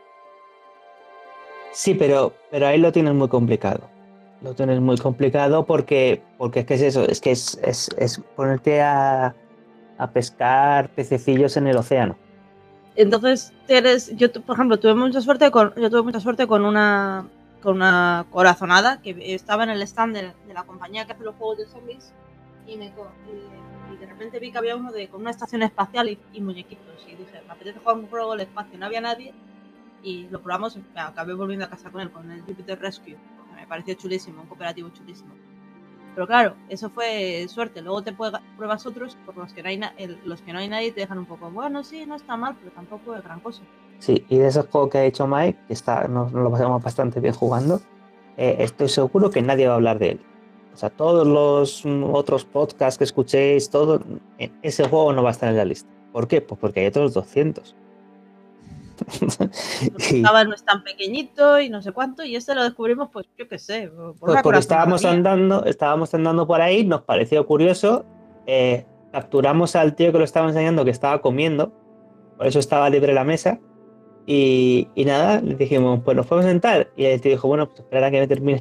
Sí, pero ahí lo tienes muy complicado. Lo tienes muy complicado porque es que es eso, es que es ponerte a pescar pececillos en el océano. Entonces yo por ejemplo tuve mucha suerte con una corazonada que estaba en el stand de la compañía que hace los juegos de zombies y de repente vi que había uno con una estación espacial y muñequitos y dije, me apetece jugar un juego del espacio, no había nadie y lo probamos y acabé volviendo a casa con el Jupiter Rescue. Me pareció chulísimo, un cooperativo chulísimo. Pero claro, eso fue suerte. Luego te pruebas otros por los que no hay nadie y te dejan un poco, bueno, sí, no está mal, pero tampoco es gran cosa. Sí, y de esos juegos que ha dicho Mike, que nos lo pasamos bastante bien jugando, estoy seguro que nadie va a hablar de él. O sea, todos los otros podcasts que escuchéis, ese juego no va a estar en la lista. ¿Por qué? Pues porque hay otros 200. No es tan pequeñito y no sé cuánto, y este lo descubrimos, pues yo qué sé. Porque estábamos andando por ahí, nos pareció curioso, capturamos al tío que lo estaba enseñando que estaba comiendo, por eso estaba libre la mesa, y nada, le dijimos, pues nos podemos sentar, y el tío dijo, bueno, pues esperar a que me termine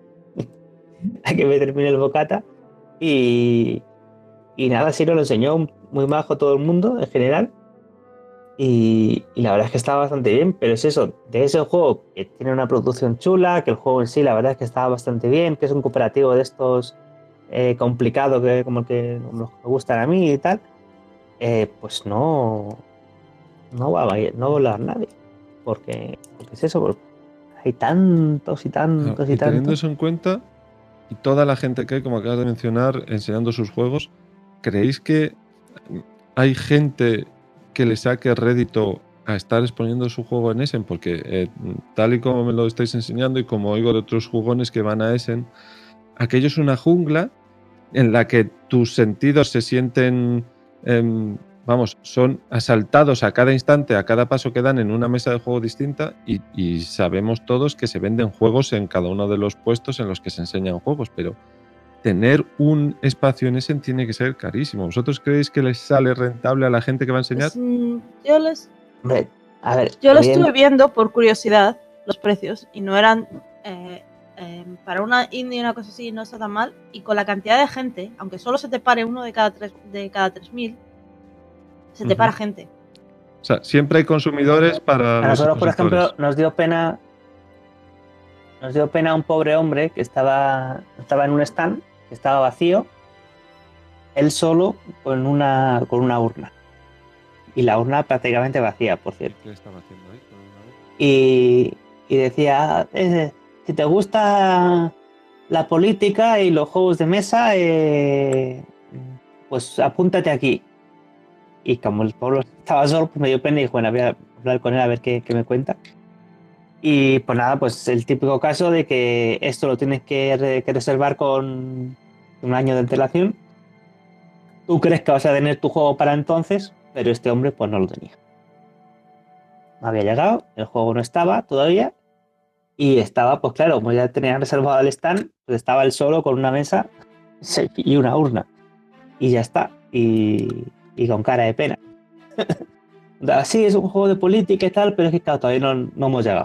el bocata, y nada, sí nos lo enseñó, muy majo todo el mundo en general. Y la verdad es que está bastante bien, pero es eso, de ese juego que tiene una producción chula, que el juego en sí la verdad es que está bastante bien, que es un cooperativo de estos complicado, como los que me gustan a mí y tal, pues no va a volar nadie, porque es eso, porque hay tantos y tantos y tantos. Teniendo eso en cuenta, y toda la gente que hay, como acabas de mencionar, enseñando sus juegos, ¿creéis que hay gente que le saque rédito a estar exponiendo su juego en Essen? Porque tal y como me lo estáis enseñando y como oigo de otros jugones que van a Essen, aquello es una jungla en la que tus sentidos se sienten, son asaltados a cada instante, a cada paso que dan en una mesa de juego distinta, y sabemos todos que se venden juegos en cada uno de los puestos en los que se enseñan juegos, pero tener un espacio en Essen tiene que ser carísimo. ¿Vosotros creéis que les sale rentable a la gente que va a enseñar? Pues, yo lo estuve viendo por curiosidad, los precios, y no eran... para una indie una cosa así no está tan mal, y con la cantidad de gente, aunque solo se te pare uno de cada 3.000, se te para gente. O sea, siempre hay consumidores para a nosotros, por ejemplo, nos dio pena un pobre hombre que estaba en un stand que estaba vacío, él solo con una urna, y la urna prácticamente vacía, por cierto. ¿Qué estaba haciendo ahí? Y decía, si te gusta la política y los juegos de mesa, pues apúntate aquí. Y como el pueblo estaba solo, pues me dio pena y dije, bueno, voy a hablar con él a ver qué me cuenta. Y pues nada, pues el típico caso de que esto lo tienes que reservar con un año de antelación. Tú crees que vas a tener tu juego para entonces, pero este hombre pues no lo tenía. No había llegado, el juego no estaba todavía, y estaba, pues claro, como ya tenían reservado el stand, pues estaba él solo con una mesa y una urna. Y ya está, y con cara de pena. Sí, es un juego de política y tal, pero es que claro, todavía no hemos llegado.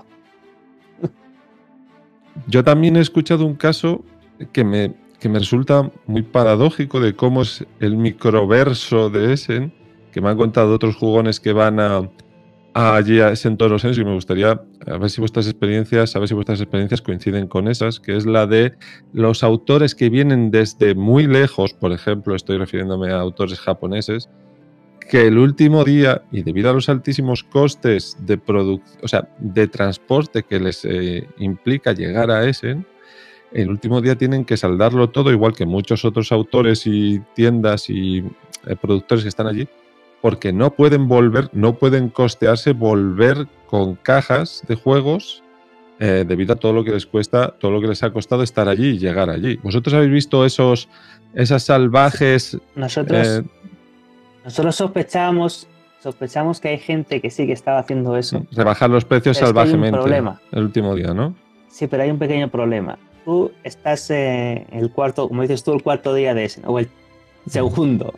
Yo también he escuchado un caso que me resulta muy paradójico de cómo es el microverso de Essen, que me han contado otros jugones que van allí a Essen todos los años, y me gustaría a ver si vuestras experiencias coinciden con esas, que es la de los autores que vienen desde muy lejos. Por ejemplo, estoy refiriéndome a autores japoneses, que el último día, y debido a los altísimos costes de transporte que les implica llegar a Essen, el último día tienen que saldarlo todo, igual que muchos otros autores y tiendas y productores que están allí, porque no pueden costearse volver con cajas de juegos debido a todo lo que les cuesta, todo lo que les ha costado estar allí y llegar allí. ¿Vosotros habéis visto esas salvajes? Nosotros sospechamos que hay gente que sí que estaba haciendo eso. Rebajar los precios salvajemente. Hay un problema. El último día, ¿no? Sí, pero hay un pequeño problema. Tú estás en el cuarto, como dices tú, el cuarto día de ese, o el segundo.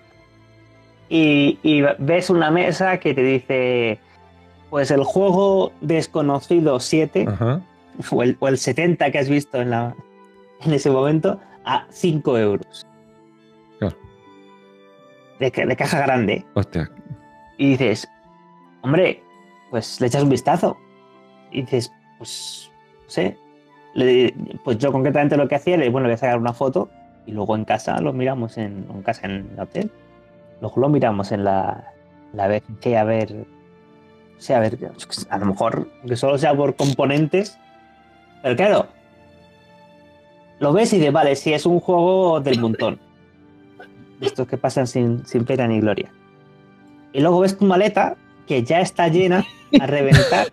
y ves una mesa que te dice, pues el juego desconocido 7, o el 70 que has visto en ese momento, a 5 euros. Claro. De caja grande. Hostia. Y dices, hombre, pues le echas un vistazo. Y dices, pues, no sé. Pues yo concretamente lo que hacía, voy a sacar una foto y luego en casa lo miramos en el hotel. Luego lo miramos en la BGG a ver, a lo mejor que solo sea por componentes. Pero claro, lo ves y dices, vale, sí, es un juego del montón. Estos que pasan sin pena ni gloria. Y luego ves tu maleta que ya está llena a reventar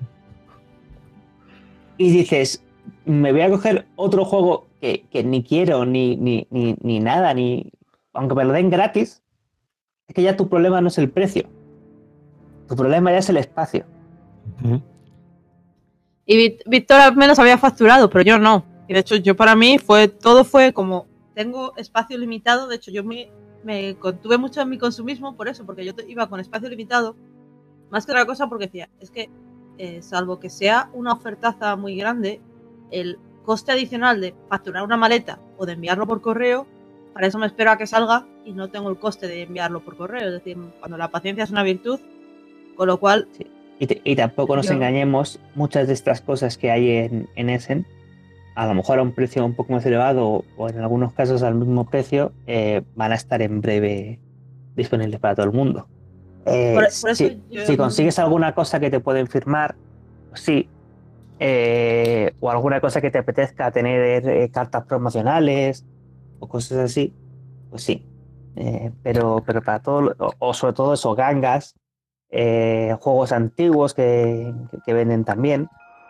y dices, me voy a coger otro juego que ni quiero ni nada, aunque me lo den gratis. Es que ya tu problema no es el precio, tu problema ya es el espacio. Uh-huh. Y Víctor al menos había facturado, pero yo no. Y de hecho, yo para mí todo fue como, tengo espacio limitado. De hecho, yo me contuve mucho en mi consumismo por eso, porque yo iba con espacio limitado. Más que otra cosa porque decía, es que salvo que sea una ofertaza muy grande, el coste adicional de facturar una maleta o de enviarlo por correo, para eso me espero a que salga y no tengo el coste de enviarlo por correo. Es decir, cuando la paciencia es una virtud, con lo cual... Sí. Y tampoco nos engañemos, muchas de estas cosas que hay en Essen, a lo mejor a un precio un poco más elevado o en algunos casos al mismo precio, van a estar en breve disponibles para todo el mundo. Por eso si consigues alguna cosa que te pueden firmar, pues sí. O alguna cosa que te apetezca tener cartas promocionales o cosas así, pues sí. Pero para todo, o sobre todo eso, gangas, juegos antiguos que venden también.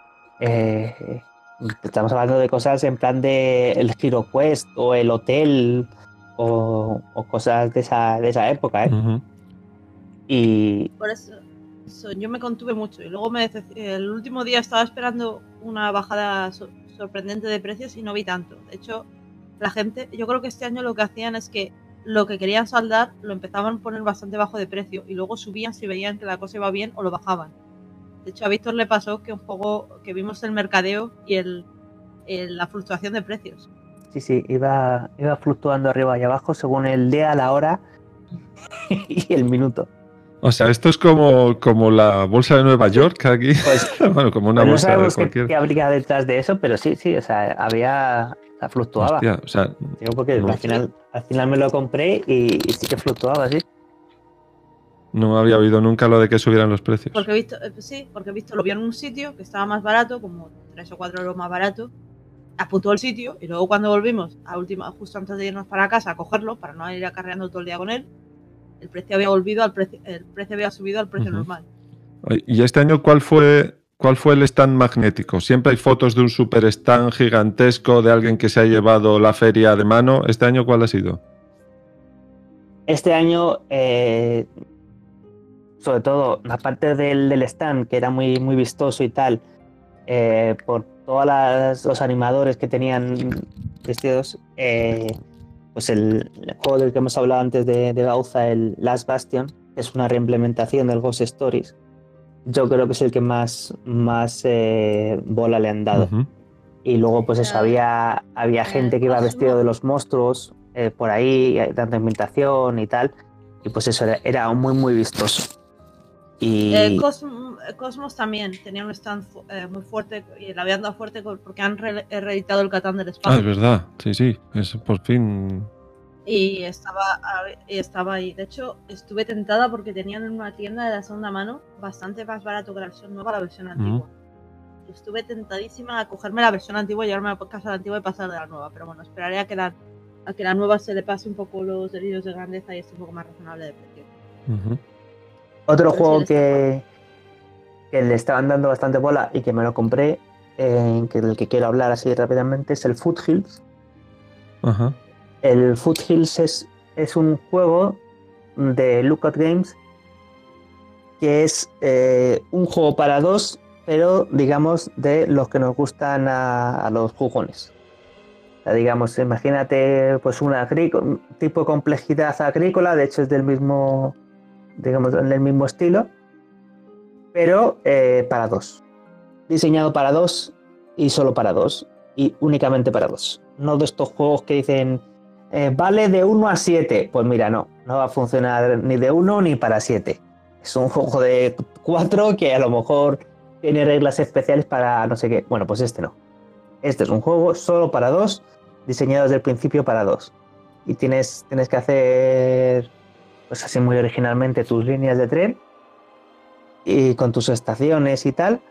Estamos hablando de cosas en plan de el Hero Quest o el Hotel o cosas de esa época, ¿eh? Uh-huh. Y por eso yo me contuve mucho y luego el último día estaba esperando una bajada sorprendente de precios y no vi tanto. De hecho, la gente, yo creo que este año lo que hacían es que lo que querían saldar lo empezaban a poner bastante bajo de precio y luego subían si veían que la cosa iba bien o lo bajaban. De hecho, a Víctor le pasó que un juego que vimos el mercadeo y la fluctuación de precios. Sí, iba fluctuando arriba y abajo según el día, la hora y el minuto. O sea, esto es como la bolsa de Nueva York aquí. Pues, bueno, como una bolsa no de cualquier... qué habría detrás de eso, pero sí, o sea, fluctuaba. Hostia, o sea, porque al final me lo compré y sí que fluctuaba, sí. No había oído nunca lo de que subieran los precios. Porque he visto lo vio en un sitio que estaba más barato, como 3 o 4 euros más barato. Apuntó el sitio y luego cuando volvimos justo antes de irnos para casa a cogerlo, para no ir acarreando todo el día con él, el precio había subido al precio normal. ¿Y este año cuál fue el stand magnético? Siempre hay fotos de un super stand gigantesco de alguien que se ha llevado la feria de mano. ¿Este año cuál ha sido? Este año, sobre todo, aparte del stand, que era muy, muy vistoso y tal, por todos los animadores que tenían vestidos, pues el juego del que hemos hablado antes de Bauza, el Last Bastion, que es una reimplementación del Ghost Stories, yo creo que es el que más bola le han dado. Uh-huh. Y luego pues eso, había gente que iba vestido de los monstruos por ahí, dando invitación y tal, y pues eso era muy muy vistoso. Y Cosmos también tenía un stand muy fuerte y le habían dado fuerte porque han reeditado el Catán del Espacio. Es verdad, sí, eso por fin. Y estaba ahí. De hecho, estuve tentada porque tenían en una tienda de la segunda mano bastante más barato que la versión nueva, la versión antigua. Estuve tentadísima a cogerme la versión antigua y llevarme a casa de la antigua y pasar de la nueva. Pero bueno, esperaré a que la nueva se le pase un poco los delirios de grandeza y esté un poco más razonable de precio. Uh-huh. Otro juego que le estaban dando bastante bola y que me lo compré, del que quiero hablar así rápidamente, es el Foothills. Uh-huh. El Foothills es un juego de Lookout Games que es un juego para dos, pero digamos de los que nos gustan a los jugones. O sea, digamos, imagínate pues un tipo de complejidad agrícola, de hecho es del mismo, digamos, en el mismo estilo, pero para dos. Diseñado para dos y solo para dos. Y únicamente para dos. No de estos juegos que dicen vale de 1 a 7. Pues mira, no va a funcionar ni de 1 ni para 7. Es un juego de 4 que a lo mejor tiene reglas especiales para no sé qué. Bueno, pues este no. Este es un juego solo para dos, diseñado desde el principio para dos. Y tienes que hacer, pues así muy originalmente, tus líneas de tren y con tus estaciones y tal.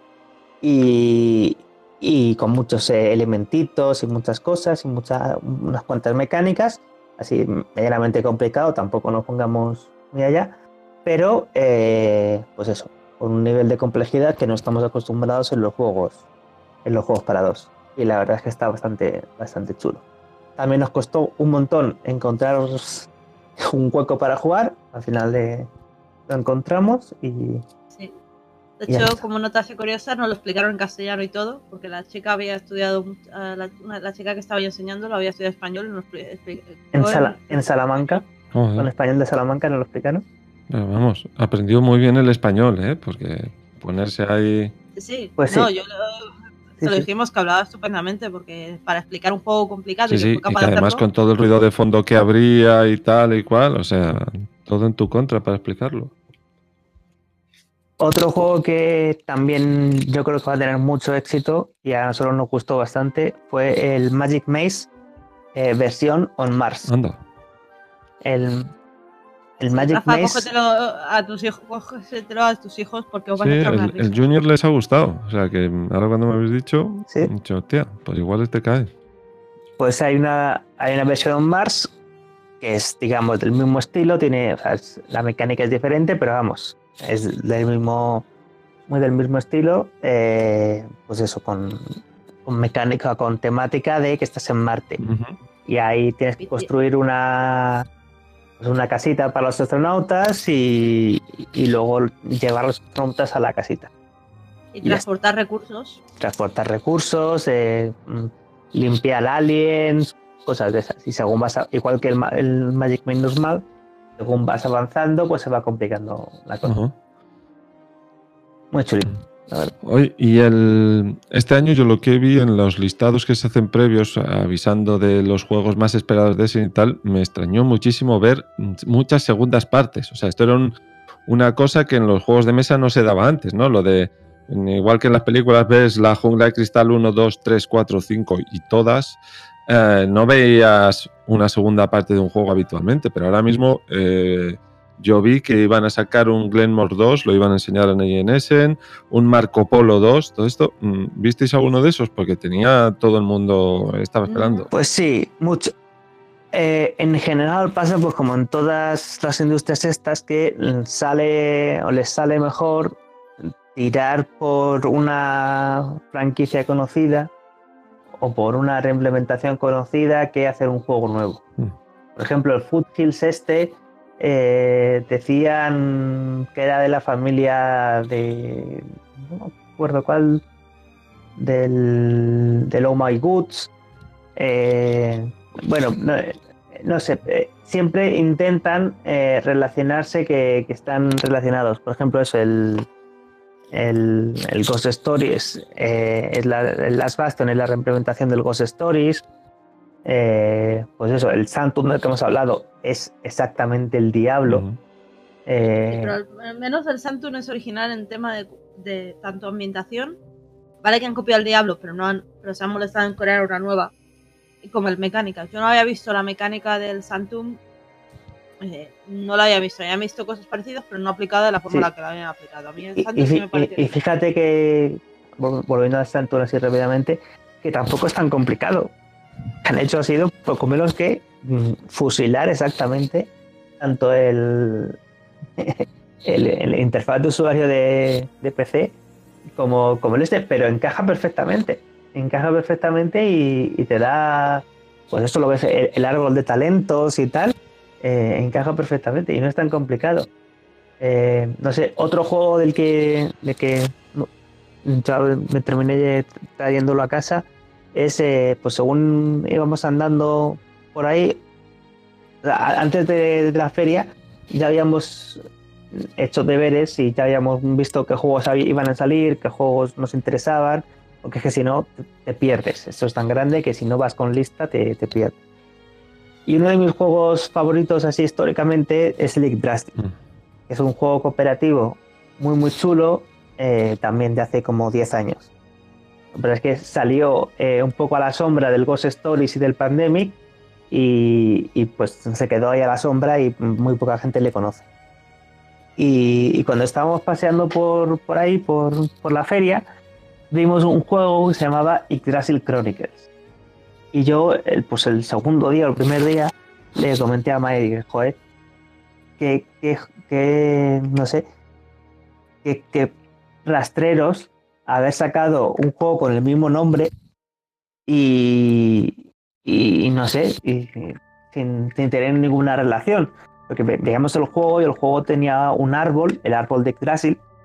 Y con muchos elementitos y muchas cosas y unas cuantas mecánicas, así medianamente complicado, tampoco nos pongamos muy allá, pero pues eso, con un nivel de complejidad que no estamos acostumbrados en los juegos para dos, y la verdad es que está bastante chulo. También nos costó un montón encontrar un hueco para jugar, al final lo encontramos y... De hecho, como nota curiosa, nos lo explicaron en castellano y todo, porque la chica había estudiado, la chica que estaba yo enseñando lo había estudiado español y nos explicó en Salamanca, con español de Salamanca nos lo explicaron. Pero vamos, aprendió muy bien el español, porque ponerse ahí... Sí, pues no, sí. yo lo dijimos que hablaba estupendamente, porque para explicar un juego complicado y fue capaz y que además hacerlo, con todo el ruido de fondo que habría y tal y cual, o sea, todo en tu contra para explicarlo. Otro juego que también yo creo que va a tener mucho éxito y a nosotros nos gustó bastante fue el Magic Maze versión on Mars. Anda. El Magic Rafa, Maze. cógetelo a tus hijos porque os van a echar una risa. El Junior les ha gustado, o sea que ahora cuando me habéis dicho, ¿Sí? he dicho, tía, pues igual este cae. Pues hay una versión on Mars que es, digamos, del mismo estilo, tiene, o sea, la mecánica es diferente, pero vamos, es muy del mismo estilo, pues eso, con mecánica, con temática de que estás en Marte. Uh-huh. Y ahí tienes que construir una casita para los astronautas y luego llevar a los astronautas a la casita. Y transportar recursos. Transportar recursos, limpiar aliens, cosas de esas. Y según igual que el Magic Maze normal, según vas avanzando, pues se va complicando la cosa. Uh-huh. Muy chulito. Oye, y este año yo lo que vi en los listados que se hacen previos avisando de los juegos más esperados de ese y tal, me extrañó muchísimo ver muchas segundas partes. O sea, esto era una cosa que en los juegos de mesa no se daba antes, ¿no? Lo de, igual que en las películas ves la Jungla de Cristal 1, 2, 3, 4, 5 y todas, no veías una segunda parte de un juego habitualmente, pero ahora mismo... yo vi que iban a sacar un Glenmore 2, lo iban a enseñar en Essen, un Marco Polo 2, todo esto. ¿Visteis alguno de esos? Porque todo el mundo estaba esperando. Pues sí, mucho. En general pasa pues como en todas las industrias estas que les sale mejor tirar por una franquicia conocida o por una reimplementación conocida que hacer un juego nuevo. Por ejemplo, el Foothills decían que era de la familia de... no me acuerdo cuál, del Oh My Goods. Bueno, no sé, siempre intentan relacionarse que están relacionados. Por ejemplo, eso, el Ghost Stories, es el Last Bastion es la reimplementación del Ghost Stories. Pues eso, el Sanctum del que hemos hablado es exactamente el Diablo. Uh-huh. Pero al menos el Sanctum es original en tema de tanto ambientación. Vale que han copiado el Diablo, pero se han molestado en crear una nueva. Y como el mecánica. Yo no había visto la mecánica del Sanctum. No la había visto. Había visto cosas parecidas, pero no aplicada de la forma en la que la habían aplicado. A mí el Sanctum sí me pareció. Y fíjate que, volviendo al Sanctum así rápidamente, que tampoco es tan complicado. Han hecho ha sido poco menos que fusilar exactamente tanto el interfaz de usuario de PC como el pero encaja perfectamente y te da, pues esto lo ves, el árbol de talentos y tal, encaja perfectamente y no es tan complicado. No sé, otro juego de que ya me terminé trayéndolo a casa es, pues según íbamos andando por ahí, antes de la feria, ya habíamos hecho deberes y ya habíamos visto qué juegos iban a salir, qué juegos nos interesaban, porque es que si no, te pierdes. Esto es tan grande que si no vas con lista, te pierdes. Y uno de mis juegos favoritos así históricamente es el Yggdrasil. Es un juego cooperativo muy, muy chulo, también de hace como 10 años. Pero es que salió un poco a la sombra del Ghost Stories y del Pandemic y pues se quedó ahí a la sombra y muy poca gente le conoce. Y cuando estábamos paseando por ahí, por la feria, vimos un juego que se llamaba Yggdrasil Chronicles. Y yo, pues el segundo día, el primer día, le comenté a Mae y dije, joder, no sé, que rastreros haber sacado un juego con el mismo nombre y no sé, sin tener ninguna relación. Porque veíamos el juego y el juego tenía un árbol, el árbol de Yggdrasil,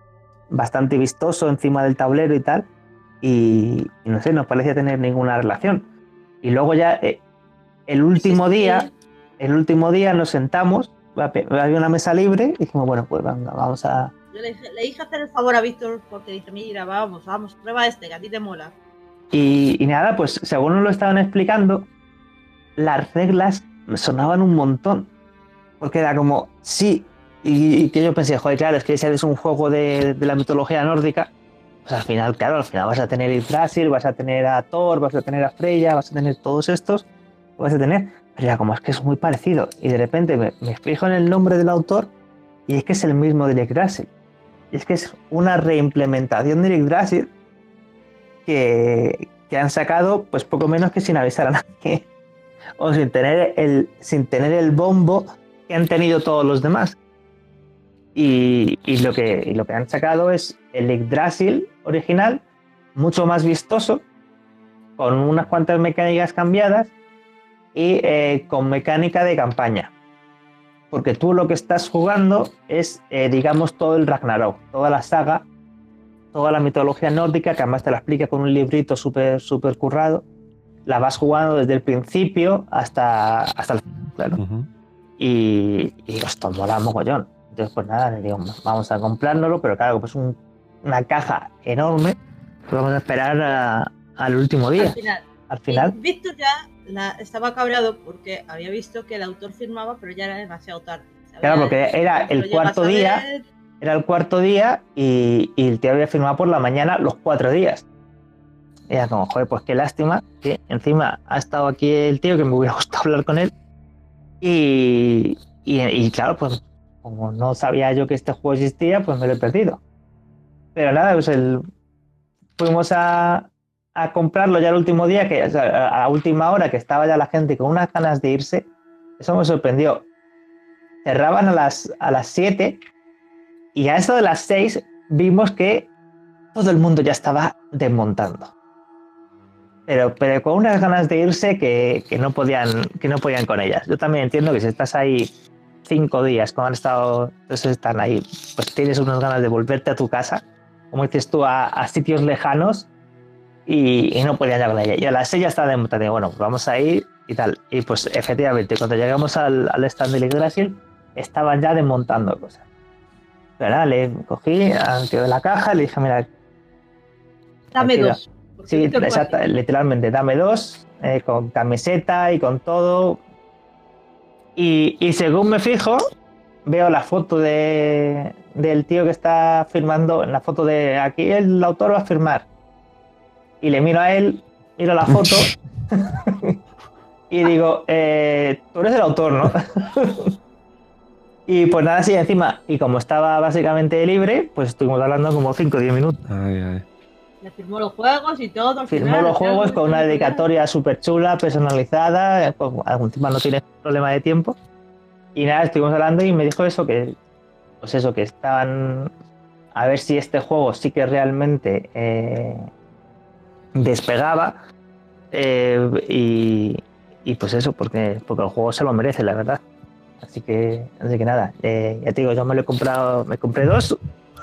bastante vistoso encima del tablero y tal, y no sé, no parecía tener ninguna relación. Y luego ya el último día nos sentamos, había una mesa libre y dijimos, bueno, pues venga, vamos a... Yo le dije hacer el favor a Víctor porque dije, mira, vamos, prueba que a ti te mola. Y nada, pues según nos lo estaban explicando, las reglas me sonaban un montón. Porque era como, sí, y que yo pensé, joder, claro, es que si eres un juego de la mitología nórdica, pues al final, claro, vas a tener a Yggdrasil, vas a tener a Thor, vas a tener a Freya, vas a tener todos estos, vas a tener, pero era como, es que es muy parecido. Y de repente me fijo en el nombre del autor y es que es el mismo de Yggdrasil. Y es que es una reimplementación de Yggdrasil que han sacado pues poco menos que sin avisar a nadie o sin tener el bombo que han tenido todos los demás. Y lo que han sacado es el Yggdrasil original, mucho más vistoso, con unas cuantas mecánicas cambiadas y con mecánica de campaña. Porque tú lo que estás jugando es, digamos, todo el Ragnarok, toda la saga, toda la mitología nórdica, que además te la explica con un librito súper super currado. La vas jugando desde el principio hasta el final, claro. Uh-huh. Y esto mola mogollón. Entonces, pues nada, le digo, vamos a comprárnoslo, pero claro, pues una caja enorme, pues vamos a esperar al último día. Al final. Víctor ya estaba cabreado porque había visto que el autor firmaba, pero ya era demasiado tarde. Claro, porque era el cuarto día. Era el cuarto día y el tío había firmado por la mañana los 4 días. Era como, joder, pues qué lástima que encima ha estado aquí el tío, que me hubiera gustado hablar con él. Y claro, pues como no sabía yo que este juego existía, pues me lo he perdido. Pero nada, pues fuimos a comprarlo ya el último día, que, o sea, a la última hora, que estaba ya la gente con unas ganas de irse. Eso me sorprendió. Cerraban a las 7 y a eso de las 6 vimos que todo el mundo ya estaba desmontando. Pero con unas ganas de irse que no podían con ellas. Yo también entiendo que si estás ahí 5 días, como han estado, entonces están ahí, pues tienes unas ganas de volverte a tu casa, como dices tú, a sitios lejanos y no podían ya con ella. Y a las 6 ya estaba desmontando. Bueno, pues vamos a ir y tal. Y pues efectivamente, cuando llegamos al stand de Yggdrasil, estaban ya desmontando cosas. Pero nada, le cogí al tío de la caja, le dije, mira, dame 2. Sí, exacto, literalmente, dame 2, con camiseta y con todo. Y según me fijo, veo la foto del tío que está firmando, en la foto de aquí el autor va a firmar. Y le miro a él, miro la foto y digo, tú eres el autor, ¿no? Y pues nada, sí, encima, y como estaba básicamente libre, pues estuvimos hablando como 5 o 10 minutos. Ay. Le firmó los juegos y todo. Firmó los juegos con una dedicatoria súper chula, personalizada. Pues, encima no tiene problema de tiempo. Y nada, estuvimos hablando y me dijo eso, que pues eso, que estaban a ver si este juego sí que realmente despegaba. Y pues eso, porque el juego se lo merece, la verdad. Así que nada, ya te digo, yo me compré 2.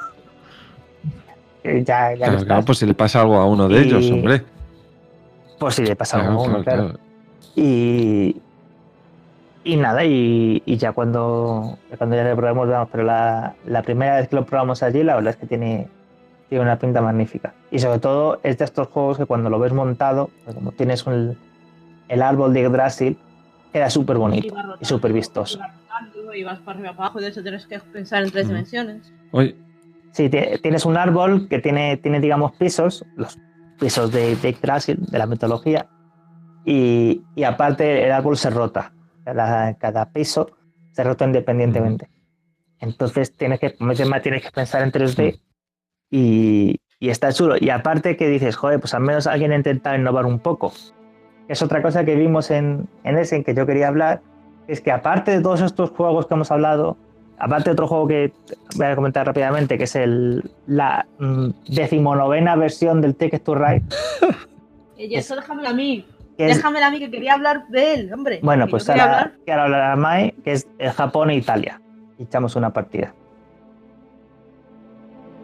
Ya claro, pues si le pasa algo a uno de ellos, hombre. Pues si le pasa algo a uno, claro. Y nada, y ya cuando ya le probamos, vamos, pero la primera vez que lo probamos allí, la verdad es que tiene una pinta magnífica. Y sobre todo es de estos juegos que cuando lo ves montado, pues como tienes el árbol de Yggdrasil, queda súper bonito y súper vistoso. Y vas para arriba, para abajo, de hecho tienes que pensar en 3 dimensiones. Oye. Sí, tienes un árbol que tiene digamos, pisos, los pisos de Yggdrasil, de la mitología, y aparte el árbol se rota. Cada piso se rota independientemente. Entonces tienes que pensar en 3D y está chulo. Y aparte que dices, joder, pues al menos alguien ha intentado innovar un poco. Es otra cosa que vimos en ese, en que yo quería hablar, es que aparte de todos estos juegos que hemos hablado, aparte de otro juego que voy a comentar rápidamente, que es la 19ª versión del Ticket to Ride. Y eso déjamelo a mí. Déjamelo a mí, que quería hablar de él, hombre. Bueno, pues ahora hablará Mai, que es Japón e Italia. Y echamos una partida.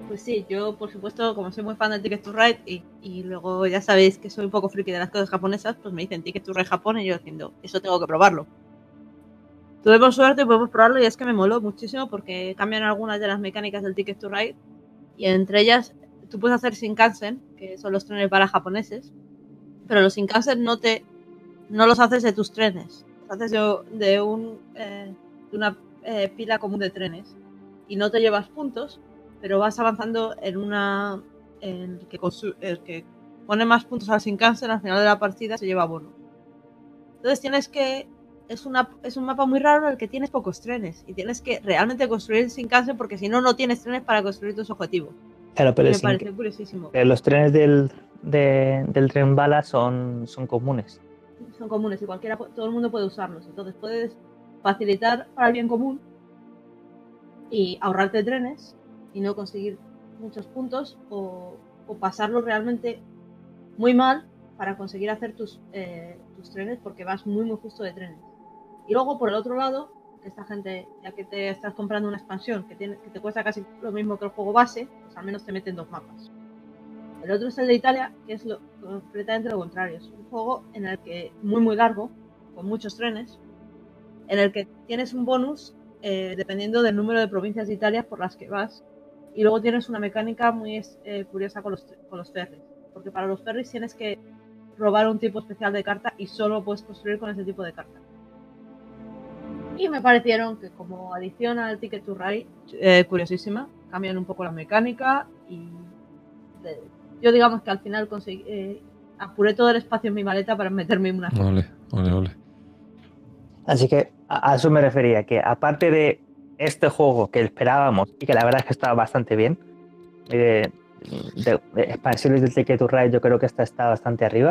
Pues sí, yo por supuesto, como soy muy fan del Ticket to Ride y luego ya sabéis que soy un poco friki de las cosas japonesas, pues me dicen Ticket to Ride Japón y yo diciendo, eso tengo que probarlo. Tuvimos suerte y podemos probarlo y es que me moló muchísimo porque cambian algunas de las mecánicas del Ticket to Ride y entre ellas tú puedes hacer Shinkansen, que son los trenes para japoneses, pero los Shinkansen no los haces de tus trenes, los haces de una pila común de trenes y no te llevas puntos, pero vas avanzando el que pone más puntos al Shinkansen al final de la partida se lleva bono. Entonces es un mapa muy raro en el que tienes pocos trenes y tienes que realmente construir el Shinkansen porque si no, no tienes trenes para construir tus objetivos. Claro, pero me parece curiosísimo. Pero los trenes del tren bala son comunes. Son comunes y todo el mundo puede usarlos. Entonces puedes facilitar para el bien común y ahorrarte trenes y no conseguir muchos puntos o pasarlo realmente muy mal para conseguir hacer tus trenes porque vas muy muy justo de trenes. Y luego por el otro lado, que esta gente, ya que te estás comprando una expansión que te cuesta casi lo mismo que el juego base, pues al menos te meten 2 mapas. El otro es el de Italia, que es completamente lo contrario. Es un juego en el que muy muy largo, con muchos trenes, en el que tienes un bonus dependiendo del número de provincias de Italia por las que vas. Y luego tienes una mecánica muy curiosa con los ferries. Porque para los ferries tienes que robar un tipo especial de carta y solo puedes construir con ese tipo de carta. Y me parecieron que como adición al Ticket to Ride, curiosísima, cambian un poco la mecánica y yo digamos que al final apuré todo el espacio en mi maleta para meterme en una... Ole. Así que a eso me refería, que aparte de este juego que esperábamos y que la verdad es que estaba bastante bien, de expansiones del Ticket to Ride yo creo que esta está bastante arriba,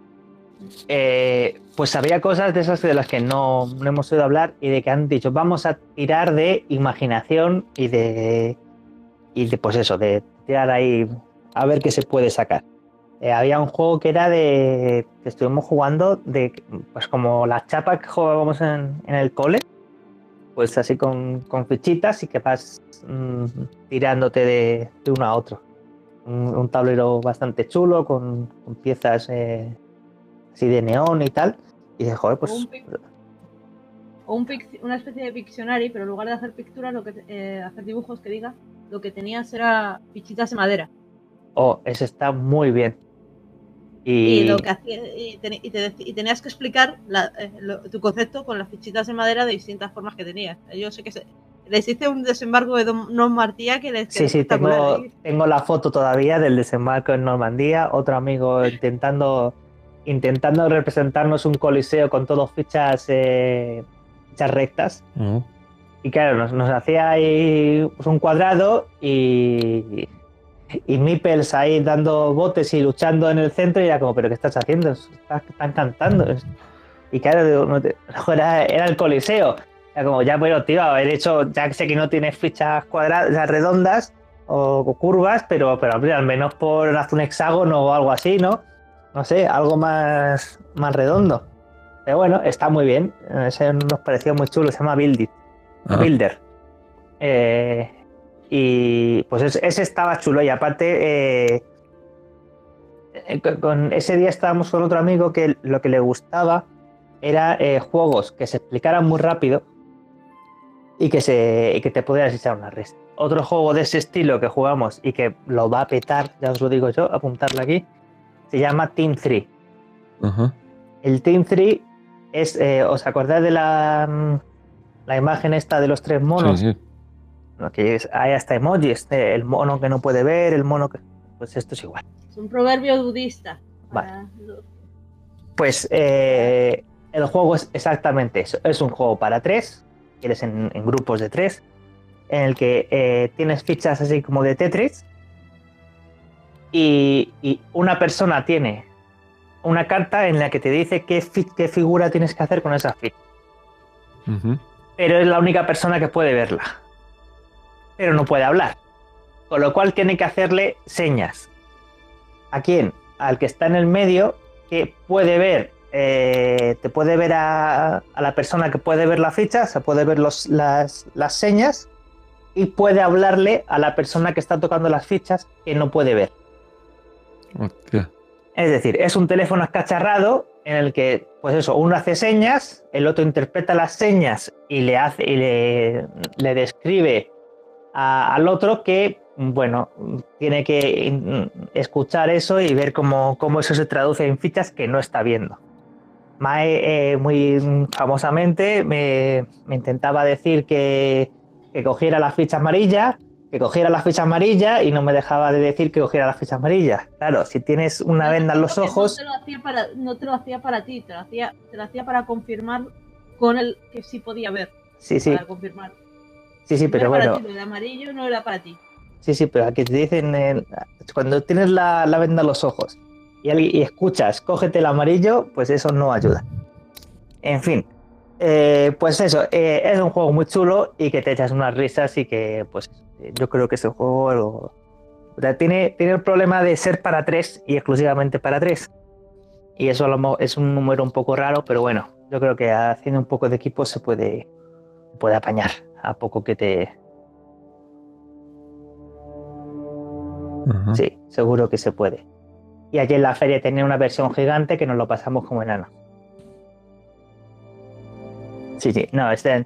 pues había cosas de esas de las que no hemos oído hablar y de que han dicho vamos a tirar de imaginación y de pues eso, de tirar ahí a ver qué se puede sacar. Había un juego que era que estuvimos jugando pues como las chapas que jugábamos en el cole, pues así con fichitas y que vas tirándote de uno a otro. Un tablero bastante chulo con piezas así de neón y tal. Y dije, joder, pues... una especie de Pictionary, pero en lugar de hacer picturas, hacer dibujos que diga, lo que tenías era fichitas de madera. Oh, ese está muy bien. Y lo que hacía, y tenías que explicar tu concepto con las fichitas de madera de distintas formas que tenías. Yo sé que les hice un desembarco de Normandía que les quedó espectacular. Tengo la foto todavía del desembarco en Normandía. Otro amigo intentando representarnos un coliseo con todas fichas rectas. Y claro, nos hacía ahí pues, un cuadrado y Meeples ahí dando botes y luchando en el centro y era como, ¿pero qué estás haciendo? Están cantando. Y claro, era el coliseo. Era como, ya bueno, tío, haber hecho, ya sé que no tienes fichas cuadradas, redondas o curvas, pero al menos por hacer un hexágono o algo así, ¿no? No sé, algo más redondo. Pero bueno, está muy bien. Ese nos pareció muy chulo, se llama Builder. Y pues ese estaba chulo y aparte con ese día estábamos con otro amigo que lo que le gustaba era juegos que se explicaran muy rápido y que te pudieras echar una risa. Otro juego de ese estilo que jugamos y que lo va a petar, ya os lo digo yo, apuntarlo aquí, se llama Team 3. El Team 3 es, ¿os acordáis de la imagen esta de los 3 monos? Sí. Que hay hasta emojis, el mono que no puede ver, el mono que... Pues esto es igual. Es un proverbio budista. Vale. Pues el juego es exactamente eso. Es un juego para 3, eres en grupos de 3, en el que tienes fichas así como de Tetris y una persona tiene una carta en la que te dice qué figura tienes que hacer con esa ficha. Pero es la única persona que puede verla. Pero no puede hablar. Con lo cual tiene que hacerle señas. ¿A quién? Al que está en el medio, que puede ver, te puede ver a la persona que puede ver la ficha, se puede ver las señas, y puede hablarle a la persona que está tocando las fichas que no puede ver. Hostia. Es decir, es un teléfono escacharrado en el que, pues eso, uno hace señas, el otro interpreta las señas y le describe al otro que, bueno, tiene que escuchar eso y ver cómo eso se traduce en fichas que no está viendo. Mae muy famosamente me intentaba decir que cogiera la ficha amarilla, y no me dejaba de decir que cogiera la ficha amarilla. Claro, si tienes una venda en los ojos... No te lo hacía para ti, te lo hacía para confirmar con el que sí podía ver. Sí. Para confirmar. Sí, pero bueno... El amarillo no era para ti. Sí, pero aquí te dicen, cuando tienes la venda en los ojos y escuchas, cógete el amarillo, pues eso no ayuda. En fin, pues eso, es un juego muy chulo y que te echas unas risas y que, pues, yo creo que ese juego tiene el problema de ser para 3 y exclusivamente para 3. Y eso es un número un poco raro, pero bueno, yo creo que haciendo un poco de equipo se puede apañar a poco que te... Ajá. Sí, seguro que se puede. Y allí en la feria tenía una versión gigante que nos lo pasamos como enano. Sí, no, ese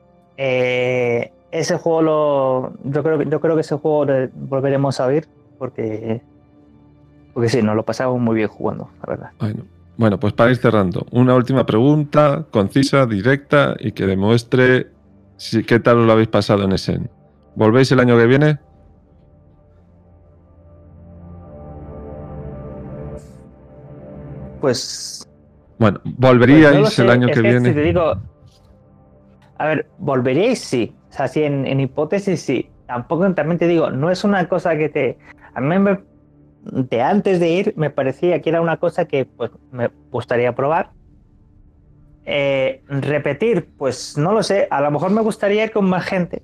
juego yo creo que ese juego lo volveremos a oír porque sí, nos lo pasamos muy bien jugando, la verdad. Bueno, pues para ir cerrando, una última pregunta, concisa, directa y que demuestre qué tal os lo habéis pasado en Essen. ¿Volvéis el año que viene? Pues... Bueno, ¿volveríais pues no el año que viene? Si te digo... A ver, ¿volveríais? Sí. O sea, sí, en hipótesis sí. También te digo, no es una cosa que a mí de antes de ir me parecía que era una cosa que pues me gustaría probar. Repetir, pues no lo sé. A lo mejor me gustaría ir con más gente.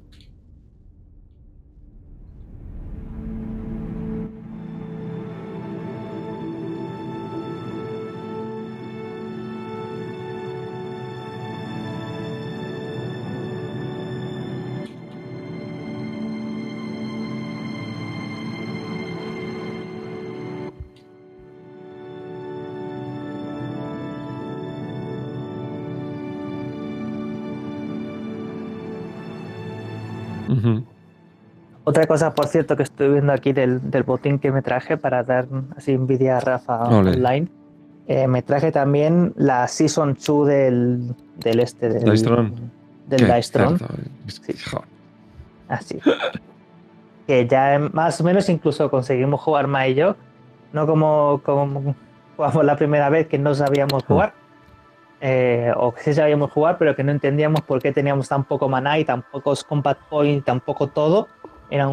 Uh-huh. Otra cosa, por cierto, que estoy viendo aquí del botín que me traje para dar así envidia a Rafa online, me traje también la Season 2 del Dice Throne. Sí. Así. Que ya más o menos incluso conseguimos jugar más y yo, no como jugamos la primera vez que no sabíamos jugar. O que sí sabíamos jugar, pero que no entendíamos por qué teníamos tan poco maná y tan pocos combat points, tan poco todo. Era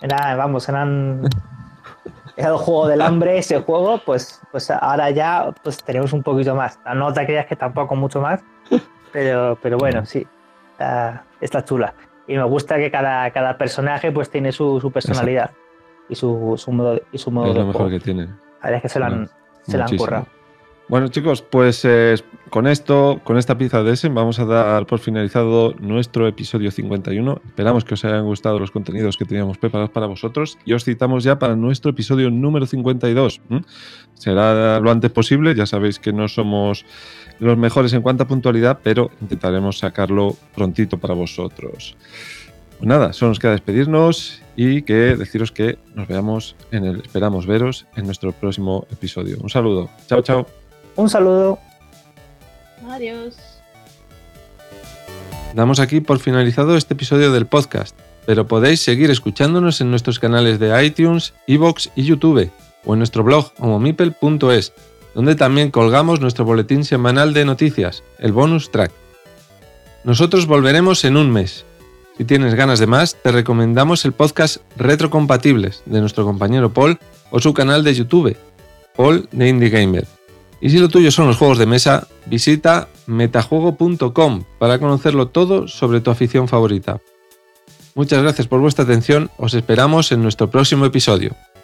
el juego del hambre, ese juego, pues ahora ya pues tenemos un poquito más. No te creas que tampoco mucho más, pero bueno, sí, está chula. Y me gusta que cada personaje pues tiene su personalidad. Exacto. y su modo de juego. Es lo mejor que tiene. La verdad es que se la han currado. Bueno, chicos, pues con esta pieza de Essen vamos a dar por finalizado nuestro episodio 51. Esperamos que os hayan gustado los contenidos que teníamos preparados para vosotros y os citamos ya para nuestro episodio número 52. Será lo antes posible, ya sabéis que no somos los mejores en cuanto a puntualidad, pero intentaremos sacarlo prontito para vosotros. Pues nada, solo nos queda despedirnos y que deciros que nos veamos esperamos veros en nuestro próximo episodio. Un saludo. Chao, chao. Un saludo. Adiós. Damos aquí por finalizado este episodio del podcast, pero podéis seguir escuchándonos en nuestros canales de iTunes, iVoox y YouTube, o en nuestro blog homomipel.es, donde también colgamos nuestro boletín semanal de noticias, el bonus track. Nosotros volveremos en un mes. Si tienes ganas de más, te recomendamos el podcast Retrocompatibles de nuestro compañero Paul o su canal de YouTube, Paul de Indie Gamer. Y si lo tuyo son los juegos de mesa, visita metajuego.com para conocerlo todo sobre tu afición favorita. Muchas gracias por vuestra atención, os esperamos en nuestro próximo episodio.